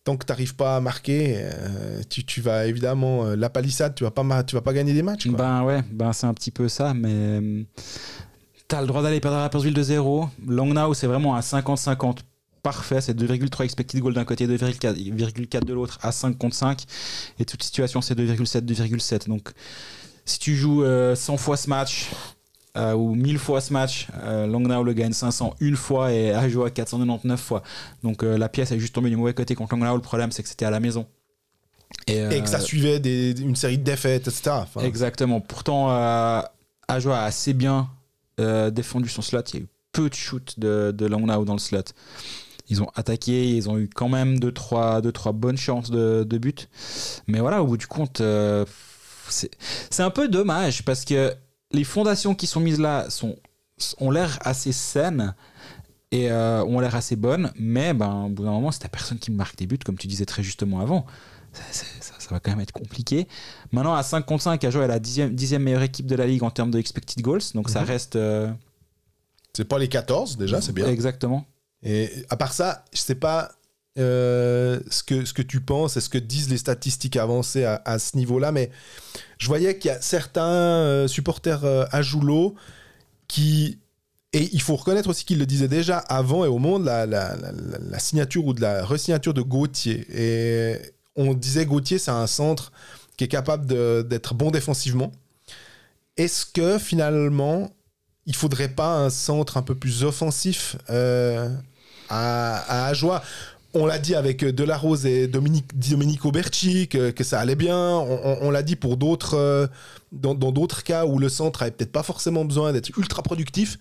tant que tu n'arrives pas à marquer, euh, tu, tu vas évidemment... Euh, la palissade, tu ne vas, pas, tu vas pas gagner des matchs. Quoi. Ben ouais, ben c'est un petit peu ça, mais tu as le droit d'aller perdre à Rapperswil de zéro. Langnau, c'est vraiment un cinquante cinquante parfait. C'est deux virgule trois expected goal d'un côté, deux virgule quatre de l'autre, à cinq contre cinq. Et toute situation, c'est deux virgule sept, deux virgule sept. Donc, si tu joues euh, cent fois ce match... Euh, ou mille fois ce match, euh, Langnau le gagne cinq cent une fois et Ajoa quatre cent quatre-vingt-dix-neuf fois. Donc euh, la pièce est juste tombée du mauvais côté contre Langnau. Le problème, c'est que c'était à la maison. Et, euh, et que ça suivait des, une série de défaites, et cetera. Enfin... Exactement. Pourtant, euh, Ajoa a assez bien euh, défendu son slot. Il y a eu peu de shoots de, de Langnau dans le slot. Ils ont attaqué, ils ont eu quand même deux trois bonnes chances de, de but. Mais voilà, au bout du compte, euh, c'est, c'est un peu dommage parce que les fondations qui sont mises là sont, ont l'air assez saines et euh, ont l'air assez bonnes, mais ben, au bout d'un moment, si t'as personne qui marque des buts, comme tu disais très justement avant, ça, ça, ça va quand même être compliqué. Maintenant, à cinq contre cinq, Ajoa est la dixième, dixième meilleure équipe de la Ligue en termes de expected goals, donc mm-hmm. ça reste... Euh... C'est pas les quatorze, déjà, c'est bien. Exactement. Et à part ça, je sais pas euh, ce, que, ce que tu penses et ce que disent les statistiques avancées à, à ce niveau-là, mais... Je voyais qu'il y a certains euh, supporters euh, à Joulot qui... Et il faut reconnaître aussi qu'ils le disaient déjà avant et au monde, la, la, la, la signature ou de la resignature de Gauthier. Et on disait Gauthier, c'est un centre qui est capable de, d'être bon défensivement. Est-ce que finalement, il ne faudrait pas un centre un peu plus offensif euh, à, à Ajoa ? On l'a dit avec Delarose et Dominique, Domenico Berchi que, que ça allait bien. On, on, on l'a dit pour d'autres, euh, dans, dans d'autres cas où le centre avait peut-être pas forcément besoin d'être ultra productif.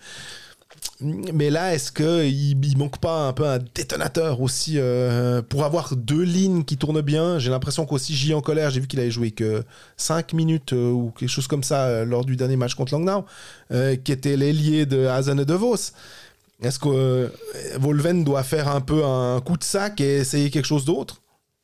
Mais là, est-ce qu'il ne manque pas un peu un détonateur aussi euh, pour avoir deux lignes qui tournent bien ? J'ai l'impression qu'aussi J en colère, j'ai vu qu'il avait joué que cinq minutes euh, ou quelque chose comme ça euh, lors du dernier match contre Langnau, euh, qui était l'ailier de Hazen et de Vos. Est-ce que euh, Wolven doit faire un peu un coup de sac et essayer quelque chose d'autre ?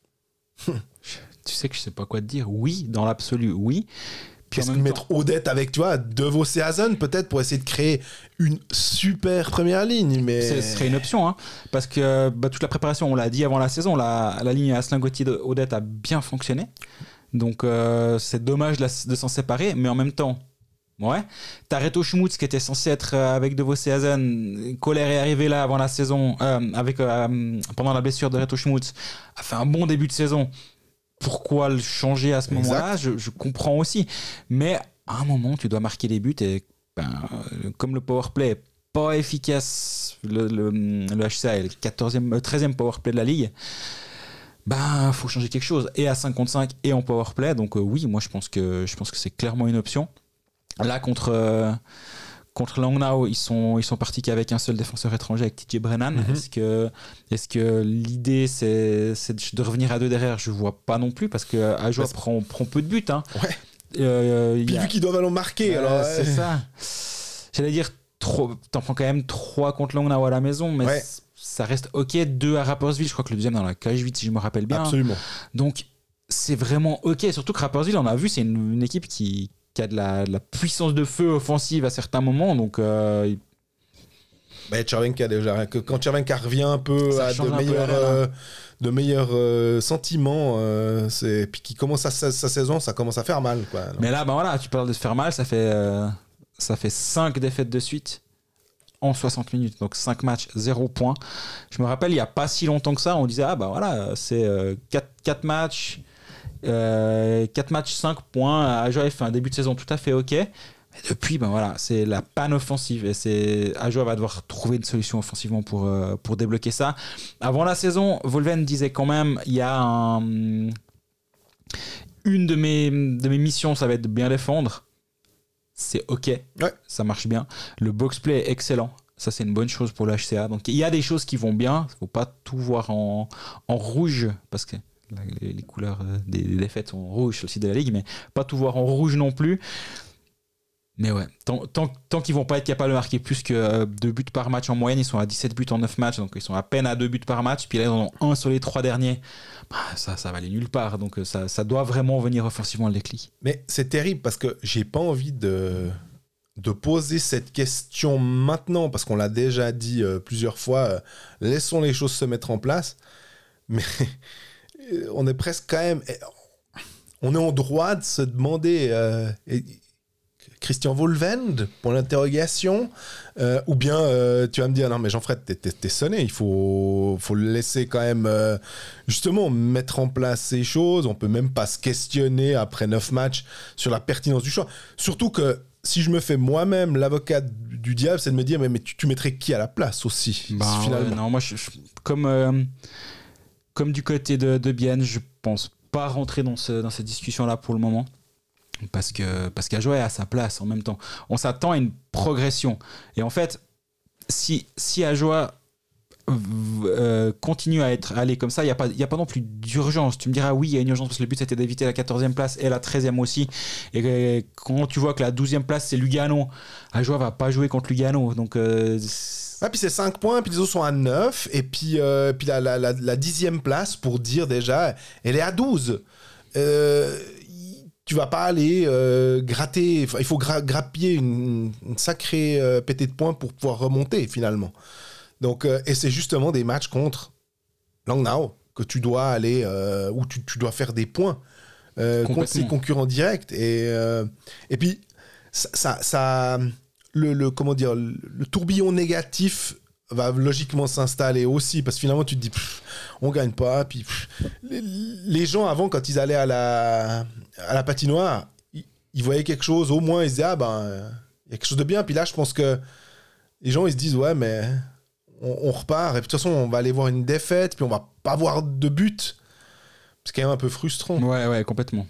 Tu sais que je sais pas quoi te dire. Oui, dans l'absolu, oui. Puis est-ce que mettre Odette avec, tu vois, De Vos et Hazen, peut-être, pour essayer de créer une super première ligne, mais... Ce serait une option, hein, parce que bah, toute la préparation, on l'a dit avant la saison, la, la ligne Asselin-Gauthier-Odette a bien fonctionné. Donc, euh, c'est dommage de, la, de s'en séparer, mais en même temps... Ouais, t'as Reto Schmutz qui était censé être avec De Vos et Hazen. Colère est arrivé là avant la saison, euh, avec, euh, pendant la blessure de Reto Schmutz, a fait un bon début de saison. Pourquoi le changer à ce exact. moment-là, je, je comprends aussi. Mais à un moment, tu dois marquer des buts et ben, comme le powerplay n'est pas efficace, le, le, le H C A est le quatorzième, treizième powerplay de la Ligue, ben, faut changer quelque chose. Et à cinq contre cinq et en powerplay. Donc euh, oui, moi je pense que, je pense que c'est clairement une option. Là, contre, euh, contre Langnau, ils sont, ils sont partis qu'avec un seul défenseur étranger, avec T J Brennan. Mm-hmm. Est-ce que, est-ce que l'idée, c'est, c'est de revenir à deux derrière ? Je ne vois pas non plus, parce que Ajoa parce... prend, prend peu de buts. Hein. Ouais. Euh, Puis a... vu qu'ils doivent aller marquer. Euh, alors, c'est ouais. ça. J'allais dire, trop, t'en prends quand même trois contre Langnau à la maison, mais ouais. ça reste OK. deux à Rapperswil, je crois que le deuxième dans la cage huit, si je me rappelle bien. Absolument. Donc, c'est vraiment OK. Surtout que Rapperswil, on a vu, c'est une, une équipe qui... qui a de la, de la puissance de feu offensive à certains moments, donc euh, bah, Červenka déjà, quand Červenka revient un peu ça à de meilleurs, peu euh, de meilleurs euh, sentiments, euh, c'est... puis qui commence sa, sa, sa saison, ça commence à faire mal, quoi. Mais là, ben voilà, tu parles de se faire mal, ça fait, euh, ça fait cinq défaites de suite en soixante minutes, donc cinq matchs, zéro point. Je me rappelle, il n'y a pas si longtemps que ça, on disait, ah bah voilà, c'est euh, quatre matchs, Euh, quatre matchs, cinq points. Ajoa fait un début de saison tout à fait OK. Mais depuis, ben voilà, c'est la panne offensive. Et c'est... Ajoa va devoir trouver une solution offensivement pour, euh, pour débloquer ça. Avant la saison, Wolven disait quand même il y a un... une de mes, de mes missions, ça va être de bien défendre. C'est OK. Ouais. Ça marche bien. Le box-play est excellent. Ça, c'est une bonne chose pour le H C A. Donc, il y a des choses qui vont bien. Il ne faut pas tout voir en, en rouge parce que Les, les couleurs des, des défaites sont rouges sur le site de la Ligue, mais pas tout voir en rouge non plus. Mais ouais, tant, tant, tant qu'ils vont pas être capables de marquer plus que deux buts par match en moyenne, ils sont à dix-sept buts en neuf matchs, donc ils sont à peine à deux buts par match, puis là ils en ont un sur les trois derniers. Bah, ça, ça va aller nulle part, donc ça, ça doit vraiment venir offensivement le déclic. Mais c'est terrible parce que j'ai pas envie de, de poser cette question maintenant, parce qu'on l'a déjà dit euh, plusieurs fois, euh, laissons les choses se mettre en place, mais... on est presque quand même... On est en droit de se demander... Euh, et, Christian Volvend, pour l'interrogation, euh, ou bien euh, tu vas me dire non mais Jean-Fred t'es, t'es, t'es sonné, il faut, faut le laisser quand même euh, justement mettre en place ces choses. On peut même pas se questionner après neuf matchs sur la pertinence du choix, surtout que si je me fais moi-même l'avocat du diable, c'est de me dire mais, mais tu, tu mettrais qui à la place aussi bah, finalement. Ouais, non moi je, je, comme, euh, comme du côté de, de Bienne, je pense pas rentrer dans, ce, dans cette discussion là pour le moment. Parce que parce qu'Ajoie est à sa place en même temps. On s'attend à une progression. Et en fait, si, si Ajoie euh, continue à être allé comme ça, il n'y a, a pas non plus d'urgence. Tu me diras, oui, il y a une urgence parce que le but c'était d'éviter la quatorzième place et la treizième aussi. Et quand tu vois que la douzième place c'est Lugano, Ajoie va pas jouer contre Lugano. Donc. Euh, Ah, puis c'est cinq points, puis les autres sont à neuf. Et puis, euh, puis la, la, la, la dixième place, pour dire déjà, elle est à douze. Euh. Tu vas pas aller euh, gratter, il faut gra- grappiller une, une sacrée euh, pétée de points pour pouvoir remonter finalement. Donc, euh, et c'est justement des matchs contre Langnau que tu dois aller, euh, où tu, tu dois faire des points euh, contre ses concurrents directs. Et, euh, et puis, ça, ça, ça le, le, comment dire, le, le tourbillon négatif va logiquement s'installer aussi, parce que finalement tu te dis pff, on gagne pas, puis pff, les, les gens avant quand ils allaient à la, à la patinoire ils, ils voyaient quelque chose, au moins ils se disaient ah ben il y a quelque chose de bien, puis là je pense que les gens ils se disent ouais mais on, on repart, et puis de toute façon on va aller voir une défaite, puis on va pas voir de but, c'est quand même un peu frustrant. Ouais ouais complètement.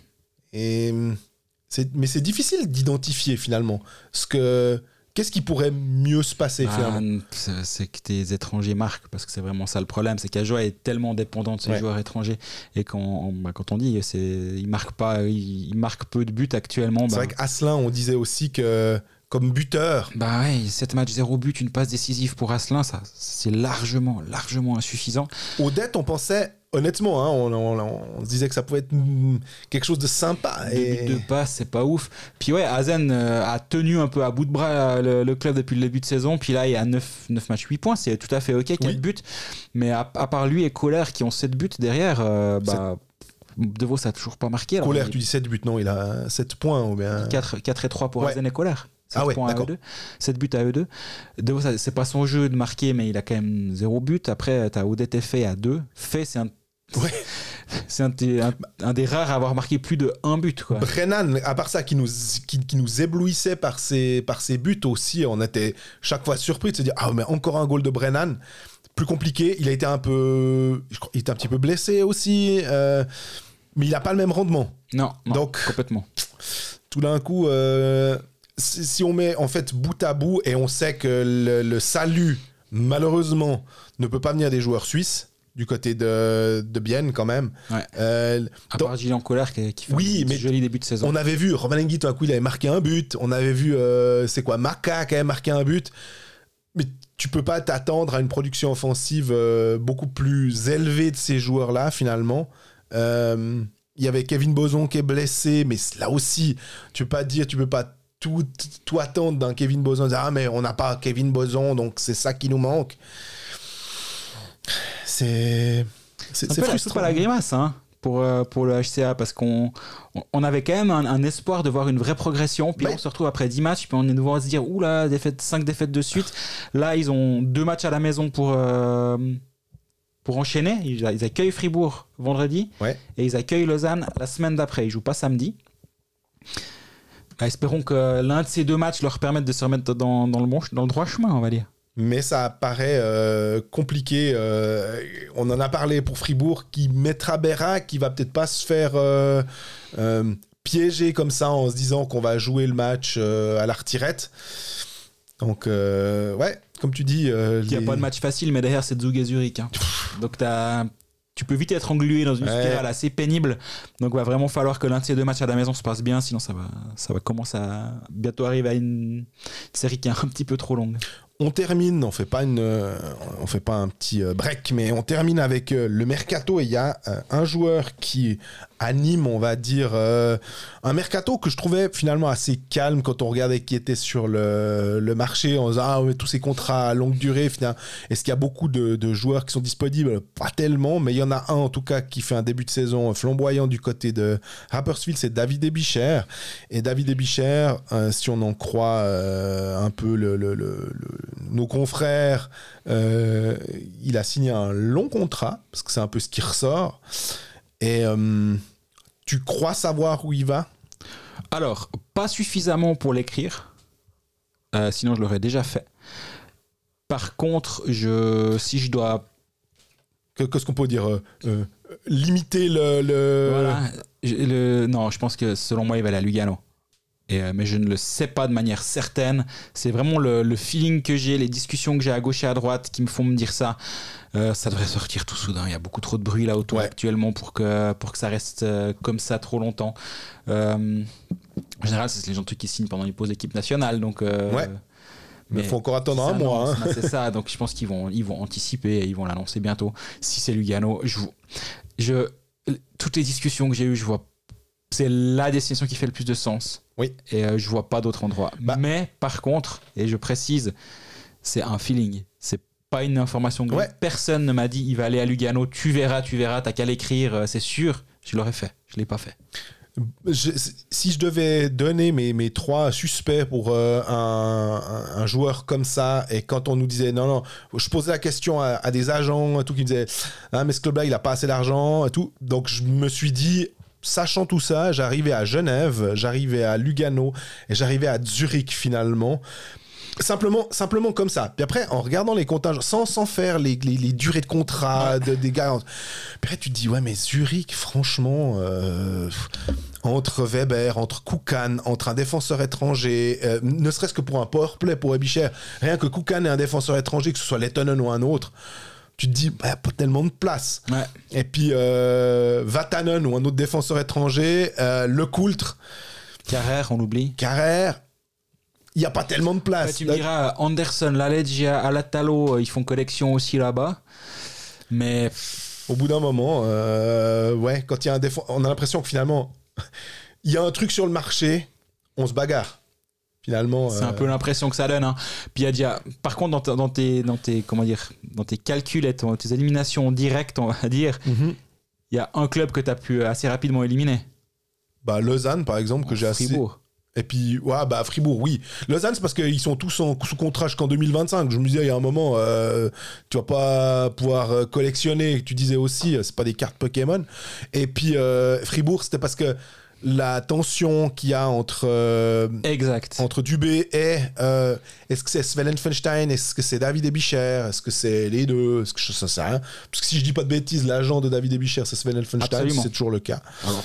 Et c'est, mais c'est difficile d'identifier finalement ce que qu'est-ce qui pourrait mieux se passer bah, finalement. c'est, c'est que tes étrangers marquent, parce que c'est vraiment ça le problème, c'est qu'Ajoie est tellement dépendant de ses ouais. joueurs étrangers, et quand, bah, quand on dit c'est, il marque pas, il, il marque peu de buts actuellement. C'est bah, vrai qu'Asselin, on disait aussi que comme buteur. Bah ouais, sept matchs, zéro but, une passe décisive pour Asselin, ça c'est largement, largement insuffisant. Odette, on pensait. Honnêtement, hein, on, on, on se disait que ça pouvait être mm, quelque chose de sympa. Deux et... buts de passe, c'est pas ouf. Puis ouais, Hazen euh, a tenu un peu à bout de bras le, le club depuis le début de saison. Puis là, il y a neuf, neuf matchs, huit points. C'est tout à fait OK, quatre oui. buts. Mais à, à part lui et Kohler qui ont sept buts derrière, euh, bah, De Vos n'a toujours pas marqué. Kohler, il... tu dis sept buts, non, il a sept points. Ou bien... quatre, quatre et trois pour ouais. Hazen et Kohler. sept ah ouais, points d'accord. à eux deux, sept buts à eux deux. De Vos, c'est pas son jeu de marquer, mais il a quand même zéro but. Après, tu as Odette et Fay à deux. Fay, c'est un Ouais. C'est un, un, un des rares à avoir marqué plus de un but, quoi. Brennan, à part ça, qui nous, qui, qui nous éblouissait par ses, par ses buts aussi, on était chaque fois surpris de se dire ah mais encore un goal de Brennan. Plus compliqué, il a été un peu, je crois, il était un petit peu blessé aussi, euh, mais il n'a pas le même rendement. Non, non donc complètement. Tout d'un coup, euh, si, si on met en fait bout à bout et on sait que le, le salut malheureusement ne peut pas venir des joueurs suisses. Du côté de, de Bienne, quand même. Ouais. Euh, à part Gillian Kohler qui, qui fait oui, un mais joli début de saison. On avait vu, Romain-Lengi, tout d'un coup, il avait marqué un but. On avait vu, euh, c'est quoi, Maka qui avait marqué un but. Mais tu peux pas t'attendre à une production offensive euh, beaucoup plus élevée de ces joueurs-là, finalement. Euh, il y avait Kevin Boson qui est blessé, mais là aussi, tu peux pas dire, tu peux pas tout, tout attendre d'un Kevin Boson. Ah, mais on n'a pas Kevin Boson, donc c'est ça qui nous manque. C'est, c'est, c'est, c'est frustrant. Pas la grimace hein, pour, euh, pour le H C A, parce qu'on on avait quand même un, un espoir de voir une vraie progression, puis ouais. on se retrouve après dix matchs, puis on est nouveau à se dire oula, défaite, cinq défaites de suite. Là ils ont deux matchs à la maison pour, euh, pour enchaîner. Ils, ils accueillent Fribourg vendredi ouais. et ils accueillent Lausanne la semaine d'après. Ils jouent pas samedi. Bah, espérons que l'un de ces deux matchs leur permette de se remettre dans, dans, le, bon, dans le droit chemin, on va dire. Mais ça paraît euh, compliqué. Euh, on en a parlé pour Fribourg, qui mettra Berra, qui va peut-être pas se faire euh, euh, piéger comme ça en se disant qu'on va jouer le match euh, à la retirette. Donc, euh, ouais, comme tu dis... Euh, il n'y a les... pas de match facile, mais derrière, c'est Zug et Zurich. Hein. Donc, t'as... tu peux vite être englué dans une ouais. spirale assez pénible. Donc, il va vraiment falloir que l'un de ces deux matchs à la maison se passe bien, sinon ça va, ça va commencer à bientôt arriver à une série qui est un petit peu trop longue. On termine, on fait pas une, euh, on fait pas un petit euh, break, mais on termine avec euh, le mercato. Et il y a euh, un joueur qui anime, on va dire, euh, un mercato que je trouvais finalement assez calme quand on regardait qui était sur le, le marché. On se disait, ah, mais tous ces contrats à longue durée, finalement, est-ce qu'il y a beaucoup de, de joueurs qui sont disponibles? Pas tellement, mais il y en a un en tout cas qui fait un début de saison flamboyant du côté de Rapperswil, c'est David Ebicher. Et David Ebicher, euh, si on en croit euh, un peu le, le, le, le nos confrères, euh, il a signé un long contrat, parce que c'est un peu ce qui ressort. Et euh, tu crois savoir où il va? Alors, pas suffisamment pour l'écrire, euh, sinon je l'aurais déjà fait. Par contre, je, si je dois... Que, qu'est-ce qu'on peut dire euh, euh, limiter le... le... Voilà, je, le... Non, je pense que selon moi, il va aller à Lugano. Et, euh, mais je ne le sais pas de manière certaine. C'est vraiment le, le feeling que j'ai, les discussions que j'ai à gauche et à droite qui me font me dire ça. Euh, ça devrait sortir tout soudain. Il y a beaucoup trop de bruit là autour ouais. actuellement pour que, pour que ça reste euh, comme ça trop longtemps. Euh, en général, c'est les gens de trucs qui signent pendant les pauses d'équipe nationale. Donc, euh, ouais. Mais il faut encore attendre un mois. Hein. C'est ça. Donc je pense qu'ils vont, ils vont anticiper et ils vont l'annoncer bientôt. Si c'est Lugano, je, je, toutes les discussions que j'ai eues, je vois c'est la destination qui fait le plus de sens. Oui. Et euh, je vois pas d'autre endroit. Bah. Mais par contre, et je précise, c'est un feeling. C'est pas une information que ouais. personne ne m'a dit. Il va aller à Lugano. Tu verras, tu verras. T'as qu'à l'écrire. C'est sûr. Je l'aurais fait. Je l'ai pas fait. Je, si je devais donner mes, mes trois suspects pour euh, un, un, un joueur comme ça, et quand on nous disait non, non, je posais la question à, à des agents, tout qui me disaient ah, mais ce club-là, il a pas assez d'argent, et tout. Donc je me suis dit. Sachant tout ça, j'arrivais à Genève, j'arrivais à Lugano et j'arrivais à Zurich finalement. Simplement, simplement comme ça. Puis après, en regardant les contingents, sans, sans faire les, les, les durées de contrat ouais. de, des gars. Puis après, tu te dis, ouais, mais Zurich, franchement, euh, entre Weber, entre Koukan, entre un défenseur étranger, euh, ne serait-ce que pour un powerplay pour Ebicher, rien que Koukan et un défenseur étranger, que ce soit Lettonen ou un autre, tu te dis, bah, pas tellement de place. Ouais. Et puis, euh, Vatanen ou un autre défenseur étranger, euh, Le Coultre. Carrère, on oublie. Carrère, il n'y a pas tellement de place. Ouais, tu me diras, Anderson, Laleggia, Alatalo, ils font collection aussi là-bas. Mais. Au bout d'un moment, euh, ouais, quand il y a un défenseur, on a l'impression que finalement, il y a un truc sur le marché, on se bagarre. Finalement, c'est euh... un peu l'impression que ça donne. Hein. Puis il y a déjà, par contre, dans, t- dans tes, dans tes, comment dire, dans tes calculs et ton, tes éliminations directes, on va dire, il mm-hmm. y a un club que tu as pu assez rapidement éliminer. Bah Lausanne, par exemple, que en j'ai Fribourg. assez. Et puis, ouais, bah Fribourg, oui. Lausanne, c'est parce qu'ils sont tous en, sous contrat jusqu'en deux mille vingt-cinq. Je me disais, il y a un moment, euh, tu vas pas pouvoir collectionner. Tu disais aussi, c'est pas des cartes Pokémon. Et puis euh, Fribourg, c'était parce que la tension qu'il y a entre euh, exact entre Dubé et euh, est-ce que c'est Sven Helfenstein, est-ce que c'est David Ebicher, est-ce que c'est les deux, est-ce que je sais ça rien, parce que si je dis pas de bêtises, l'agent de David Ebicher c'est Sven Helfenstein. C'est toujours le cas. Alors.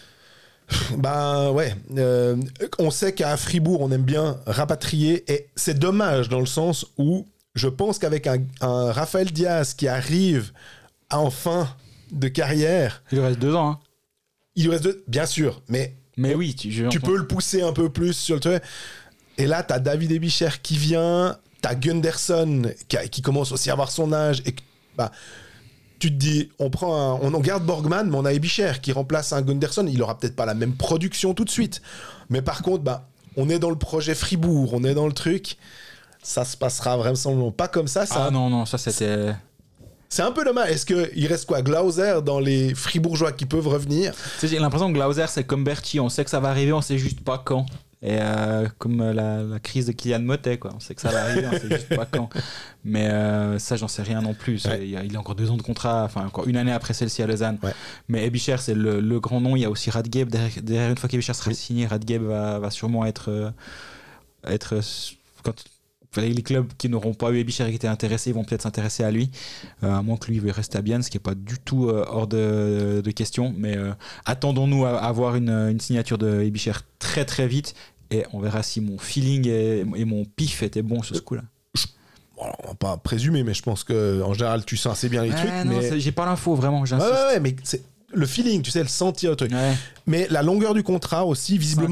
Ben ouais, euh, on sait qu'à Fribourg on aime bien rapatrier et c'est dommage dans le sens où je pense qu'avec un, un Raphaël Diaz qui arrive en fin de carrière, il lui reste deux ans hein. Il lui reste deux, bien sûr, mais, mais oui, tu, je tu peux le pousser un peu plus sur le truc. Et là, t'as David Ebicher qui vient, t'as Gunderson qui, a, qui commence aussi à avoir son âge. Et bah, tu te dis, on prend un, on, on garde Borgman, mais on a Ebicher qui remplace un Gunderson. Il aura peut-être pas la même production tout de suite, mais par contre, bah, on est dans le projet Fribourg, on est dans le truc. Ça se passera vraiment pas comme ça. ça ah non non, ça c'était. C'est un peu dommage. Est-ce qu'il reste quoi, Glauser dans les Fribourgeois qui peuvent revenir? J'ai l'impression que Glauser, c'est comme Berti. On sait que ça va arriver, on sait juste pas quand. Et euh, comme la, la crise de Kylian Motet, quoi. On sait que ça va arriver, on sait juste pas quand. Mais euh, ça, j'en sais rien non plus. Ouais. Il, a, il a encore deux ans de contrat, enfin encore une année après celle-ci à Lausanne. Ouais. Mais Ebicher, c'est le, le grand nom. Il y a aussi Radgeb. Derrière, derrière une fois qu'Ebicher sera oui. signé, Radgeb va, va sûrement être... Euh, être quand, les clubs qui n'auront pas eu Ebicher et qui étaient intéressés, ils vont peut-être s'intéresser à lui, euh, à moins que lui il reste à Bienne, ce qui n'est pas du tout euh, hors de, de question. Mais euh, attendons-nous à avoir une, une signature de Ebicher très très vite et on verra si mon feeling et, et mon pif étaient bons sur ce coup-là. Bon, on va pas présumer, mais je pense qu'en général tu sens assez bien les ouais, trucs. Non, mais... j'ai pas l'info vraiment, j'insiste. Ouais, ouais, mais c'est le feeling, tu sais, le sentir le truc. Ouais. Mais la longueur du contrat aussi, visiblement,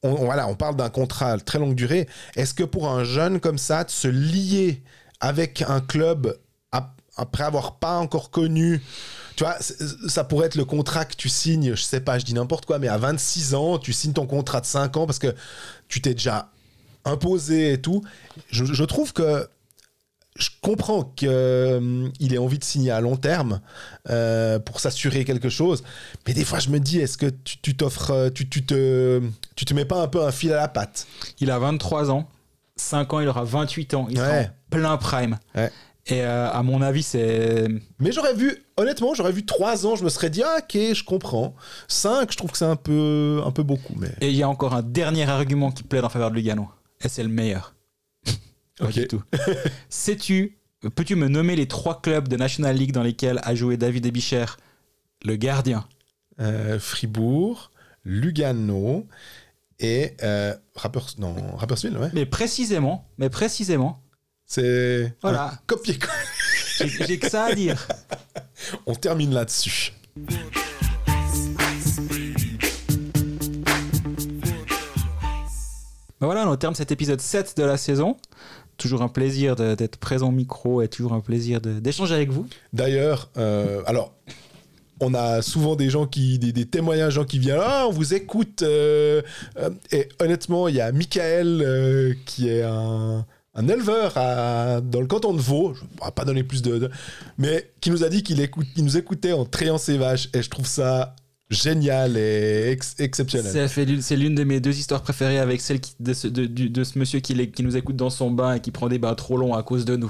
on, on- voilà, on parle d'un contrat très longue durée. Est-ce que pour un jeune comme ça, de se lier avec un club ap- après avoir pas encore connu, tu vois, c'est- ça pourrait être le contrat que tu signes, je sais pas, je dis n'importe quoi, mais à vingt-six ans, tu signes ton contrat de cinq ans parce que tu t'es déjà imposé et tout. Je, je trouve que je comprends qu'il ait envie de signer à long terme euh, pour s'assurer quelque chose, mais des fois je me dis, est-ce que tu, tu t'offres, euh, tu, tu, te, tu te mets pas un peu un fil à la patte? Il a vingt-trois ans. cinq ans, il aura vingt-huit ans. Il sera Ouais. en plein prime. Ouais. Et euh, à mon avis, c'est... Mais j'aurais vu, honnêtement, j'aurais vu trois ans, je me serais dit, ah, ok, je comprends. cinq, je trouve que c'est un peu, un peu beaucoup. Mais... Et il y a encore un dernier argument qui plaide en faveur de Lugano. Et c'est le meilleur. Pas Ok. du tout. Sais-tu, peux-tu me nommer les trois clubs de National League dans lesquels a joué David Ebicher, le gardien? Euh, Fribourg, Lugano et euh, Rappers, non, Rapperswil, ouais. Mais précisément, mais précisément, C'est Voilà. un copier-coller. j'ai, j'ai que ça à dire. On termine là-dessus. Ben voilà, on est au terme de cet épisode sept de la saison. Toujours un plaisir de- d'être présent au micro et toujours un plaisir de- d'échanger avec vous. D'ailleurs, euh, alors, on a souvent des gens qui, des, des témoignages, gens qui viennent, ah, on vous écoute. euh, euh, et honnêtement, il y a Michael euh, qui est un, un éleveur à- dans le canton de Vaud. Je ne pourrais pas donner plus de, de- mais qui nous a dit qu'il écoute, qu'il nous écoutait en trayant ses vaches. Et je trouve ça génial et ex- exceptionnel. C'est, fait l'une- c'est l'une de mes deux histoires préférées avec celle qui- de, ce, de, du- de ce monsieur qui, les- qui nous écoute dans son bain et qui prend des bains trop longs à cause de nous.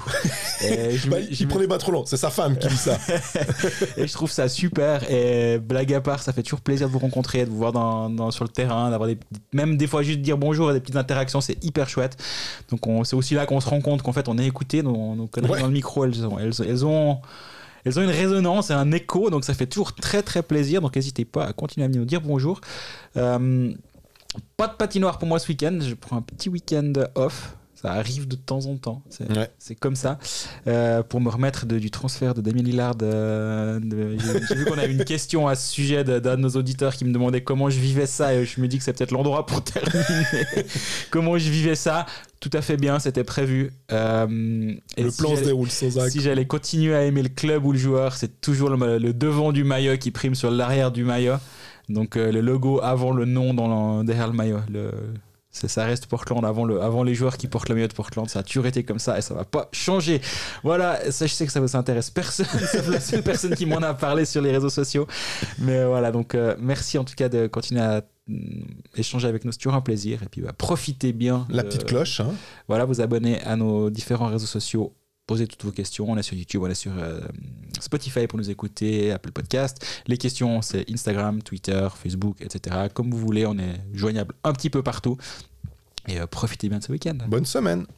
Et je, Bah, me- il je me- prenait pas trop long, c'est sa femme qui dit ça. et je trouve ça super. Et blague à part, ça fait toujours plaisir de vous rencontrer, de vous voir dans, dans- sur le terrain, d'avoir des, même des fois juste dire bonjour et des petites interactions, c'est hyper chouette. Donc on, c'est aussi là qu'on se rend compte qu'en fait on est écouté, nos, nos conneries Ouais. dans le micro, elles ont, elles, elles ont Elles ont une résonance et un écho, donc ça fait toujours très très plaisir. Donc n'hésitez pas à continuer à venir nous dire bonjour. Euh, pas de patinoire pour moi ce week-end. Je prends un petit week-end off. Ça arrive de temps en temps. C'est, Ouais. c'est comme ça. Euh, pour me remettre de- du transfert de Damien Lillard. euh, de- j'ai, j'ai vu qu'on avait une question à ce sujet de- d'un de nos auditeurs qui me demandait comment je vivais ça. Et je me dis que c'est peut-être l'endroit pour terminer. Comment je vivais ça. Tout à fait bien, c'était prévu. Euh, et Le si plan se j'allais- déroule sans acte. si j'allais continuer à aimer le club ou le joueur, c'est toujours le, le devant du maillot qui prime sur l'arrière du maillot. Donc euh, le logo avant le nom dans le- derrière le maillot. Le, c'est- ça reste Portland avant, le, avant les joueurs qui portent le maillot de Portland. Ça a toujours été comme ça et ça va pas changer. Voilà, ça je sais que ça ne intéresse personne. C'est la seule personne qui m'en a parlé sur les réseaux sociaux. Mais euh, voilà, donc euh, merci en tout cas de continuer à mm, échanger avec nous. C'est toujours un plaisir. Et puis bah, profitez bien. La de- petite cloche, hein. Voilà, vous abonnez à nos différents réseaux sociaux. Posez toutes vos questions. On est sur YouTube, on est sur euh, Spotify pour nous écouter, Apple Podcast. Les questions, c'est Instagram, Twitter, Facebook, et cetera. Comme vous voulez, on est joignable un petit peu partout. Et euh, profitez bien de ce week-end. Bonne semaine.